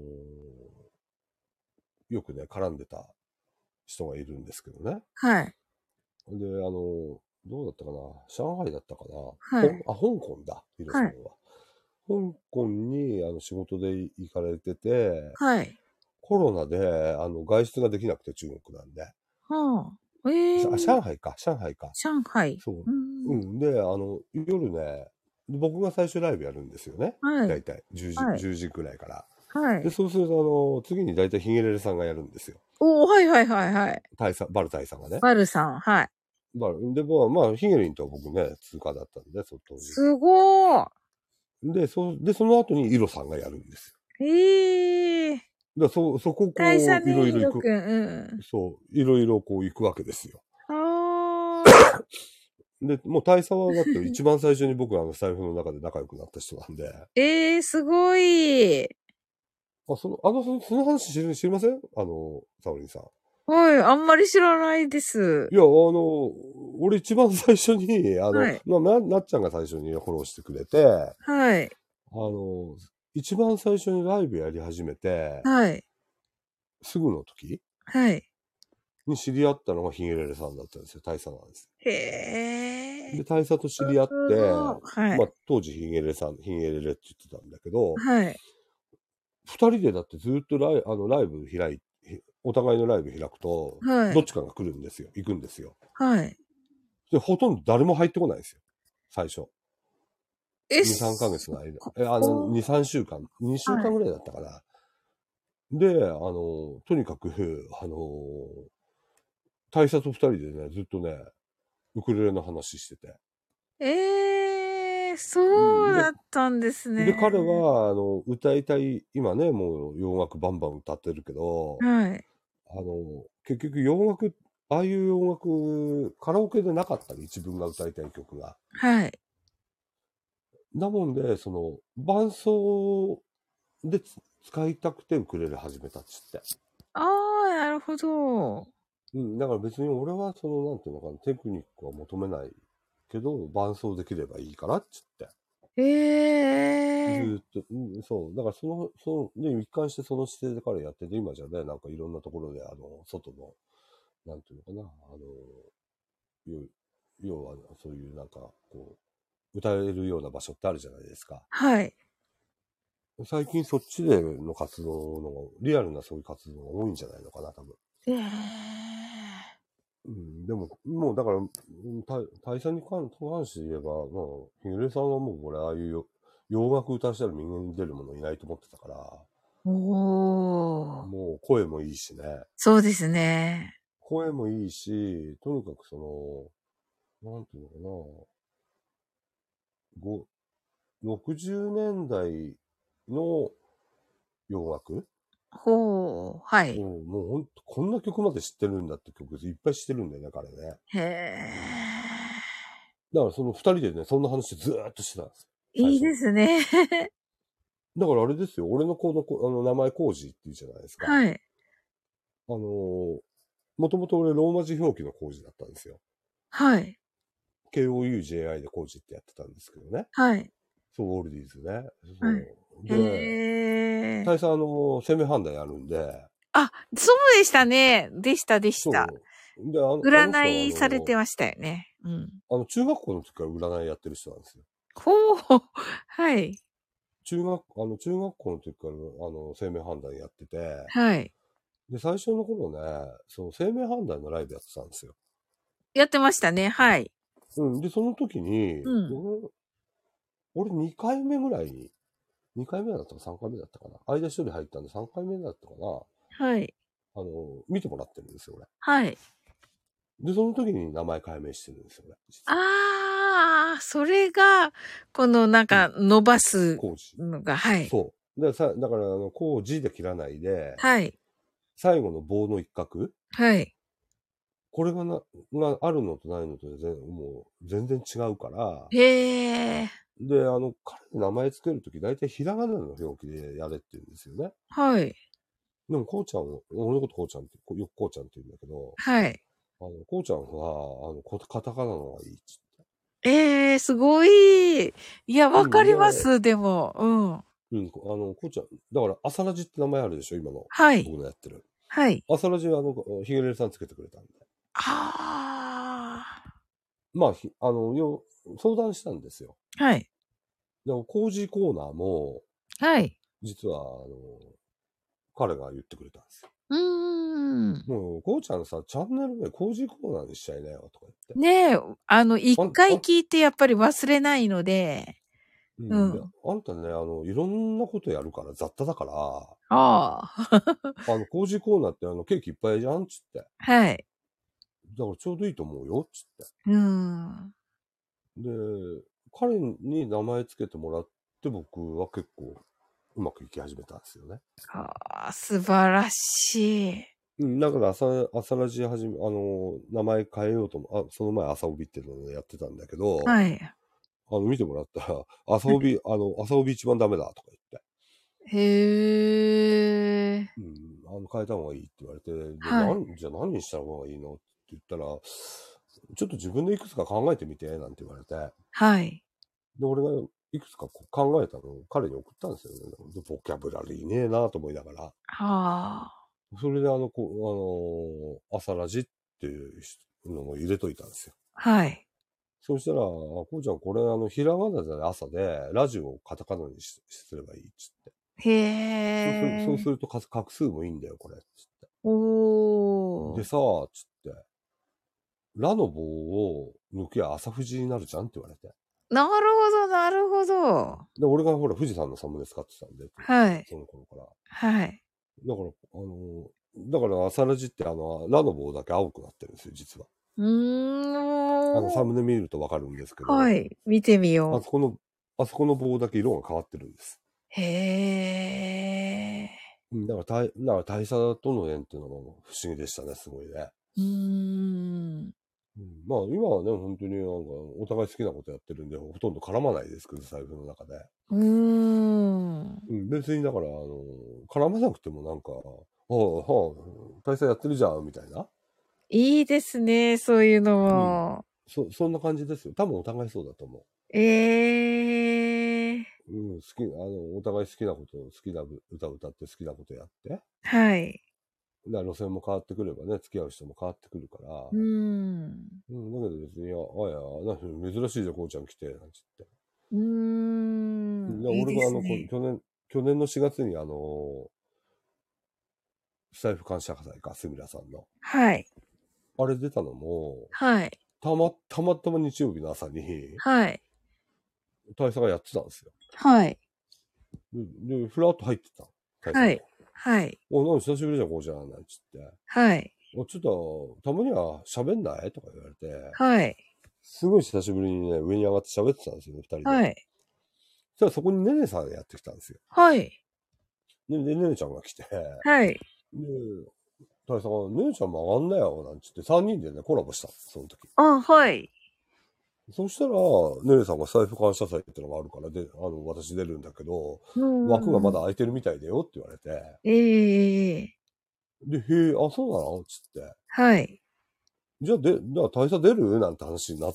よくね、絡んでた人がいるんですけどね。 はい。 で、どうだったかな、上海だったかな、 はい。 香港だ、ヒロさんはい。 は。 香港に仕事で行かれてて、 はい。 コロナで外出ができなくて中国なんで。 はあ。ええー。 上海か。 上海。 そう。 うん。 で、夜ね、僕が最初ライブやるんですよね。 はい。 だいたいはい。 10時くらいから。で、 はい。 そうすると、次にだいたいヒゲレレさんがやるんですよ。 おー、はいはいはいはい。 バル大佐がね。 バルさん、はい。 で、まあ、ヒゲリンとは僕ね、通過だったんで、その当時。 すごー。 で、その後にイロさんがやるんですよ。 ええー。 そこ大こう、いろ佐にいろ行く。 ヒロくん、うん。 そう、いろいろこう行くわけですよ。 あー。 で、もう大佐はだって一番最初に僕財布の中で仲良くなった人なんで。 ええー、すごい。 その話知りませんサオリンさん。 はい、あんまり知らないです。 いや、俺一番最初に、 はい。 なっちゃんが最初にフォローしてくれて、 はい。 一番最初にライブやり始めて、 はい。 すぐの時はい。 に知り合ったのがヒゲレレさんだったんですよ。大佐なんです。 へで、 え。 大佐と知り合っすて、 ごい。はい。 まあ、当時ヒゲレレって言ってたんだけど、 はい。 二人でだってずっとライブお互いのライブ開くと、 はい。 どっちかが来るんですよ。行くんですよ。 はい。 で、ほとんど誰も入ってこないんですよ。最初。 え、 2、3ヶ月の間。2、 こ 3週間。2週はい。 間ぐらいだったかな。で、とにかく、大佐と二人でね、ずっとね、ウクレレの話してて。 ええー、そうんで、 うだったんです彼ね。 は、歌いたい、今ね、もう洋楽バンバン歌ってるけど、 はい。 結局洋楽、ああいう洋楽、カラオケでなかったの、自分が歌いたい曲が。 はい。 なもんで、伴奏で使いたくてウクレレ始めたっつって。 ああ、なるほど。 うん、だから別に俺はなんていうのかな、テクニックは求めないけど、伴奏できればいいからっつって。ずええーっと、そう。だからで、一貫してその姿勢で彼やってて、今じゃね、なんかいろんなところで、外の、なんていうのかな、要は、そういうなんか、こう、歌えるような場所ってあるじゃないですか。 はい。 最近そっちでの活動の、リアルなそういう活動が多いんじゃないのかな、多分。 ええでも、もうだから、大佐に関して言えば、もう、ヒゲレさんはもうこれ、ああいう洋楽歌わしたら人間に出るものいないと思ってたから、 おー。 もう声もいいしね。 そうですね。 声もいいし、とにかくなんていうのかな、60年代の洋楽ほう。はい。 もうほんと、こんな曲まで知ってるんだって曲いっぱい知ってるんだよね、彼ね。 へえ。 だからその二人でね、そんな話ずーっとしてたんですよ。最いい初。 ですね。 だからあれですよ、俺の子の名前コージって言うじゃないですか。 はい。 もともと俺ローマ字表記のコージだったんですよ。 はい。 KOUJI でコージってやってたんですけどね。 はい。 そう、オールディーズね。 はい。 そう。で、 へえ。 大佐生命判断やるんで、 あ、そうでしたね。でした。 そう。で、あの人占いされはてましたよね。うん。 中学校の時から占いやってる人なんですよ。 ほう。はい。 中学校の時から生命判断やってて、 はい。 で、最初の頃ね、その生命判断のライブやってたんですよ。 やってましたね。はい。 で、その時に、 うん。 俺2回目ぐらいに、2回目だったか3回目だったかな。間一人入ったんで3回目だったかな。 はい。 見てもらってるんですよ、俺。 はい。 で、その時に名前改名してるんですよね、実は。 ああ、それが、このなんか伸ばすコーチ。 のが、はい。 そう。だから、コーチで切らないで、 はい。 最後の棒の一角、 はい。 これがあるのとないのとでもう全然違うから、 へえ。 で、彼の名前つけるとき、大体ひらがなの表記でやれって言うんですよね。 はい。 でも、こうちゃん俺のことこうちゃんって、よくこうちゃんって言うんだけど、 はい。 こうちゃんは、カタカナのがいいっつって。 ええ、すごい。いや、わかりまで、 す、でも。うん。 こうちゃん、だから、アサラジって名前あるでしょ、今の。 はい。 僕のやってる。 はい。 アサラジは、ヒゲレレさんつけてくれたんで。 あまあ、相談したんですよ。 あ。はい。 でも工事コーナーも、 はい。 実は、彼が言ってくれたんですよ。 うーん。 もう、こうちゃんさ、チャンネル名工事コーナーにしちゃいなよ、とか言って。 ねえ、一あん、あん、 回聞いてやっぱり忘れないので、 うん。で、 うん。 あんたね、いろんなことやるから、雑多だから、 ああ。 工事コーナーってケーキいっぱいじゃんつって。 はい。 だからちょうどいいと思うよ、つって。 うん。 で、彼に名前つけてもらって、僕は結構うまくいき始めたんですよね。 ああ、素晴らしい。 うん、だから朝ラジ始め、名前変えようとも、その前朝帯っていうのをやってたんだけど、 はい。 見てもらったら、朝帯一番ダメだとか言って、 へえ。 うん、変えた方がいいって言われて、で、 はい。 じゃあ何にした方がいいのって言ったら、ちょっと自分でいくつか考えてみて、なんて言われて、 はい。 で、俺がいくつかこう考えたのを彼に送ったんですよね。ボキャブラリーねえなと思いながら。 はあ。 それで朝ラジっていうのも入れといたんですよ。 はい。 そうしたら、こうちゃんこれひらがなで朝で、ラジオをカタカナにすればいいっつって。 へそうえ。 すると画数もいいんだよ、これ。つって。でおー。 さ、つって、ラの棒を抜きゃ朝富士になるじゃんって言われて。 なるほど、なるほど。 で、俺がほら富士山のサムネ使ってたんで、 はい。 その頃から。 はい。 だから、だから朝ラジってラの棒だけ青くなってるんですよ、実は。 うーん。 サムネ見るとわかるんですけど、 はい。見てみよあそこの、あそこの棒だけ色が変わってるんです。 う。へえ。 うん、だから大佐との縁っていうのも不思議でしたね、すごいね。 うーん。 うん、まあ今はね、本当になんかお互い好きなことやってるんで、ほとんど絡まないですけど、財布の中で。 うーん。 うん、別にだから、絡まなくてもなんか、大佐やってるじゃん、みたいな。 いいですね、そういうのうん。 も。 そんな感じですよ。多分お互いそうだと思ええ。 う。うん、お互い好きなこと、好きな歌歌って好きなことやって。 はい。 路線も変わってくればね、付き合う人も変わってくるから。 うーん。 うん、だけど別に、珍しいじゃん、こうちゃん来て、なんつって。 うーん。いいで俺がすね。 去年の4月にスタイフ感謝祭か、すみらさんの。 はい。 あれ出たのも、 はい。 たまたま日曜日の朝に、 はい。 大佐がやってたんですよ。 はい。 で、ふらっと入ってた。大佐はい。 も。 はい。 久しぶりじゃん、こうちゃん、なんつって。 はい。 ちょっと、たまには喋んないとか言われて、 はい。 すごい久しぶりにね、上に上がって喋ってたんですよね、二人で。 はい。 そしたらそこにねねさんやってきたんですよ。 はい。 で、ねねちゃんが来て、 はい。 で、大佐が、ねねちゃんも上がんなよ、なんつって、三人でね、コラボしたの、その時。 あ、はい。 そしたら、ねねさんが財布感謝祭ってのがあるから、で、私出るんだけど、 うん。 枠がまだ空いてるみたいだよって言われて、 ええ。 で、へえ、あ、そうなのつって。 はい。 じゃあ大佐出るなんて話になって、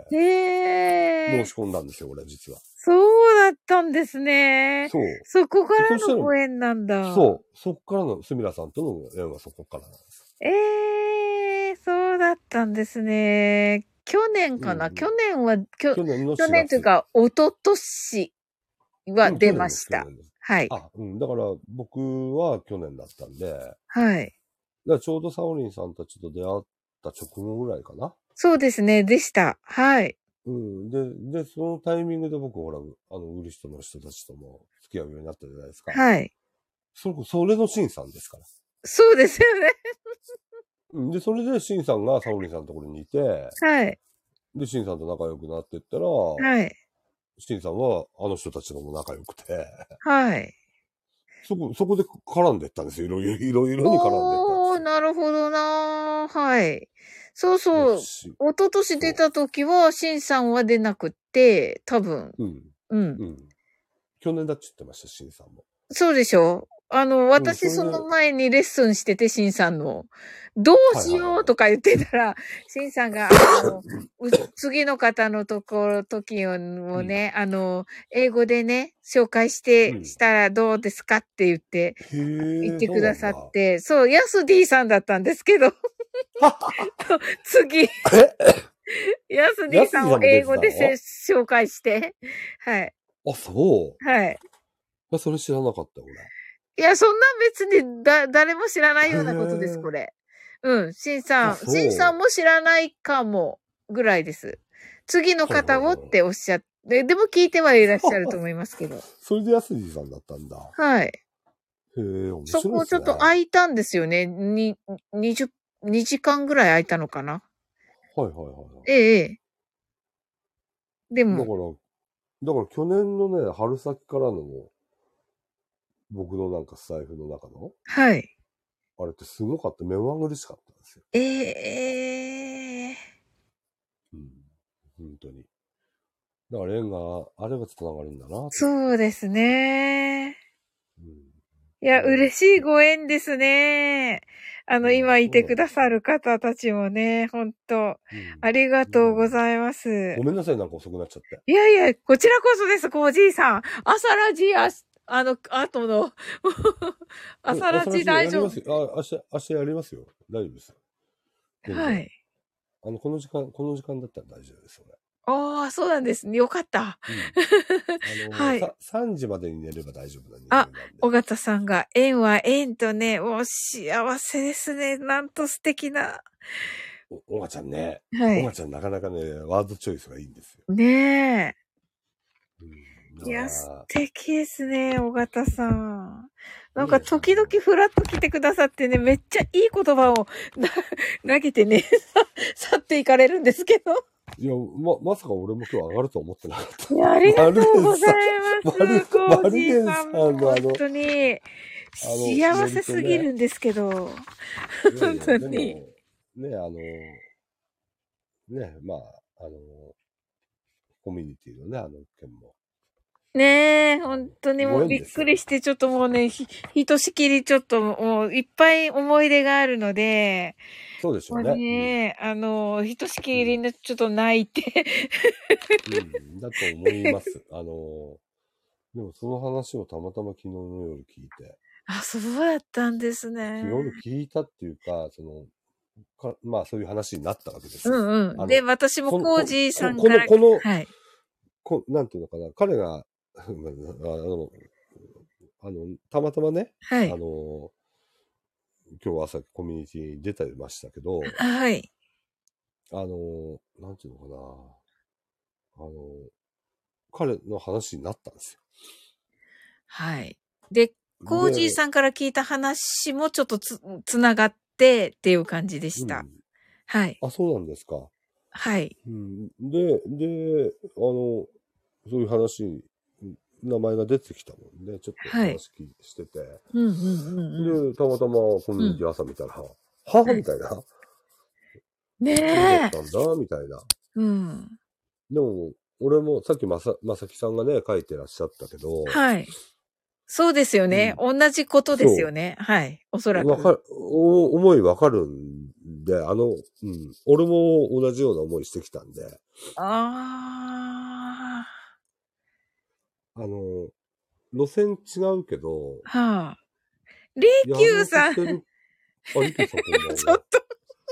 申しええ。 込んだんですよ、俺、実は。 そうだったんですね。 そそこかう。 らそしたら、 のご縁なんだ。 そう。そっからの、すみらさんとの縁はそこからなんです。 ええ、そうだったんですね。去年うんうかな、 ん。去年の去 4月。 年というか、一昨年はうん、 出去年です、 ました。 去年です。 はい。 あ、うん、だから僕は去年だったんで、だかはい。 らちょうどサオリンさんたちと出会った直後ぐらいかな。 そうですね、でした。はい。 うん。そのタイミングで僕、ほら、売る人の人たちとも付き合うようになったじゃないですか。 はい。 それのシンさんですから。 そうですよね。 うん。で、それでシンさんがサオリンさんのところにいて、 はい。 で、シンさんと仲良くなってったら、 はい。 シンさんはあの人たちとも仲良くて、 はい。 そこで絡んでったんですよ。いろいろに絡んでったんでおー、 すよ。 なるほどなー。はい。そういや、 そう。一昨年出そた時は、シンさんは出なくって、多分。 う。うん。 うん。 うん。去年だって言ってました、シンさんも。 そうでしょ？ うん、そ私それで、 の前にレッスンしてて、シンさんの。どうはいしはいはいはい。 ようとか言ってたら、シンさんが、次の方の時をうん。 ね、英語でね、紹介うん。 したらどうですかって言っへえ、 てくだそうなんだ。 さって、そう、ヤスディさんだったんですけど、次、ヤスディさんをヤスジさんも出英語でてたの？ 紹介して、はい。 あ、そはい。 う。それ知らなかった、俺。 いや、そんな別に誰も知らないへようなことです、 え。 これ。うん、 あ、 シンさんそも知らないかも、ぐらいです。次のう。はいはい方をっはい。 ておっしゃって、でも聞いてはいらっしゃると思いますけど。 それで安次さんだったんだ。 はい。 へえ、面そ白いですね。 こちょっと空いたんですよね。2時間ぐらい空いたのかな。 はいはいはいはええ、ええ。でい。だかも、 ら、去年のね、春先からの僕のなんかスタイフの中の、 はい。 あれってすごかった。目まぐるしかったんですよ。 ええ、 うん。本当に。だから縁があれば繋がるんだなと思って。 そうですね。 うん。 いや、 だから、 嬉しいご縁ですね。 いや、 今いそうてくだなんですよ。 さる方たちもね、本当うん。 ありがとうございます。 ごめんなさい、なんか遅くなっちゃって。 いやいや、こちらこそです、コージーさん。朝ラジ、後のうん、 朝ラジ朝ラジ大丈夫。 やりますよ。明日やりますよ。大丈夫です。全然。 はい。 この時間だったら大丈夫です、俺。 ああ、そうなんですね。よかった。 うん。 はい。 3時までに寝れば大丈夫な人あ、 間なんで。 尾形さんが、縁は縁とね、お幸せですね。なんと素敵な。 おがちゃんね。 はい。 おがちゃんなかなかね、ワードチョイスがいいんですよ。 ねえ。 うん。だいや、素から、 敵ですね、尾形さん。なんか、 ね、 時々フラッと来てくださってね、めっちゃいい言葉を投げてね、去っていかれるんですけど。 いや、まさか俺も今日上がると思ってなかった。 いや、ありがマルとうゲンさん、 ございます。コマージールゲンさんもさんの本当に幸ノせリとね、 すぎるんですけど、本いやいや、 当に。 でも、ね、ね、まあ、コミュニティのね、件も、 ねえ、本当にもうびっご縁ですよ。 くりして、ちょっともうね、ひとしきりちょっともういっぱい思い出があるので、もうそうでしょうね。うん。 ね、ひとしきうん。 りのちょっと泣いて。 うん。だと思います。でもその話をたまたま昨日の夜聞いて、 あ、そうだったんですね。 夜聞いたっていうか、まあそういう話になったわけですよ。 うんうん。で、私もこの、 コージーさこんから、 この、 はい。 なんていうのかな、彼が、たまたまね、 はい。 今日朝コミュニティに出てましたけど、 はい。 なんていうのかな、彼の話になったんですはい。で、 よ。 コージーで、 さんから聞いた話もちょっとつながってっていう感じでした。 うん。 はい。 あ、そうなんですか。 はい。 うん。で、そういう話、名前が出てきたもんで、ちょっとはい。 してて、 うんうんうんうん。 で、たまたまコミュニティ朝見たら、ははい。 みたいな。 ねそうだっえ。 たんだ、みたいな。 うん。 でも、俺もさっきまさきさんがね、書いてらっしゃったけど、 はい。そうですよね。 うん。 同じことですよそね。はい。おそらう。 く。 思いわかるんで、うん。俺も同じような思いしてきたんで、 ああの、路線違うけど、 あ。はあ。りやろうときゅうさん。 してる、あ、りきゅうさんこんばんは。 ちょっと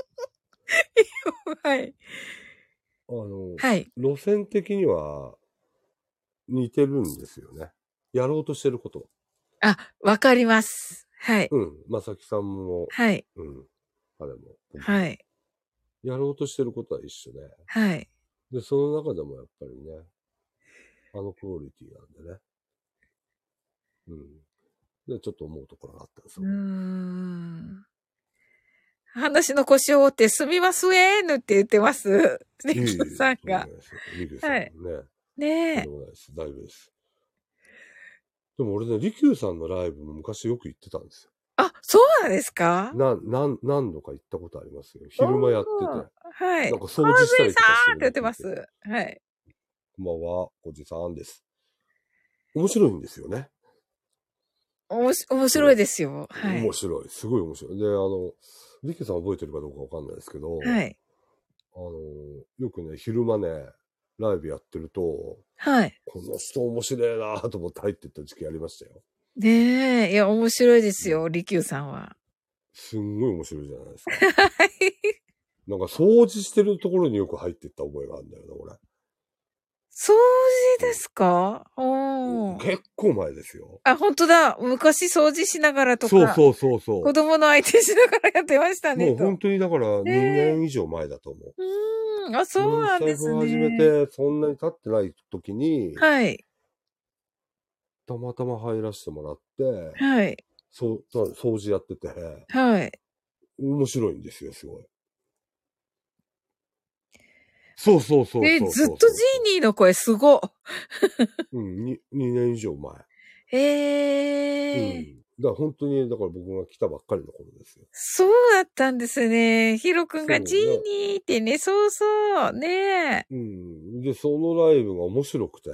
はい。 あの、 はい。 路線的には似てるんですよね。やろうとしてることは。 あ、わかります。はい。 うん。まさきさんも、 はい。 うん。あれも、僕も。 はい。 やろうとしてることは一緒で。 はい。 で、その中でもやっぱりね、クオリティなんでね。うん。で、ちょっと思うところがあったんですうーよ。 ん。話の腰を折ってすみますえーぬって言ってます。りきゅういえいえ、 さんが。 とんでもないです。りきゅうさんはい。 ね。とんでねえ。 もないです。大丈夫です。でも俺ね、りきゅうさんのライブも昔よく行ってたんですよ。 あ、そうなんですか？ 何度か行ったことありますよ。 お昼間やってて。 ー。はい。 なんかコー掃除したジーさりとかしてんって言ってるの聞いて。 ます。はい。 こんばんは、おじさんです。面白いんですよね。 面白いそですよ。 う。 はい。 面白い。すごい面白い。で、リキさん覚えてるかどうかわかんないですけど、 はい。 よくね、昼間ね、ライブやってると、 はい。 この人面白いなと思って入ってった時期ありましたよ。 ねえ。いや、面白いですうん。 よ。利休さんは。 すんごい面白いじゃないですか。 はい。 なんか掃除してるところによく入ってった覚えがあるんだよな、俺。 掃除でうん。 すか？おおー。 結構前ですよ。 あ、本当だ。昔掃除しながらとか。 そうそうそうそ子供の相手しながらやってましたう。 ね、と。 もう本当にだから2年以上前だと思う。 あ、そうなんで財布すね。 始めてそんなに経ってない時に、 はい。 たまたま入らせてもらって、 はい。 掃除やってて、 はい。 面白いんですよ、すごい。そうそうそうそうずっそうとジーニーの声すごっ。 うん、2年以上前。 ええー。 だから本当に、だから僕が来たばっかりの頃ですよ。 そうだったんですね。ヒロ君がジーそうニーってね、そうそう、ねえ。 で、そのライブが面白くて。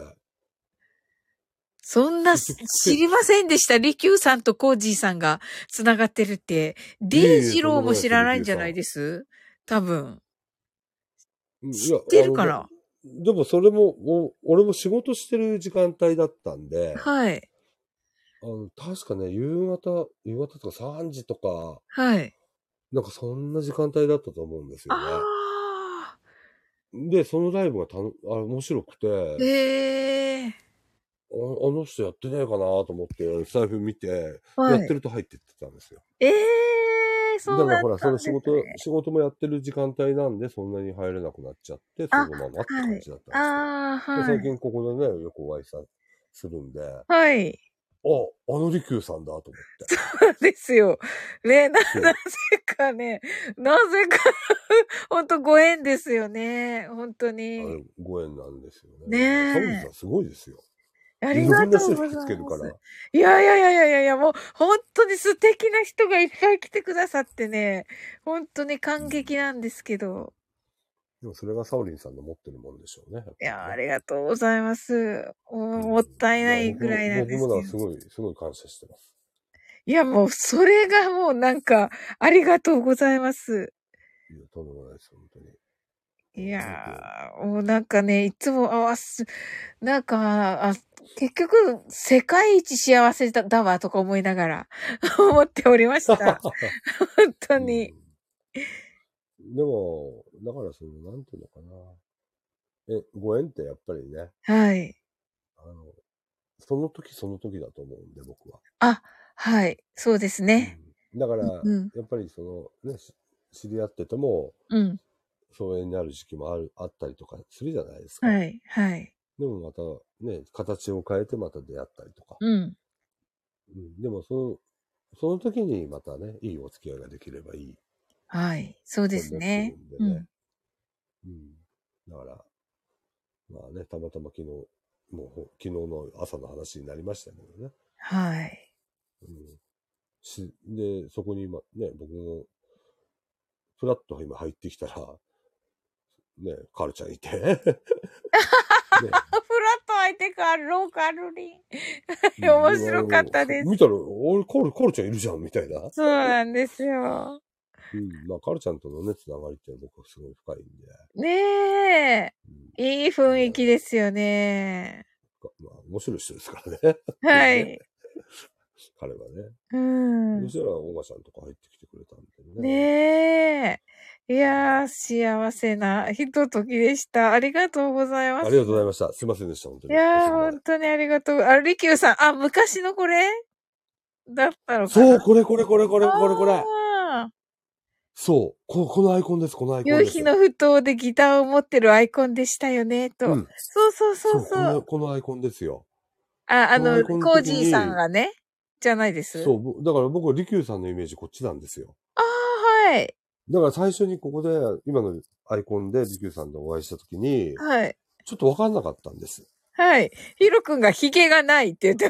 そんな、 結局知りませんでした。リキューさんとコージーさんが繋がってるって。デイジローも知らないんじゃないです多分。知ってるかな。 でもそれも、俺も仕事してる時間帯だったんで、 はい。 確かね、夕方とか3時とか、 はい。 なんかそんな時間帯だったと思うんですよね。 あで、そのライブが面白くて、 ー。ええー。 あの人やってねえかなと思って、財布見て、 はい。 やってると入ってってたんですよ。 ええー、そうだっだからほら、そたんですのね。 仕事もやってる時間帯なんで、そんなに入れなくなっちゃって、そあ、 のままってはい。 感じだったんですけど。 ああ、 で、 はい。 最近ここでね、よくお会いするんで、 はい。 あの利休さんだと思って。 そうですよ。ね、なそう。 ぜかね、なぜかほんとご縁ですよね。本当に。 ご縁なんですよねね。だからサウジさえ。 んすごいですよ。 あいりがとうろんな人引きございます。 つけるから。 いやいやいやいやいやいや、もう本当に素敵な人がいっぱい来てくださってね、本当に感激なんですけど。 でもそれがサウリンさんの持ってるもんでしょうね。やっぱいや、ありね。 りがとうございます。もったいないぐらいなんですよ。 僕もすごい感謝してます。 いや、もうそれがもうなんか、ありがとうございます。 いや、とんでもないです、本当に。 いやー、もうなんかね、いつも、なんか、結局、世界一幸せだわとか思いながら思っておりました。本当に。 でも、だからなんていうのかな。ご縁ってやっぱりね、 はい。 その時その時だと思うんで、僕は。 あ、はい。そうですね。 だから、 うん。 やっぱりね、知り合ってても、 うん。 疎遠になる時期もあったりとかするじゃないですか。 はい。はい。 でもまたね、形を変えてまた出会ったりとか。 うん。 でもその時にまたね、いいお付き合いができればいいはい。そうでと思ってるすね。 んでね。 うん。 だから、まあね、たまたま昨日の朝の話になりましたけどね。 はい。 で、そこに今ね、僕のフラットが今入ってきたら、ね、カールちゃんいて。ね、フラット相手か、ローカルリン。面白かったです。 見たら、俺、カールちゃんいるじゃん、みたいな。 そうなんですよ。 まあ、カールちゃんとのね、つながりって僕はすごい深いんで。 ねえ。いい雰囲気ですよね。 まあ、面白い人ですからね。 はい。 彼はね。 うん。 そしたら、オガちゃんとか入ってきてくれたんでね。 ねえ。いやー、幸せなひとときでした。ありがとうございます。 ありがとうございました。すいませんでした、本当に。 いやー、本当にありがとう。リキューさん、昔のこれだったのかな。 そう、これ。 あー。 そう、このアイコンです、このアイコンです。 夕日の埠頭でギターを持ってるアイコンでしたよね、と。そうそうそうそう。 このアイコンですよ。 コこのアイコンのージーさん時に、 がね、じゃないです。 だから僕はリキューさんのイメージこっちなんですよ。 ああ、はい。 だから最初にここで、今のアイコンでリキューさんとお会いした時に、 はい。 ちょっとわかんなかったんです。 はい。ヒロ君がヒゲがないって言ってます。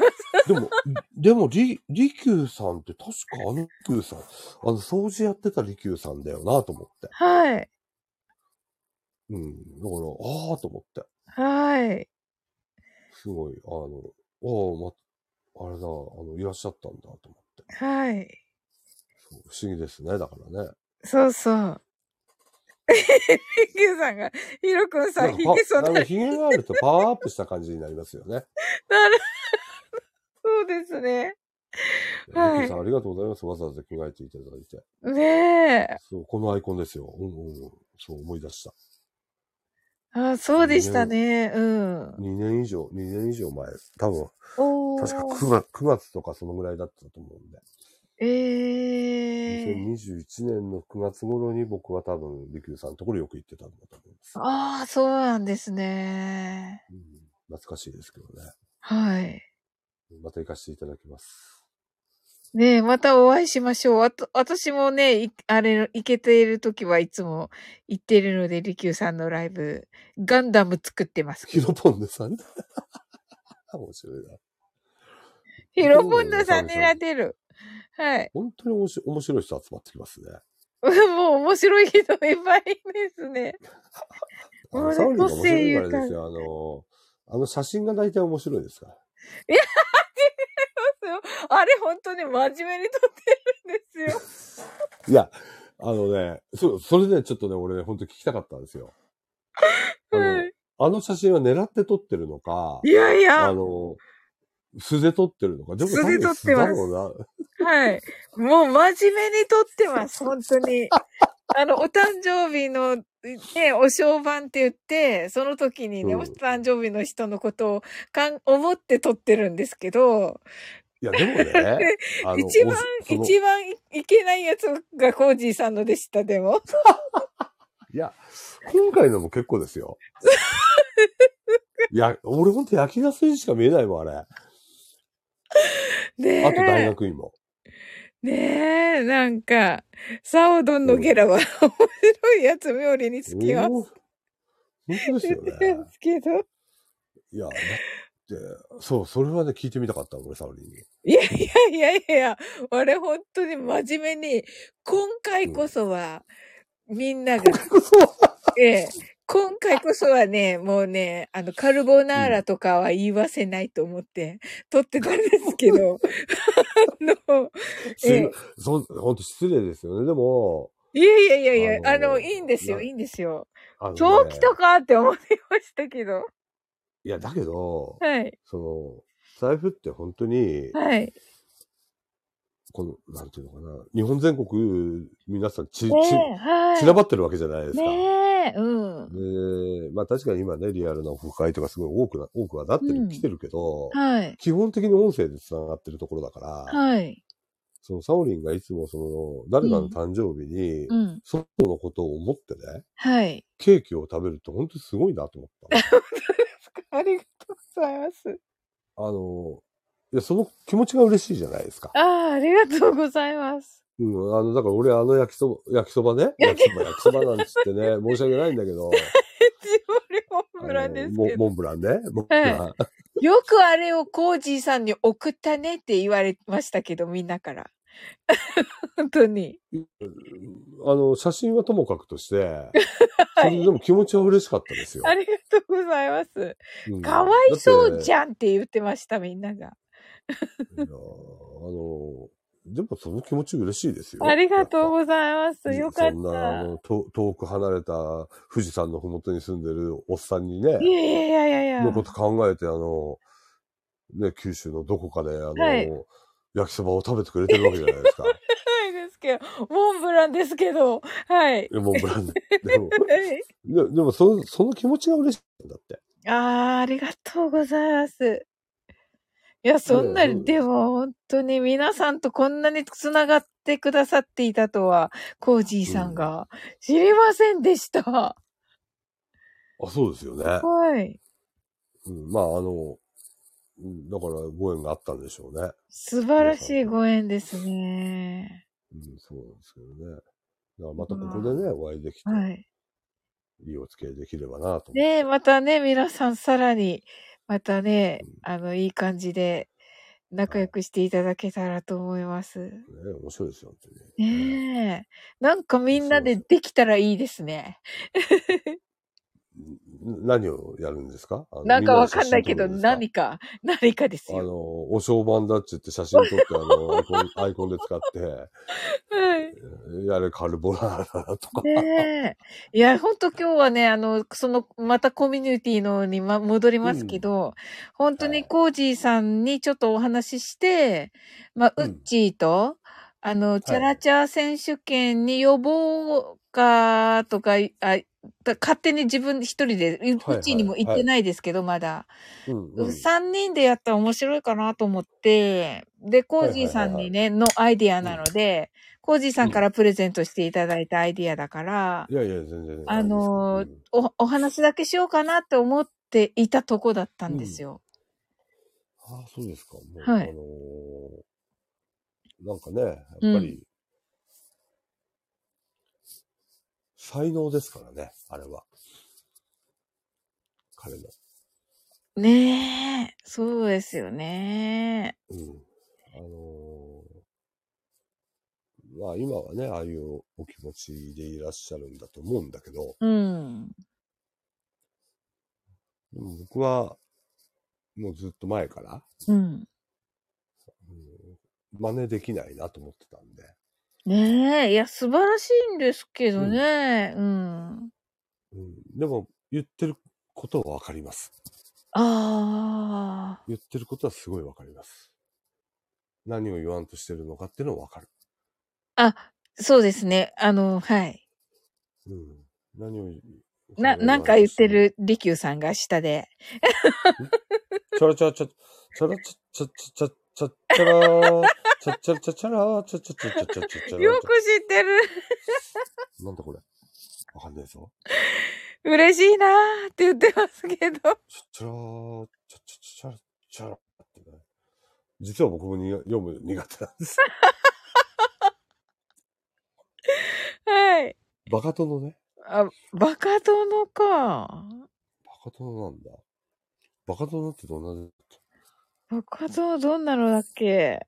でも、リキューさんって確かリキューさん、掃除やってたリキューさんだよなと思って。 はい。 だから、ああと思って。 はい。 すごい、あれだ、いらっしゃったんだと思って。 はい。 不思議ですね、だからね。 そうそう。ヒゲさんが、ヒロ君さん、ヒゲそんなに。 ヒゲがあるとパワーアップした感じになりますよね。 なる、そうですね。 リキューさんありがとうございます。わざわざ着替えていただいて。 ねえ。 そう、このアイコンですよ。そう思い出した。 あ、そうでしたね。うん。 2年以上前です。多分、確かおー。 9月とかそのぐらいだったと思うんで。 ええ。 2021年の9月頃に僕は多分、利休さんのところよく行ってたんだと思います。 ああ、そうなんですね。 うん、懐かしいですけどね。 はい。 また行かせていただきます。 ねえ、またお会いしましょう。私もね、行けているときはいつも行ってるので、リキューさんのライブ、ガンダム作ってますけど。 ヒロポンヌさん面白いな。 ヒロポンところでね、 ヌさん狙サオリンさん、 ってる。はい。 本当に面白い人集まってきますね。 もう面白い人いっぱいですね。もうね、 サオリン個が面白いか性豊か。いらですよ。写真が大体面白いですから。 や、違いますよ。あれ本当に真面目に撮ってるんですよ。 いや、それでちょっとね、俺ね、本当聞きたかったんですよ。 はい。 あの写真は狙って撮ってるのか、 いやいや、 素で撮ってるのか。でも多素で撮っ分素だてます。 ろうはい。もう真面目に撮ってます。本当に。お誕生日の、ね、お正晩って言って、その時にな。 ね、おうん。 誕生日の人のことを思って撮ってるんですけど、 いや、でもね、 であの、 一番、 おし、その、 一番いけないやつがコージーさんのでした、でも。 いや、今回のも結構ですよ。いや、俺ほんと焼き出すにしか見えないもん、あれ。 ねあと大え。 学院も。 ねえ、なんか、サオドンうん。 のゲラは面白いやつ冥利につきまおー、 す。 本当ですよね。 言ってますけど。 いや、だって、そう、それはね、聞いてみたかった、俺、サウリーに。 いやいやいやいや、俺本当に真面目に、今回うん。 こそは、みんなが、 今回こそは、 ええ、今回こそはね、もうね、カルボナーラうん。 とかは言わせないと思って撮ってたんですけど、えすいま、 え、 ほんと失礼ですよね。でも、 いやいやいやいや、 あの、 いいんですよ、 な、 いいんですよ。 あのそうきたね、 かって思いましたけど。 いや、だけど、 はい。 その、財布って本当に、 はい。 なんていうのかな、日本全国、皆さんねえ、 散はい。 らばってるわけじゃないですか。 ねえ、うん。 で、まあ確かに今ね、リアルなオフ会とかすごい多くはなってる、来うん。 てるけど、 はい。 基本的に音声で繋がってるところだから、 はい。 そのサオリンがいつも誰かのうん。 誕生日に、 うん。 外のことを思ってね、 はい。 ケーキを食べるって本当にすごいなと思ったの。 本当ですか？ありがとうございます。 いや、その気持ちが嬉しいじゃないですか。 ああ、ありがとうございます。 うん、だから俺焼きそばね、焼きそばなんつってね、申し訳ないんだけど、 絞りモンブランですけど。 モンブランね、モンブはい。 ラン。 よくあれをコージーさんに送ったねって言われましたけど、みんなから。本当に。 写真はともかくとして、それでではい。 も気持ちは嬉しかったですよ。 ありがとうございます。 うかわん。だって、 いそうじゃんって言ってました、みんなが。 いやでもその気持ち嬉しいですよ。 ありやっぱ。 がとうございます。よかっそんな、 た。 遠く離れた富士山のふもとに住んでるおっさんにね、 いやいやいやいやいや。 のこと考えて、ね、九州のどこかで、 はい。 焼きそばを食べてくれてるわけじゃないですか。 ないですけど、モンブランですけど、はい。 モンブランで。でも、 はい。 でもその気持ちが嬉しいんだって。 ああ、ありがとうございます。いや、そんで、 なに、でも本当に皆さんとこんなに繋がってくださっていたとは、コージーうん。 さんが知りませんでした。 あ、そうですよね。 はい。 うん、まあ、だからご縁があったんでしょうね。 素晴らしい皆さんと。 ご縁ですね。 うん、そうなんですけどね。だからまたここでね、 まお会いできあ、 て、 はい。 いいお付き合いできればなと思っねえ、 て。 またね、皆さんさらに、またね、 うん、 いい感じで仲はい。 良くしていただけたらと思います。 ね、面白いですよ、本当に。ね。 ねえ。なんかみんなですいません。 できたらいいですね。 何をやるんですか？ なんかわみんなで写真撮かんないけど、 るんですか？ 何かですよ。 お正晩だっつって写真撮って、アイコンで使って、 はい。 やれカルボナーラとか。 ねえ。いや、ほんと今日はね、またコミュニティのに戻りますけうん。 ど、ほんとにはい。 コージーさんにちょっとお話しして、ウッうん。 チーと、チャラはい。 チャー選手権に呼ぼうかとか、勝手に自分一人で、うちにも行ってないですけど、まだ。3人でやったら面白いかなと思って、で、コージーさんにね、のアイディアなので、コージーさんからプレゼントしていただいたアイディアだから、 いやいや、全然。 お話だけしようかなって思っていたとこだったんですよ。 ああ、そうですか。もう、 はい。 なんかね、やっぱり、才能ですからね、あれは。彼の。 ねえ、そうですよね。 まあ今はね、ああいうお気持ちでいらっしゃるんだと思うんだけど、でも僕は、もうずっと前から、真似できないなと思ってたんで。 ねえ、いや、素晴らしいんですけどね。 でも、言ってることはわかります。言ってることはすごいわかります。何を言わんとしてるのかっていうのはわかる。 あ、そうですね。はい。 何をなんか言ってる利休さんが下で。 ちょろちょろちょ、ちょろちょ、ちょ、ちょ、ちょ、ちょろちょ、ちょろちょ、ちょろちょ、ちょ、ちょ、ちょ、ちょ、ちょ、ちょ、 よく知ってる。 なんだこれ。わかんないぞ。 嬉しいなーって言ってますけど。 ちょろちょ、ちょろ、ちょろってね。実は僕も読む苦手なんです。 はい。 バカ殿ね。 バカ殿か。バカ殿なんだ。バカ殿ってどんなだっけ？ バカ殿どんなのだっけ？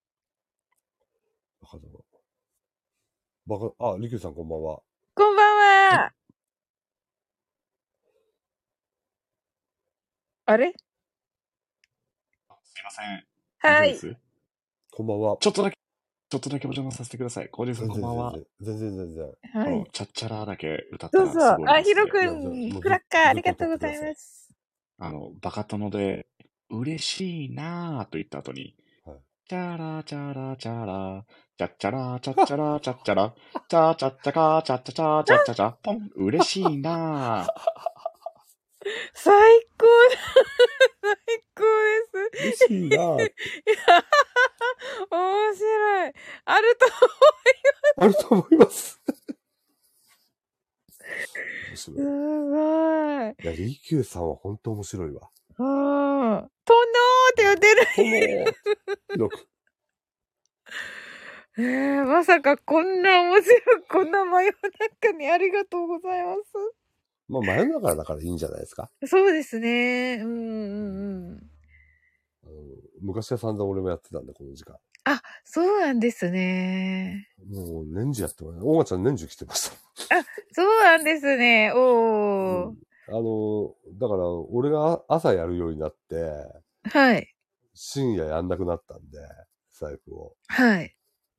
バカ殿。リキューさんこんばんは。 こんばんは。あれ？ すいません。 はい。 大丈夫です？ こんばんは。 ちょっとだけお邪魔させてください。コージーさんこんばんは。 全然。 はい。 チャッチャラだけ歌ったそうそう。 らすごいですね。 ヒロ君、クラッカーありがとうございます。 バカ殿で、嬉しいなぁと言った後に、チャラチャラチャラ、チャッチャラチャッチャラチャッチャラ、チャチャッチャカチャッチャチャチャッチャチャ、ポン、嬉しいなぁ。 最高最高です。 嬉しいなぁ。 面白い。あると思います。あると思います。面白い。 すごい。 いや、リキューさんは本当面白いわ。 殿ーって言ってる。 殿ー。 まさかこんな面白い、こんな真夜中にありがとうございます。 まあ、真夜中だからいいんじゃないですか。 そうですね。 昔は散々俺もやってたんで、この時間。 あ、そうなんですね。 もう年中やってます。大間ちゃん年中来てました。 あ、そうなんですね。おー。 だから、俺が朝やるようになって、 はい。 深夜やんなくなったんで、財布を。 はい。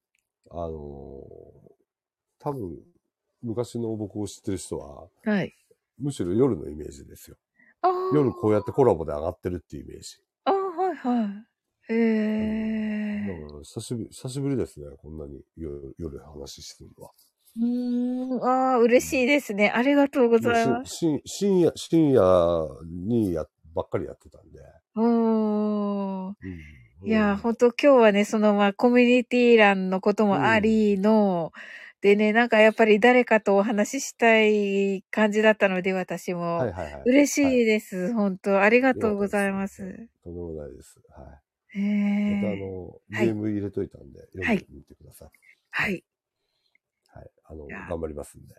多分、昔の僕を知ってる人は、 はい。 むしろ夜のイメージですよ。 あ夜こうやってコラボで上がってるっていうイメージ。 はいはい。 だから久しぶりですね。こんなに夜話してるのは。嬉しいですね。ありがとうございます。 深夜にばっかりやってたんで。 いや、本当今日はね、コミュニティ欄のこともありの、でね、なんかやっぱり誰かとお話ししたい感じだったので、私も。嬉しいです。本当ありがとうございます。 とんでもないです。はい。またゲーム入れといたんで、読んでみてください。 はい。 はい。頑張りますんで。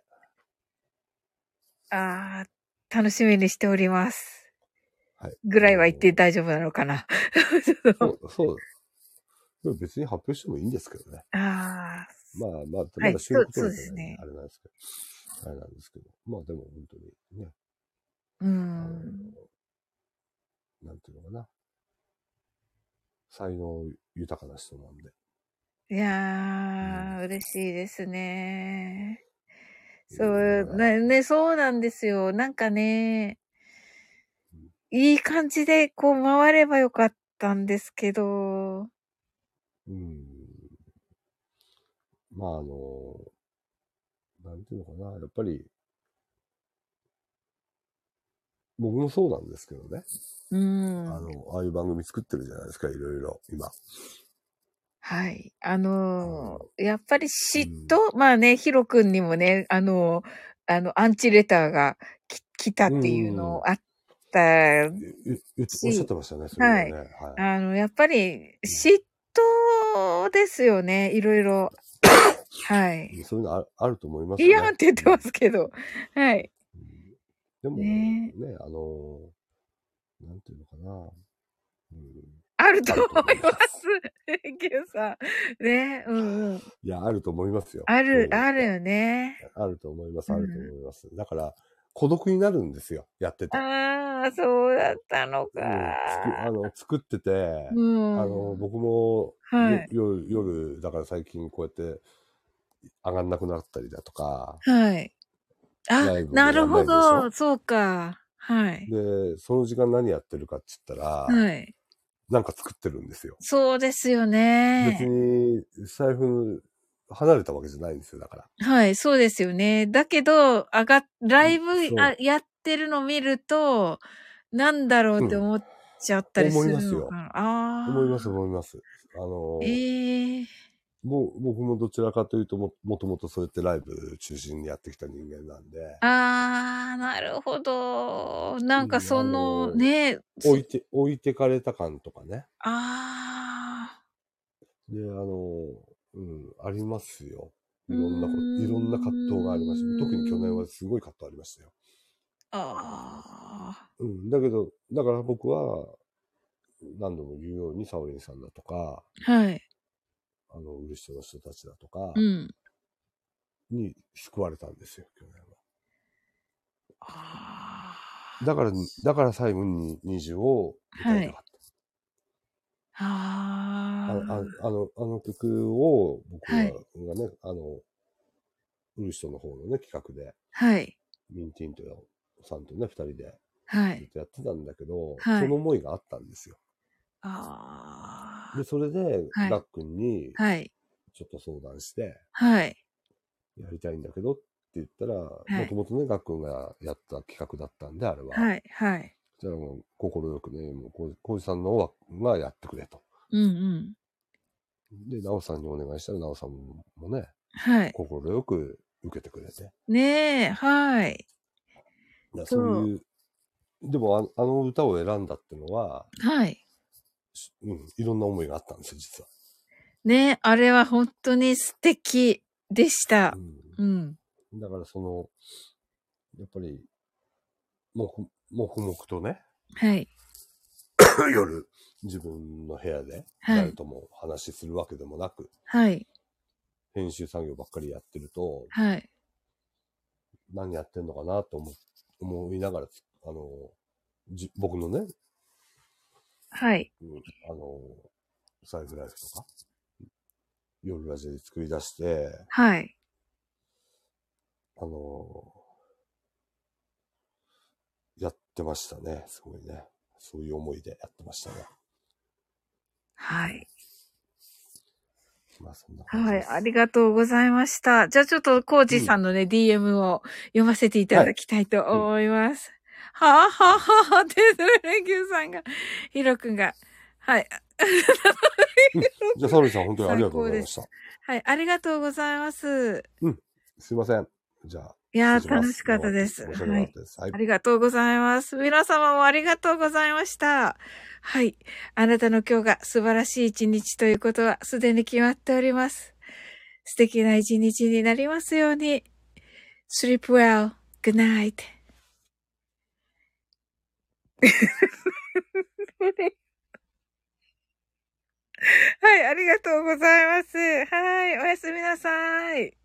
楽しみにしております。 はい。 ぐらいは言って大丈夫なのかな。 そう。別に発表してもいいんですけどね。まだ収録取れてないんで、あれなんですけど。あれなんですけど。まあでも本当にね。なんていうのかな。才能豊かな人なんで。 いやー、嬉しいですね。そうなんですよ。なんかね、いい感じでこう回ればよかったんですけど。 まあなんていうのかな、やっぱり、僕もそうなんですけどね。ああいう番組作ってるじゃないですか、いろいろ、今。 はい。やっぱり嫉妬、まあね、ヒロ君にもね、アンチレターが来たっていうのあったおっしゃってましたね、それはね。 はい。やっぱり嫉妬ですよね、いろいろ。はい。 そういうのあると思いますね。 いやんって言ってますけど。はい。 でもね、なんていうのかな。 あると思います。ケンさん。ね、 いや、あると思いますよ。 あるよね。 あると思います、あると思います。だから、孤独になるんですよ、やってて。 ああ、そうだったのか。 作ってて、僕も、夜、だから最近こうやって上がんなくなったりだとか。 はい。あ、なるほど、そうか。はい。 で、その時間何やってるかって言ったら、 はい。 なんか作ってるんですよ。 そうですよね。 別に、財布、離れたわけじゃないんですよ、だから。 はい、そうですよね。だけど、ライブやってるの見ると、なんだろうって思っちゃったりするのかな。 思います。僕もどちらかというともともとそうやってライブ中心にやってきた人間なんで。 なるほど。なんかね。 置いてかれた感とかね。で、ありますよ。いろんな葛藤がありました。特に去年はすごい葛藤ありましたよ。だけど、だから僕は、何度も言うように、サオリンさんだとか、 はい。 売る人の人たちだとか、に救われたんですよ、去年は。だから最後に20を歌いたかった。あの曲を僕がね、売る人の方のね、企画で、はい。ミンティントさんとね、二人で、ずっとやってたんだけど、その思いがあったんですよ。で、それで、ガックンに、ちょっと相談して、はい。やりたいんだけどって言ったら、もともとね、ガックンがやった企画だったんで、あれは。はい、はい。じゃあもう、心よくね、もう、コウジさんのがやってくれと。で、ナオさんにお願いしたら、ナオさんもね、はい。心よく受けてくれて。ねえ、はい。そういう、でもあの歌を選んだってのは、はい。いろんな思いがあったんですよ、実は。ね、あれは本当に素敵でした。だからやっぱり、黙々とね。はい。夜、自分の部屋で、誰とも話するわけでもなく。はい。編集作業ばっかりやってると。はい。何やってんのかなと思いながら、僕のね。はい。財布ライフとか。夜ラジで作り出して。はい。やってましたね。すごいね。そういう思いでやってましたね。はい。まあそんな感じです。はい。ありがとうございました。じゃあちょっとコージさんのね、DM を読ませていただきたいと思います。はぁはぁはぁって、レギューさんが、ヒロくんが、はい。じゃあ、サルさん本当にありがとうございました。はい。ありがとうございます。すいません。じゃあ。いやー、楽しかったです。はい。ありがとうございます。皆様もありがとうございました。はい。あなたの今日が素晴らしい一日ということはすでに決まっております。素敵な一日になりますように。Sleep well. Good night. はい、ありがとうございます。はい、おやすみなさい。